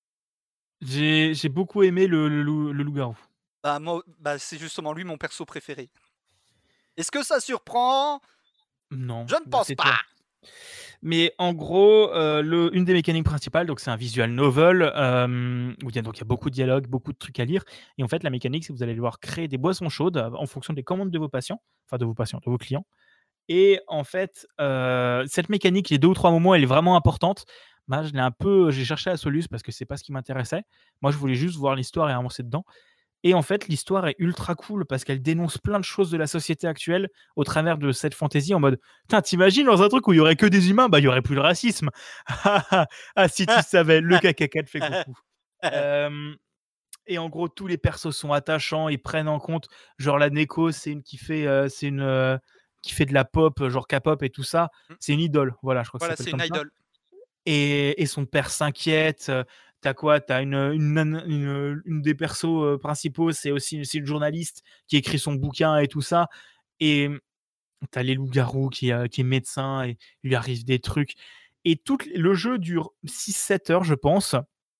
j'ai j'ai beaucoup aimé le le loup le loup-garou. Bah moi bah c'est justement lui mon perso préféré. Est-ce que ça surprend? Non, Je ne bah, pense c'est toi. pas! Mais en gros, heu, le une des mécaniques principales, donc c'est un visual novel, hem, où il y a donc il y a beaucoup de dialogues, beaucoup de trucs à lire et en fait, la mécanique, c'est que vous allez devoir créer des boissons chaudes, heu, en fonction des commandes de vos patients, enfin de vos patients, de vos clients et en fait, heu, cette mécanique, les deux ou trois moments, elle est vraiment importante. Bah, je l'ai un peu j'ai cherché la soluce parce que c'est pas ce qui m'intéressait. Moi, je voulais juste voir l'histoire et avancer dedans et en fait, l'histoire est ultra cool parce qu'elle dénonce plein de choses de la société actuelle au travers de cette fantaisie en mode: «Putain, tu dans un truc où il y aurait que des humains? Bah, il y aurait plus le racisme. Ah ah, ah si tu savais, le caca te fait coucou». Hem et en gros, tous les persos sont attachants, ils prennent en compte genre la Neko, c'est une qui fait, heu, c'est une, heu, qui fait de la pop, genre K-pop et tout ça. Mmh, C'est une idole, voilà, je crois que ça voilà, s'appelle c'est une comme ça idol. et et son père s'inquiète, heu, tu quoi? Tu as une, une nana une, heu, une des persos, heu, principaux, c'est aussi c'est une journaliste qui écrit son bouquin et tout ça et mmh, tu as les loups-garous qui, heu, qui est médecin et il lui arrive des trucs et tout le jeu dure six sept heures, je pense,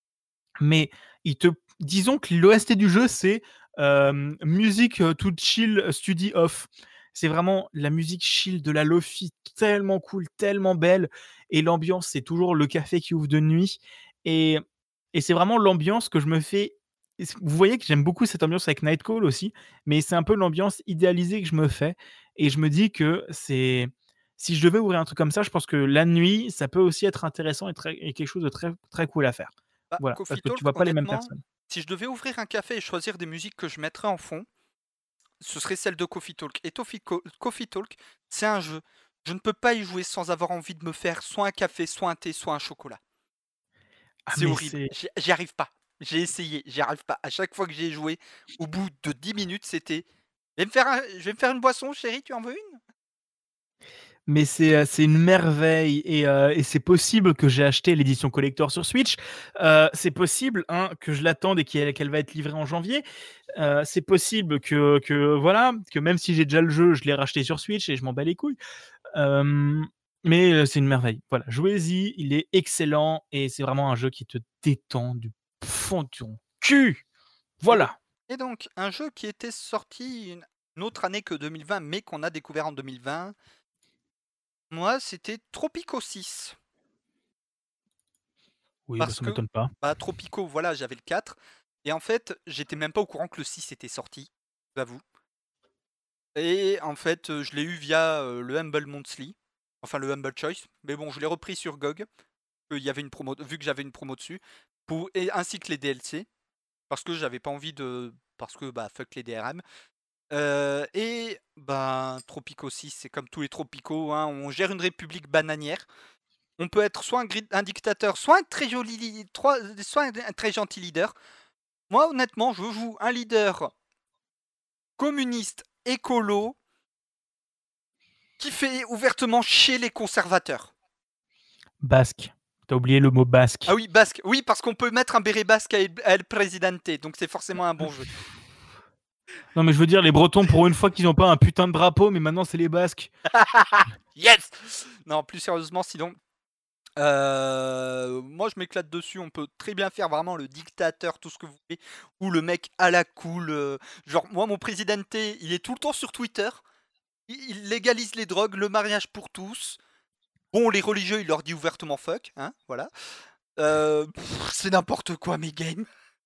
mais il te disons que l'O S T du jeu, c'est, hem, musique, heu, to chill, study off. C'est vraiment la musique chill de la lo-fi tellement cool, tellement belle et l'ambiance, c'est toujours le café qui ouvre de nuit et et c'est vraiment l'ambiance que je me fais et c vous voyez que j'aime beaucoup cette ambiance avec Nightcall aussi, mais c'est un peu l'ambiance idéalisée que je me fais et je me dis que c'est si je devais ouvrir un truc comme ça, je pense que la nuit, ça peut aussi être intéressant et très et quelque chose de très très cool à faire. Bah, Voilà, parce Coffee que tu Talk, vois pas les mêmes honnêtement, personnes. si je devais ouvrir un café et choisir des musiques que je mettrais en fond, ce serait celle de Coffee Talk. Et Tofi Co Coffee Talk, c'est un jeu. Je ne peux pas y jouer sans avoir envie de me faire soit un café, soit un thé, soit un chocolat. Ah C'est mais horrible. c'est J'y j'y arrive pas. J'ai essayé, j'y arrive pas. À chaque fois que j'y ai joué, au bout de dix minutes, c'était: «Je vais me faire un je vais me faire une boisson chérie, tu en veux une?» mais c'est, heu, c'est une merveille et heu et c'est possible que j'ai acheté l'édition collector sur Switch. Heu, c'est possible, hein, que je l'attende et qu'elle qu'elle va être livrée en janvier. Heu, c'est possible que que voilà, que même si j'ai déjà le jeu, je l'ai racheté sur Switch et je m'en bats les couilles. Hem, mais heu, c'est une merveille. Voilà, jouez-y, il est excellent et c'est vraiment un jeu qui te détend du fond de ton cul. Et do Voilà. et donc un jeu qui était sorti une une autre année que deux mille vingt, mais qu'on a découvert en deux mille vingt, moi, c'était Tropico six. Oui, bah, Parce ça que, m'étonne pas. bah, Tropico, voilà, j'avais le quatre et en fait, j'étais même pas au courant que le six était sorti, j'avoue. Et en fait, heu, je l'ai eu via, heu, le Humble Monthly, enfin le Humble Choice, mais bon, je l'ai repris sur G O G, qu'il y avait une promo vu que j'avais une promo dessus, pour et ainsi que les D L C, parce que j'avais pas envie de parce que, bah, fuck les D R M. Heu et ben, Tropico six, c'est comme tous les Tropico, hein, on gère une république bananière. On peut être soit un grid un dictateur, soit un très joli li trois soit un un très gentil leader. Moi, honnêtement, je joue un leader communiste, écolo, qui fait ouvertement chier les conservateurs. Basque. Tu as oublié le mot Ah basque. oui, basque, oui, parce qu'on peut mettre un béret basque à El à El Presidente, donc c'est forcément un bon jeu. Non, mais je veux dire, les Bretons, pour une fois qu'ils n'ont pas un putain de drapeau, mais maintenant c'est les Basques. Yes. Non, plus sérieusement, sinon, euh, moi je m'éclate dessus. On peut très bien faire vraiment le dictateur, tout ce que vous voulez, ou le mec à la cool. euh, genre, moi, mon présidente, il est tout le temps sur Twitter. Il, il légalise les drogues, le mariage pour tous. Bon, les religieux, il leur dit ouvertement fuck, hein, voilà. Euh, pff, c'est n'importe quoi, mes games.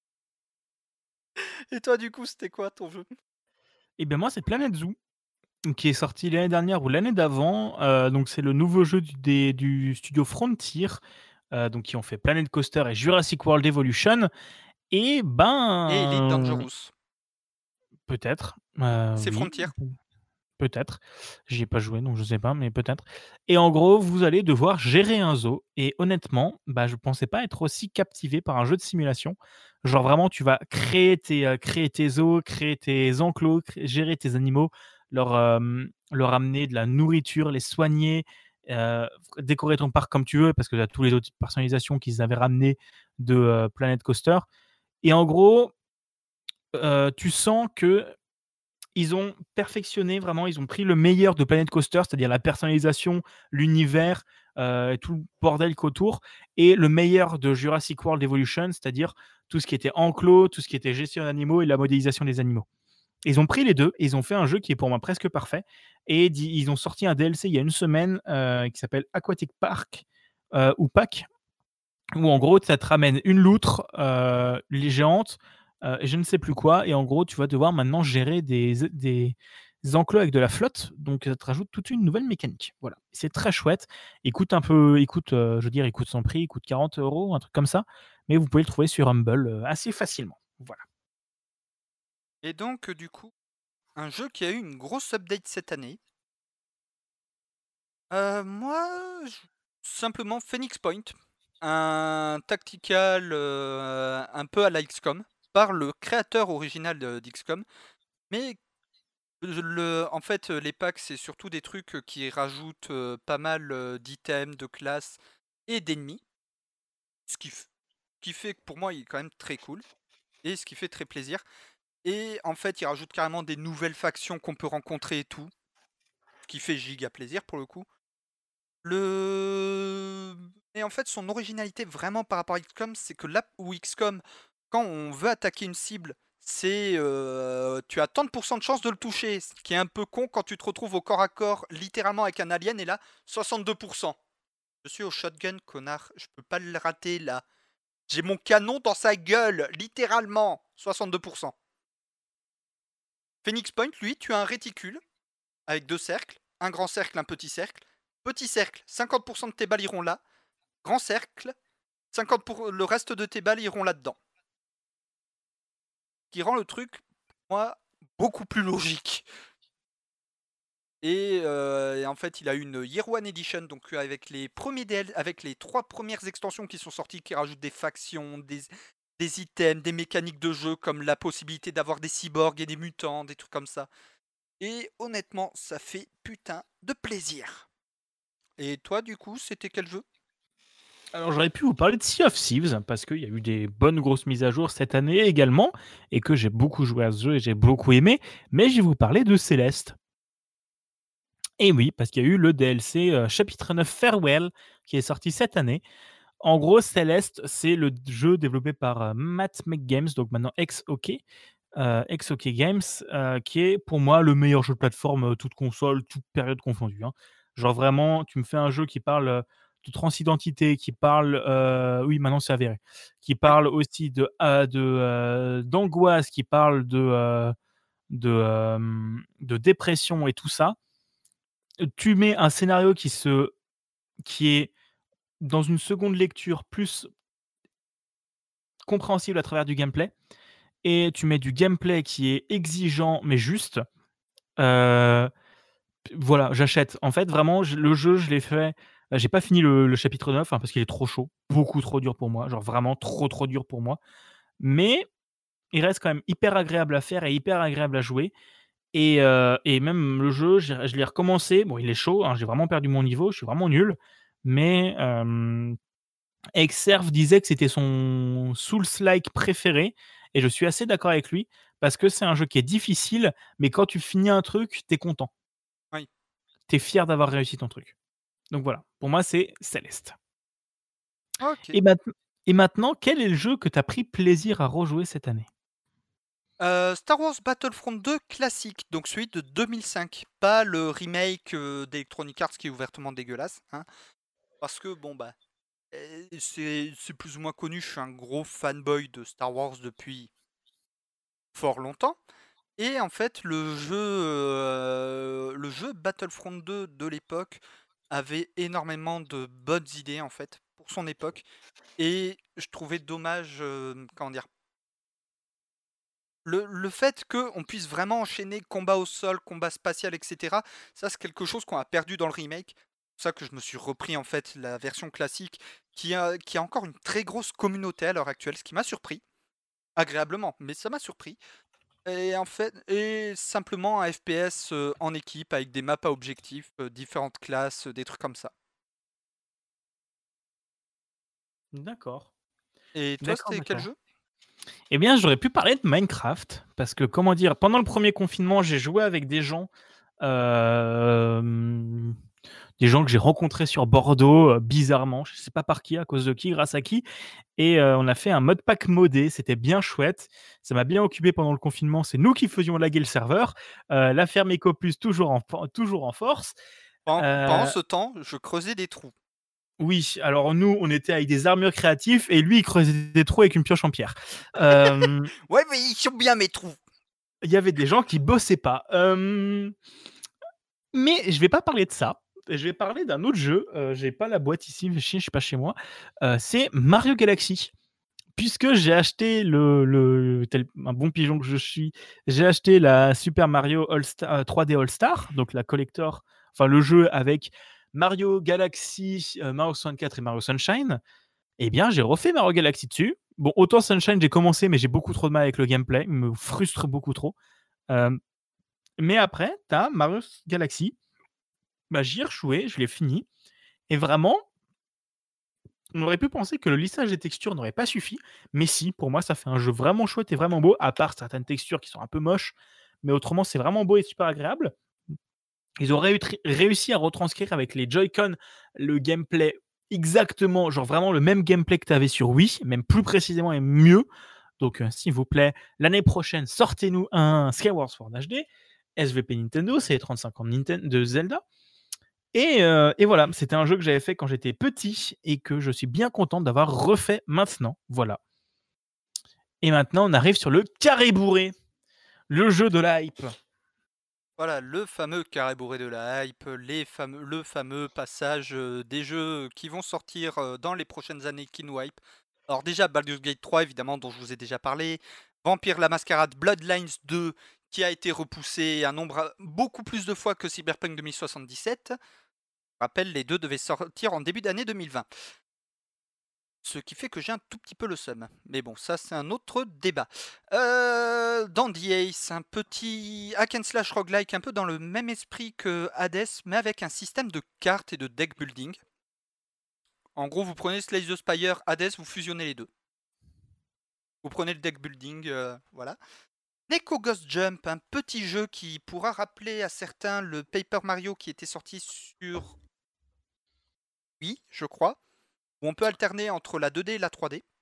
Et toi, du coup, c'était quoi ton jeu? Et bien moi, c'est Planet Zoo, qui est sorti l'année dernière ou l'année d'avant. Euh, donc c'est le nouveau jeu du, des- du studio Frontier, euh, donc qui ont fait Planet Coaster et Jurassic World Evolution. Et Et Elite ben, Dangerous. peut-être, euh, C'est oui, Frontier. peut-être. J'y ai pas joué, donc je sais pas, mais peut-être. Et en gros, vous allez devoir gérer un zoo. Et honnêtement, bah, je pensais pas être aussi captivé par un jeu de simulation. Genre vraiment, tu vas créer tes, euh, créer tes zoos, créer tes enclos, cré- gérer tes animaux, leur, euh, leur amener de la nourriture, les soigner, euh, décorer ton parc comme tu veux, parce que tu as tous les autres personnalisations qu'ils avaient ramenées de euh, Planet Coaster. Et en gros, euh, tu sens que ils ont perfectionné vraiment, ils ont pris le meilleur de Planet Coaster, c'est-à-dire la personnalisation, l'univers, heu, tout le bordel qu'autour et le meilleur de Jurassic World Evolution, c'est-à-dire tout ce qui était enclos, tout ce qui était gestion d'animaux et la modélisation des animaux. Ils ont pris les deux et ils ont fait un jeu qui est pour moi presque parfait et di ils ont sorti un D L C il y a une semaine, heu, qui s'appelle Aquatic Park, heu, ou Pack où en gros, ça te ramène une loutre, heu, les géante, heu, et je ne sais plus quoi et en gros, tu vas devoir maintenant gérer des des enclos avec de la flotte, donc ça te rajoute toute une nouvelle mécanique. Voilà, c'est très chouette. Il coûte un peu il coûte, heu, je veux dire, il coûte son prix, il coûte quarante euros, un truc comme ça, mais vous pouvez le trouver sur Humble, heu, assez facilement. Voilà. Et donc, euh, du coup, un jeu qui a eu une grosse update cette année. Euh, moi, je- simplement Phoenix Point, un tactical euh, un peu à la X COM, par le créateur original de- d'X COM, mais je- le, en fait, les packs, c'est surtout des trucs qui rajoutent euh, pas mal euh, d'items, de classes et d'ennemis, ce qui, f- qui fait que pour moi, il est quand même très cool, et ce qui fait très plaisir. Et en fait, il rajoute carrément des nouvelles factions qu'on peut rencontrer et tout, ce qui fait giga plaisir pour le coup. Le Et en fait, son originalité vraiment par rapport à X COM, c'est que là où X COM, quand on veut attaquer une cible, c'est euh, tu as tant de pourcents de chance de le toucher, ce qui est un peu con quand tu te retrouves au corps à corps littéralement avec un alien et là soixante-deux pour cent. Je suis au shotgun, connard, je peux pas le rater là. J'ai mon canon dans sa gueule, littéralement, soixante-deux pour cent. Phoenix Point, lui, tu as un réticule avec deux cercles, un grand cercle, un petit cercle. Petit cercle, cinquante pour cent de tes balles iront là. Grand cercle, cinquante pour le reste de tes balles iront là-dedans. Qui rend le truc, pour moi, beaucoup plus logique. Et, euh, et en fait, il a une Year One Edition, donc avec les premiers D L, avec les trois premières extensions qui sont sorties, qui rajoutent des factions, des, des items, des mécaniques de jeu, comme la possibilité d'avoir des cyborgs et des mutants, des trucs comme ça. Et honnêtement, ça fait putain de plaisir. Et toi, du coup, c'était quel jeu? Alors j'aurais pu vous parler de Sea of Thieves parce qu'il y a eu des bonnes grosses mises à jour cette année également et que j'ai beaucoup joué à ce jeu et j'ai beaucoup aimé, mais je vais vous parler de Céleste. Et oui, parce qu'il y a eu le D L C euh, chapitre neuf Farewell qui est sorti cette année. En gros, Céleste, c'est le jeu développé par euh, Matt McGames, donc maintenant ex-OK, euh, ex-OK Games, euh, qui est pour moi le meilleur jeu de plateforme, euh, toute console, toute période confondue, hein. Genre vraiment, tu me fais un jeu qui parle euh, de transidentité, qui parle, euh, oui, maintenant c'est avéré, qui Oui. parle aussi de, euh, de euh, d'angoisse, qui parle de, euh, de, euh, de dépression et tout ça. Tu mets un scénario qui se qui est dans une seconde lecture plus compréhensible à travers du gameplay et tu mets du gameplay qui est exigeant mais juste, heu, voilà, j'achète. En fait, vraiment, je le jeu, je l'ai fait, heu, j'ai pas fini le le chapitre neuf, hein, parce qu'il est trop chaud, beaucoup trop dur pour moi, genre vraiment trop, trop dur pour moi. Mais il reste quand même hyper agréable à faire et hyper agréable à jouer et heu et même le jeu, j'ai je l'ai recommencé. Bon, il est chaud, hein, j'ai vraiment perdu mon niveau, je suis vraiment nul, mais hem Exerve disait que c'était son Souls-like préféré et je suis assez d'accord avec lui parce que c'est un jeu qui est difficile, mais quand tu finis un truc, tu es content. Oui. Tu es fier d'avoir réussi ton truc. Donc voilà, pour moi, c'est Celeste. OK. Et mainte et maintenant, quel est le jeu que tu as pris plaisir à rejouer cette année? Heu, Star Wars Battlefront deux classique, donc celui de deux mille cinq, pas le remake, heu, d'Electronic Arts qui est ouvertement dégueulasse, hein. Parce que bon, bah, heu, c'est c'est plus ou moins connu, je suis un gros fanboy de Star Wars depuis fort longtemps et en fait le jeu, heu, le jeu Battlefront deux de l'époque avait énormément de bonnes idées en fait, pour son époque et je trouvais dommage, hem, comment dire? Le le fait qu'on puisse vraiment enchaîner combat au sol, combat spatial et cetera, ça c'est quelque chose qu'on a perdu dans le remake. C'est pour ça que je me suis repris en fait la version classique qui a qui a encore une très grosse communauté à l'heure actuelle, ce qui m'a surpris, agréablement, mais ça m'a surpris et en fait et simplement un F P S, heu, en équipe avec des maps à objectifs, heu, différentes classes, heu, des trucs comme ça. D'accord. Et toi, D'accord, c'était quel d'accord. jeu? Eh bien, j'aurais pu parler de Minecraft parce que, comment dire? Pendant le premier confinement, j'ai joué avec des gens, hem, des gens que j'ai rencontrés sur Bordeaux, heu, bizarrement, je sais pas par qui, à cause de qui, grâce à qui et heu, on a fait un mode pack modé, c'était bien chouette. Ça m'a bien occupé pendant le confinement, c'est nous qui faisions laguer le serveur, heu, la ferme Ecopus toujours en for toujours en force, Pen pendant heu ce temps, je creusais des trous. Oui, alors nous, on était avec des armures créatifs et lui, il creusait des trous avec une pioche en pierre. Hem, Ouais, mais ils sont bien mes trous! il y avait des gens qui bossaient pas. Hem, mais je vais pas parler de ça. Je vais parler d'un autre jeu. Heu, j'ai pas la boîte ici, fais chier, je suis pas chez moi. Heu, c'est Mario Galaxy. Puisque j'ai acheté le le tel un bon pigeon que je suis, j'ai acheté la Super Mario All Star heu, trois D All Star, donc la collector, enfin le jeu avec Mario Galaxy, heu, Mario soixante-quatre et Mario Sunshine. Eh bien, j'ai refait Mario Galaxy dessus. Bon, autant Sunshine, j'ai commencé, mais j'ai beaucoup trop de mal avec le gameplay. Il me frustre beaucoup trop. Hem, mais après, tu as Mario Galaxy. Bah, j'y ai rejoué, je l'ai fini et vraiment, on aurait pu penser que le lissage des textures n'aurait pas suffi, mais si, pour moi, ça fait un jeu vraiment chouette et vraiment beau, à part certaines textures qui sont un peu moches, mais autrement, c'est vraiment beau et super agréable. Ils ont réutri réussi à retranscrire avec les Joy-Con le gameplay exactement, genre vraiment le même gameplay que tu avais sur Wii, même plus précisément et mieux. Donc, heu, s'il vous plaît, l'année prochaine, sortez-nous un Skyward Sword H D. S V P Nintendo, c'est les trente-cinq ans de Ninten de Zelda et heu et voilà, c'était un jeu que j'avais fait quand j'étais petit et que je suis bien content d'avoir refait maintenant, voilà. Et maintenant, on arrive sur le carré bourré, le jeu de la hype. Voilà, le fameux carré bourré de la hype, les fameux le fameux passage, heu, des jeux qui vont sortir, heu, dans les prochaines années qui nous hype. Alors déjà Baldur's Gate trois évidemment dont je vous ai déjà parlé, Vampire la Mascarade Bloodlines deux qui a été repoussé un nombre a beaucoup plus de fois que Cyberpunk deux mille soixante-dix-sept. Je rappelle les deux devaient sortir en début d'année deux mille vingt. Ce qui fait que j'ai un tout petit peu le seum. Mais bon, ça c'est un autre débat. Heu, Dandy Ace, un petit hack and slash roguelike un peu dans le même esprit que Hades, mais avec un système de cartes et de deck building. En gros, vous prenez Slay the Spire, Hades, vous fusionnez les deux. Vous prenez le deck building, heu, voilà. Neko Ghost Jump, un petit jeu qui pourra rappeler à certains le Paper Mario qui était sorti sur Wii, je crois, où on peut alterner entre la deux D et la trois D.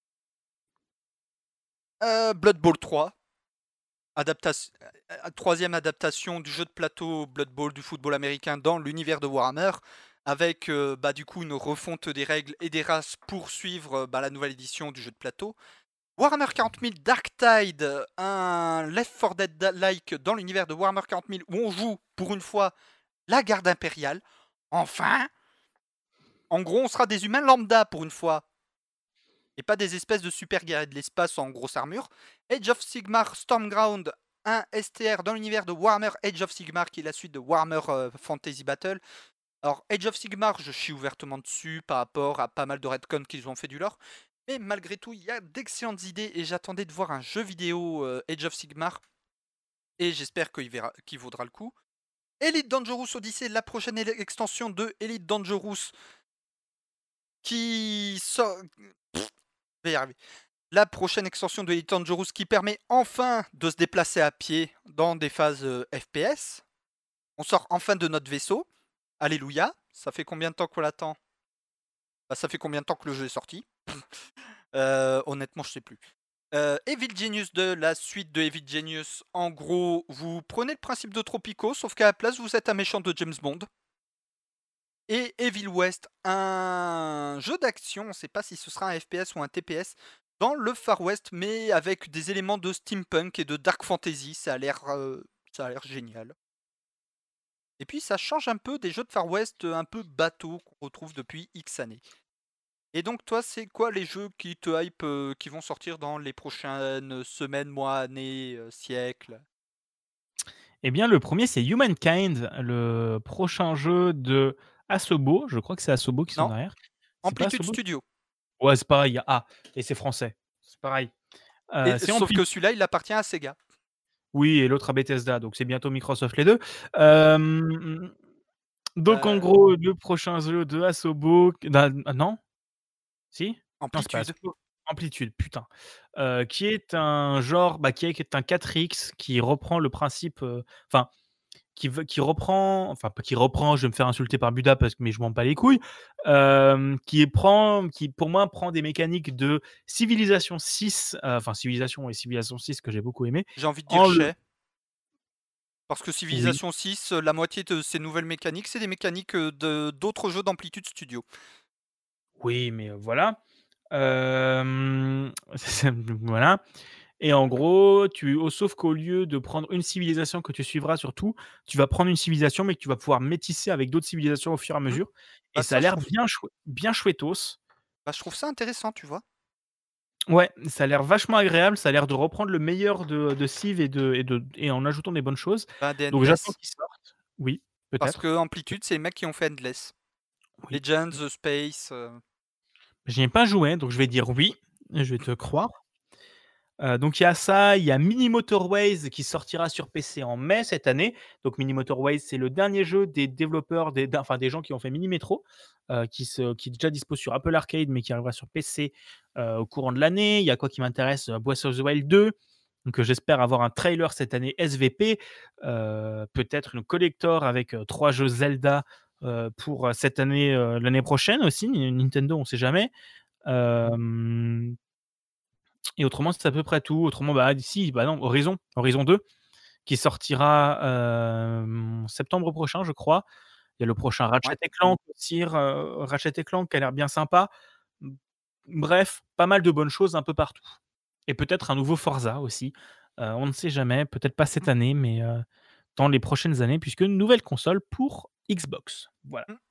Heu, Blood Bowl trois. Adaptation, heu, troisième adaptation du jeu de plateau Blood Bowl du football américain dans l'univers de Warhammer, avec, heu, bah, du coup une refonte des règles et des races pour suivre, heu, bah, la nouvelle édition du jeu de plateau. Warhammer quarante mille Dark Tide, un Left four Dead-like dans l'univers de Warhammer quarante mille où on joue, pour une fois, la garde impériale. Enfin! En gros, on sera des humains lambda pour une fois et pas des espèces de super guerriers de l'espace en grosse armure. Age of Sigmar Stormground, un S T R dans l'univers de Warhammer Age of Sigmar, qui est la suite de Warhammer euh, Fantasy Battle. Alors, Age of Sigmar, je chie ouvertement dessus par rapport à pas mal de retcons qu'ils ont fait du lore. Mais malgré tout, il y a d'excellentes idées et j'attendais de voir un jeu vidéo euh, Age of Sigmar. Et j'espère qu'il verra, qu'il vaudra le coup. Elite Dangerous Odyssey, la prochaine éle- extension de Elite Dangerous qui sort. Je vais y arriver. la prochaine extension de Elite Dangerous qui permet enfin de se déplacer à pied dans des phases euh, F P S. On sort enfin de notre vaisseau. Alléluia. Ça fait combien de temps qu'on l'attend? Bah, ça fait combien de temps que le jeu est sorti? Euh, Honnêtement, je sais plus. Euh, Evil Genius deux, la suite de Evil Genius. En gros, vous prenez le principe de Tropico, sauf qu'à la place, vous êtes un méchant de James Bond. Et Evil West, un jeu d'action, on ne sait pas si ce sera un F P S ou un T P S, dans le Far West, mais avec des éléments de steampunk et de dark fantasy. Ça a l'air, euh, ça a l'air génial. Et puis ça change un peu des jeux de Far West euh, un peu bateau qu'on retrouve depuis X années. Et donc toi, c'est quoi les jeux qui te hype, euh, qui vont sortir dans les prochaines semaines, mois, années, euh, siècles? Eh bien, le premier, c'est Humankind, le prochain jeu de Asobo. Je crois que c'est Asobo qui sont Non, derrière. C'est pas Amplitude Asobo? Studio. Ouais, c'est pareil, il y a A et c'est français. C'est pareil. Et Heu, c'est sauf Ampli que celui-là, il appartient à Sega. oui et l'autre à Bethesda, donc c'est bientôt Microsoft les deux. Hem, donc en Euh, gros, le prochain jeu de Asobo q da ah non? Si? Non, c'est pas Amplitude. Asobo. Amplitude, putain. Heu, qui est un genre, bah, qui est qui est un quatre X qui reprend le principe, heu, enfin, qui veut qui reprend enfin, pas qui reprend, je vais me faire insulter par Buda parce que mais je m'en bats les couilles. Hem, qui prend qui pour moi prend des mécaniques de Civilization six, heu, enfin Civilization et Civilization six que j'ai beaucoup aimé, J'ai envie de dire en le chais. Parce que oui. Civilization six, euh, la moitié de ces nouvelles mécaniques, c'est des mécaniques euh, de d'autres jeux d'Amplitude Studio. Oui, mais heu, voilà. Hem, c'est voilà et en gros, tu au sauf qu'au lieu de prendre une civilisation que tu suivras sur tout, tu vas prendre une civilisation, mais que tu vas pouvoir métisser avec d'autres civilisations au fur et à Hmm. mesure et Bah ça a ça, je l'air trouve, bien chouet bien chouettos. bah, je trouve ça intéressant, tu vois. Ouais, ça a l'air vachement agréable, ça a l'air de reprendre le meilleur de de Civ et de et de et en ajoutant des bonnes choses. Bah, des Donc j'attends Endless. qu'ils sortent. Oui, Parce peut-être. que Amplitude, c'est les mecs qui ont fait Endless. Oui. Legends, The Space. euh, J'y ai pas joué, donc je vais dire oui, je vais te croire. Heu, donc il y a ça, il y a Mini Motorways qui sortira sur P C en mai cette année. Donc Mini Motorways, c'est le dernier jeu des développeurs, des d'un enfin des gens qui ont fait Mini Metro, heu, qui se qui est déjà dispo sur Apple Arcade, mais qui arrivera sur P C, heu, au courant de l'année. Il y a quoi qui m'intéresse? Heu, Breath of the Wild deux, donc heu, j'espère avoir un trailer cette année S V P, heu, peut-être une collector avec, heu, trois jeux Zelda, heu, pour, heu, cette année, heu, l'année prochaine aussi. Nintendo, on sait jamais. Hem et autrement, c'est à peu près tout. Autrement, bah, si, bah, non, Horizon, Horizon deux qui sortira, hem, en septembre prochain, je crois. Il y a le prochain Ouais. Ratchet& et Clank aussi, r Ratchet& et Clank qui a l'air bien sympa. Mmh, bref, pas mal de bonnes choses un peu partout et peut-être un nouveau Forza aussi, heu, on ne sait jamais, peut-être pas cette Mm, année, mais heu, dans les prochaines années puisque une nouvelle console pour Xbox. Voilà. mm.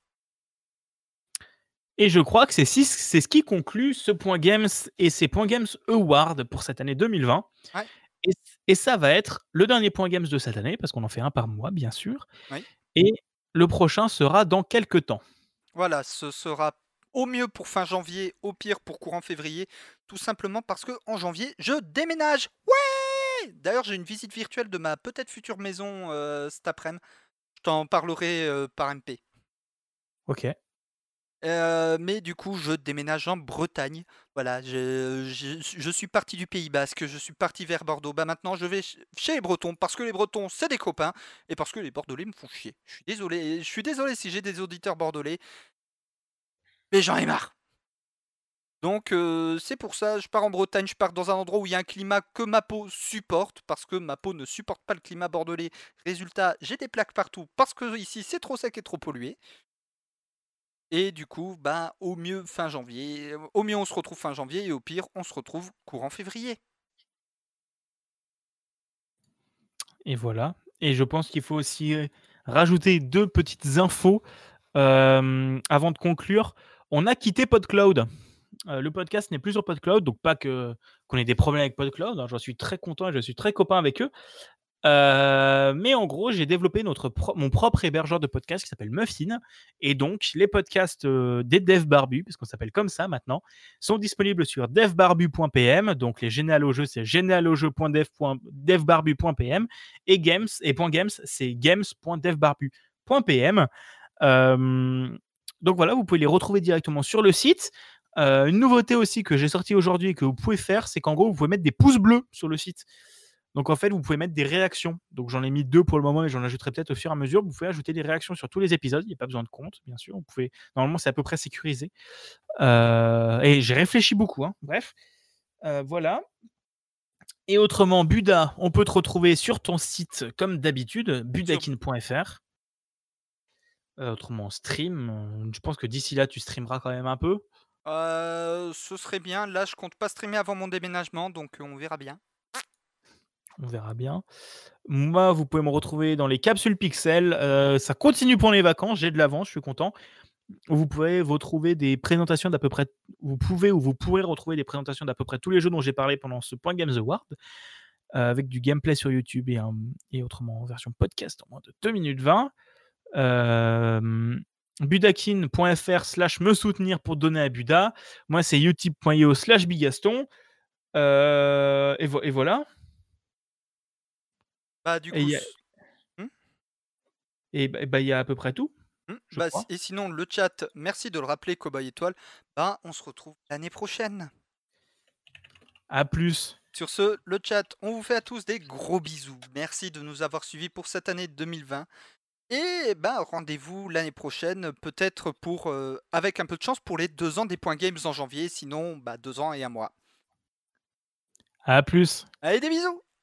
Et je crois que c'est sis c'est ce qui conclut ce Point Games et ces Point Games Awards pour cette année deux mille vingt. Ouais, Et et ça va être le dernier Point Games de cette année, parce qu'on en fait un par mois, bien sûr, oui. et le prochain sera dans quelque temps. Voilà, ce sera au mieux pour fin janvier, au pire pour courant février, tout simplement parce que en janvier, je déménage. Ouais! D'ailleurs, j'ai une visite virtuelle de ma peut-être future maison euh, cet après-midi. Je t'en parlerai euh, par M P. OK. Euh, mais du coup, je déménage en Bretagne. Voilà, je, je- je suis parti du Pays Basque, je suis parti vers Bordeaux. Bah maintenant, je vais ch- chez les Bretons parce que les Bretons, c'est des copains et parce que les Bordelais me font chier. Je suis désolé, je suis désolé si j'ai des auditeurs bordelais, mais j'en ai marre. Donc euh, c'est pour ça, je pars en Bretagne, je pars dans un endroit où il y a un climat que ma peau supporte, parce que ma peau ne supporte pas le climat bordelais. Résultat, j'ai des plaques partout, parce que ici c'est trop sec et trop pollué. Et du coup, bah au mieux fin janvier, euh, au mieux on se retrouve fin janvier, et au pire on se retrouve courant février. Et voilà. Et je pense qu'il faut aussi, heu, rajouter deux petites infos, hem, avant de conclure. On a quitté PodCloud. Heu, le podcast n'est plus sur PodCloud, donc pas que qu'on ait des problèmes avec PodCloud, hein, j'en suis très content et je suis très copain avec eux. Heu, mais en gros, j'ai développé notre pro mon propre hébergeur de podcast qui s'appelle Muffin et donc les podcasts, heu, des Devs Barbus, parce qu'on s'appelle comme ça maintenant, sont disponibles sur devbarbu point p m. Donc les généalogeux, c'est généalogeux.dev point devbarbu point p m et games et point .games, c'est games.devbarbu point p m. Hem, donc voilà, vous pouvez les retrouver directement sur le site. Heu, une nouveauté aussi que j'ai sortie aujourd'hui et que vous pouvez faire, c'est qu'en gros, vous pouvez mettre des pouces bleus sur le site. Donc en fait, vous pouvez mettre des réactions. Donc j'en ai mis deux pour le moment et j'en ajouterai peut-être au fur et à mesure. Vous pouvez ajouter des réactions sur tous les épisodes, il y a pas besoin de compte, bien sûr. Vous pouvez normalement, c'est à peu près sécurisé. Heu et j'ai réfléchi beaucoup, hein. Bref, heu, voilà et autrement, Buda, on peut te retrouver sur ton site comme d'habitude, Sur budakin point f r. Heu, autrement, stream, heu, je pense que d'ici là, tu streameras quand même un peu? Heu, ce serait bien. Là, je compte pas streamer avant mon déménagement, donc heu, on verra bien. On verra bien. Moi, vous pouvez me retrouver dans les capsules pixels, heu, ça continue pour les vacances, j'ai de l'avance, je suis content. Vous pouvez vous trouver des présentations d'à peu près vous pouvez ou vous pourrez retrouver des présentations d'à peu près tous les jeux dont j'ai parlé pendant ce Point Games Award, heu, avec du gameplay sur YouTube et hem et autrement en version podcast en moins de deux minutes vingt. Hem, budakin point f r slash me soutenir pour donner à Buda. Moi, c'est utip point io slash bigaston. Heu et voi et voilà. Bah, du Et il coup, y a s mmh? et bah et bah, il y a à peu près tout, Mmh, je bah, si crois. et sinon le chat, merci de le rappeler, Cobaye Étoile. Ben, on se retrouve l'année prochaine. À plus. Sur ce, le chat, on vous fait à tous des gros bisous. Merci de nous avoir suivis pour cette année deux mille vingt et ben, rendez-vous l'année prochaine, peut-être pour, heu, avec un peu de chance, pour les deux ans des Points Games en janvier, sinon, bah, deux ans et un mois. À plus. Allez, des bisous!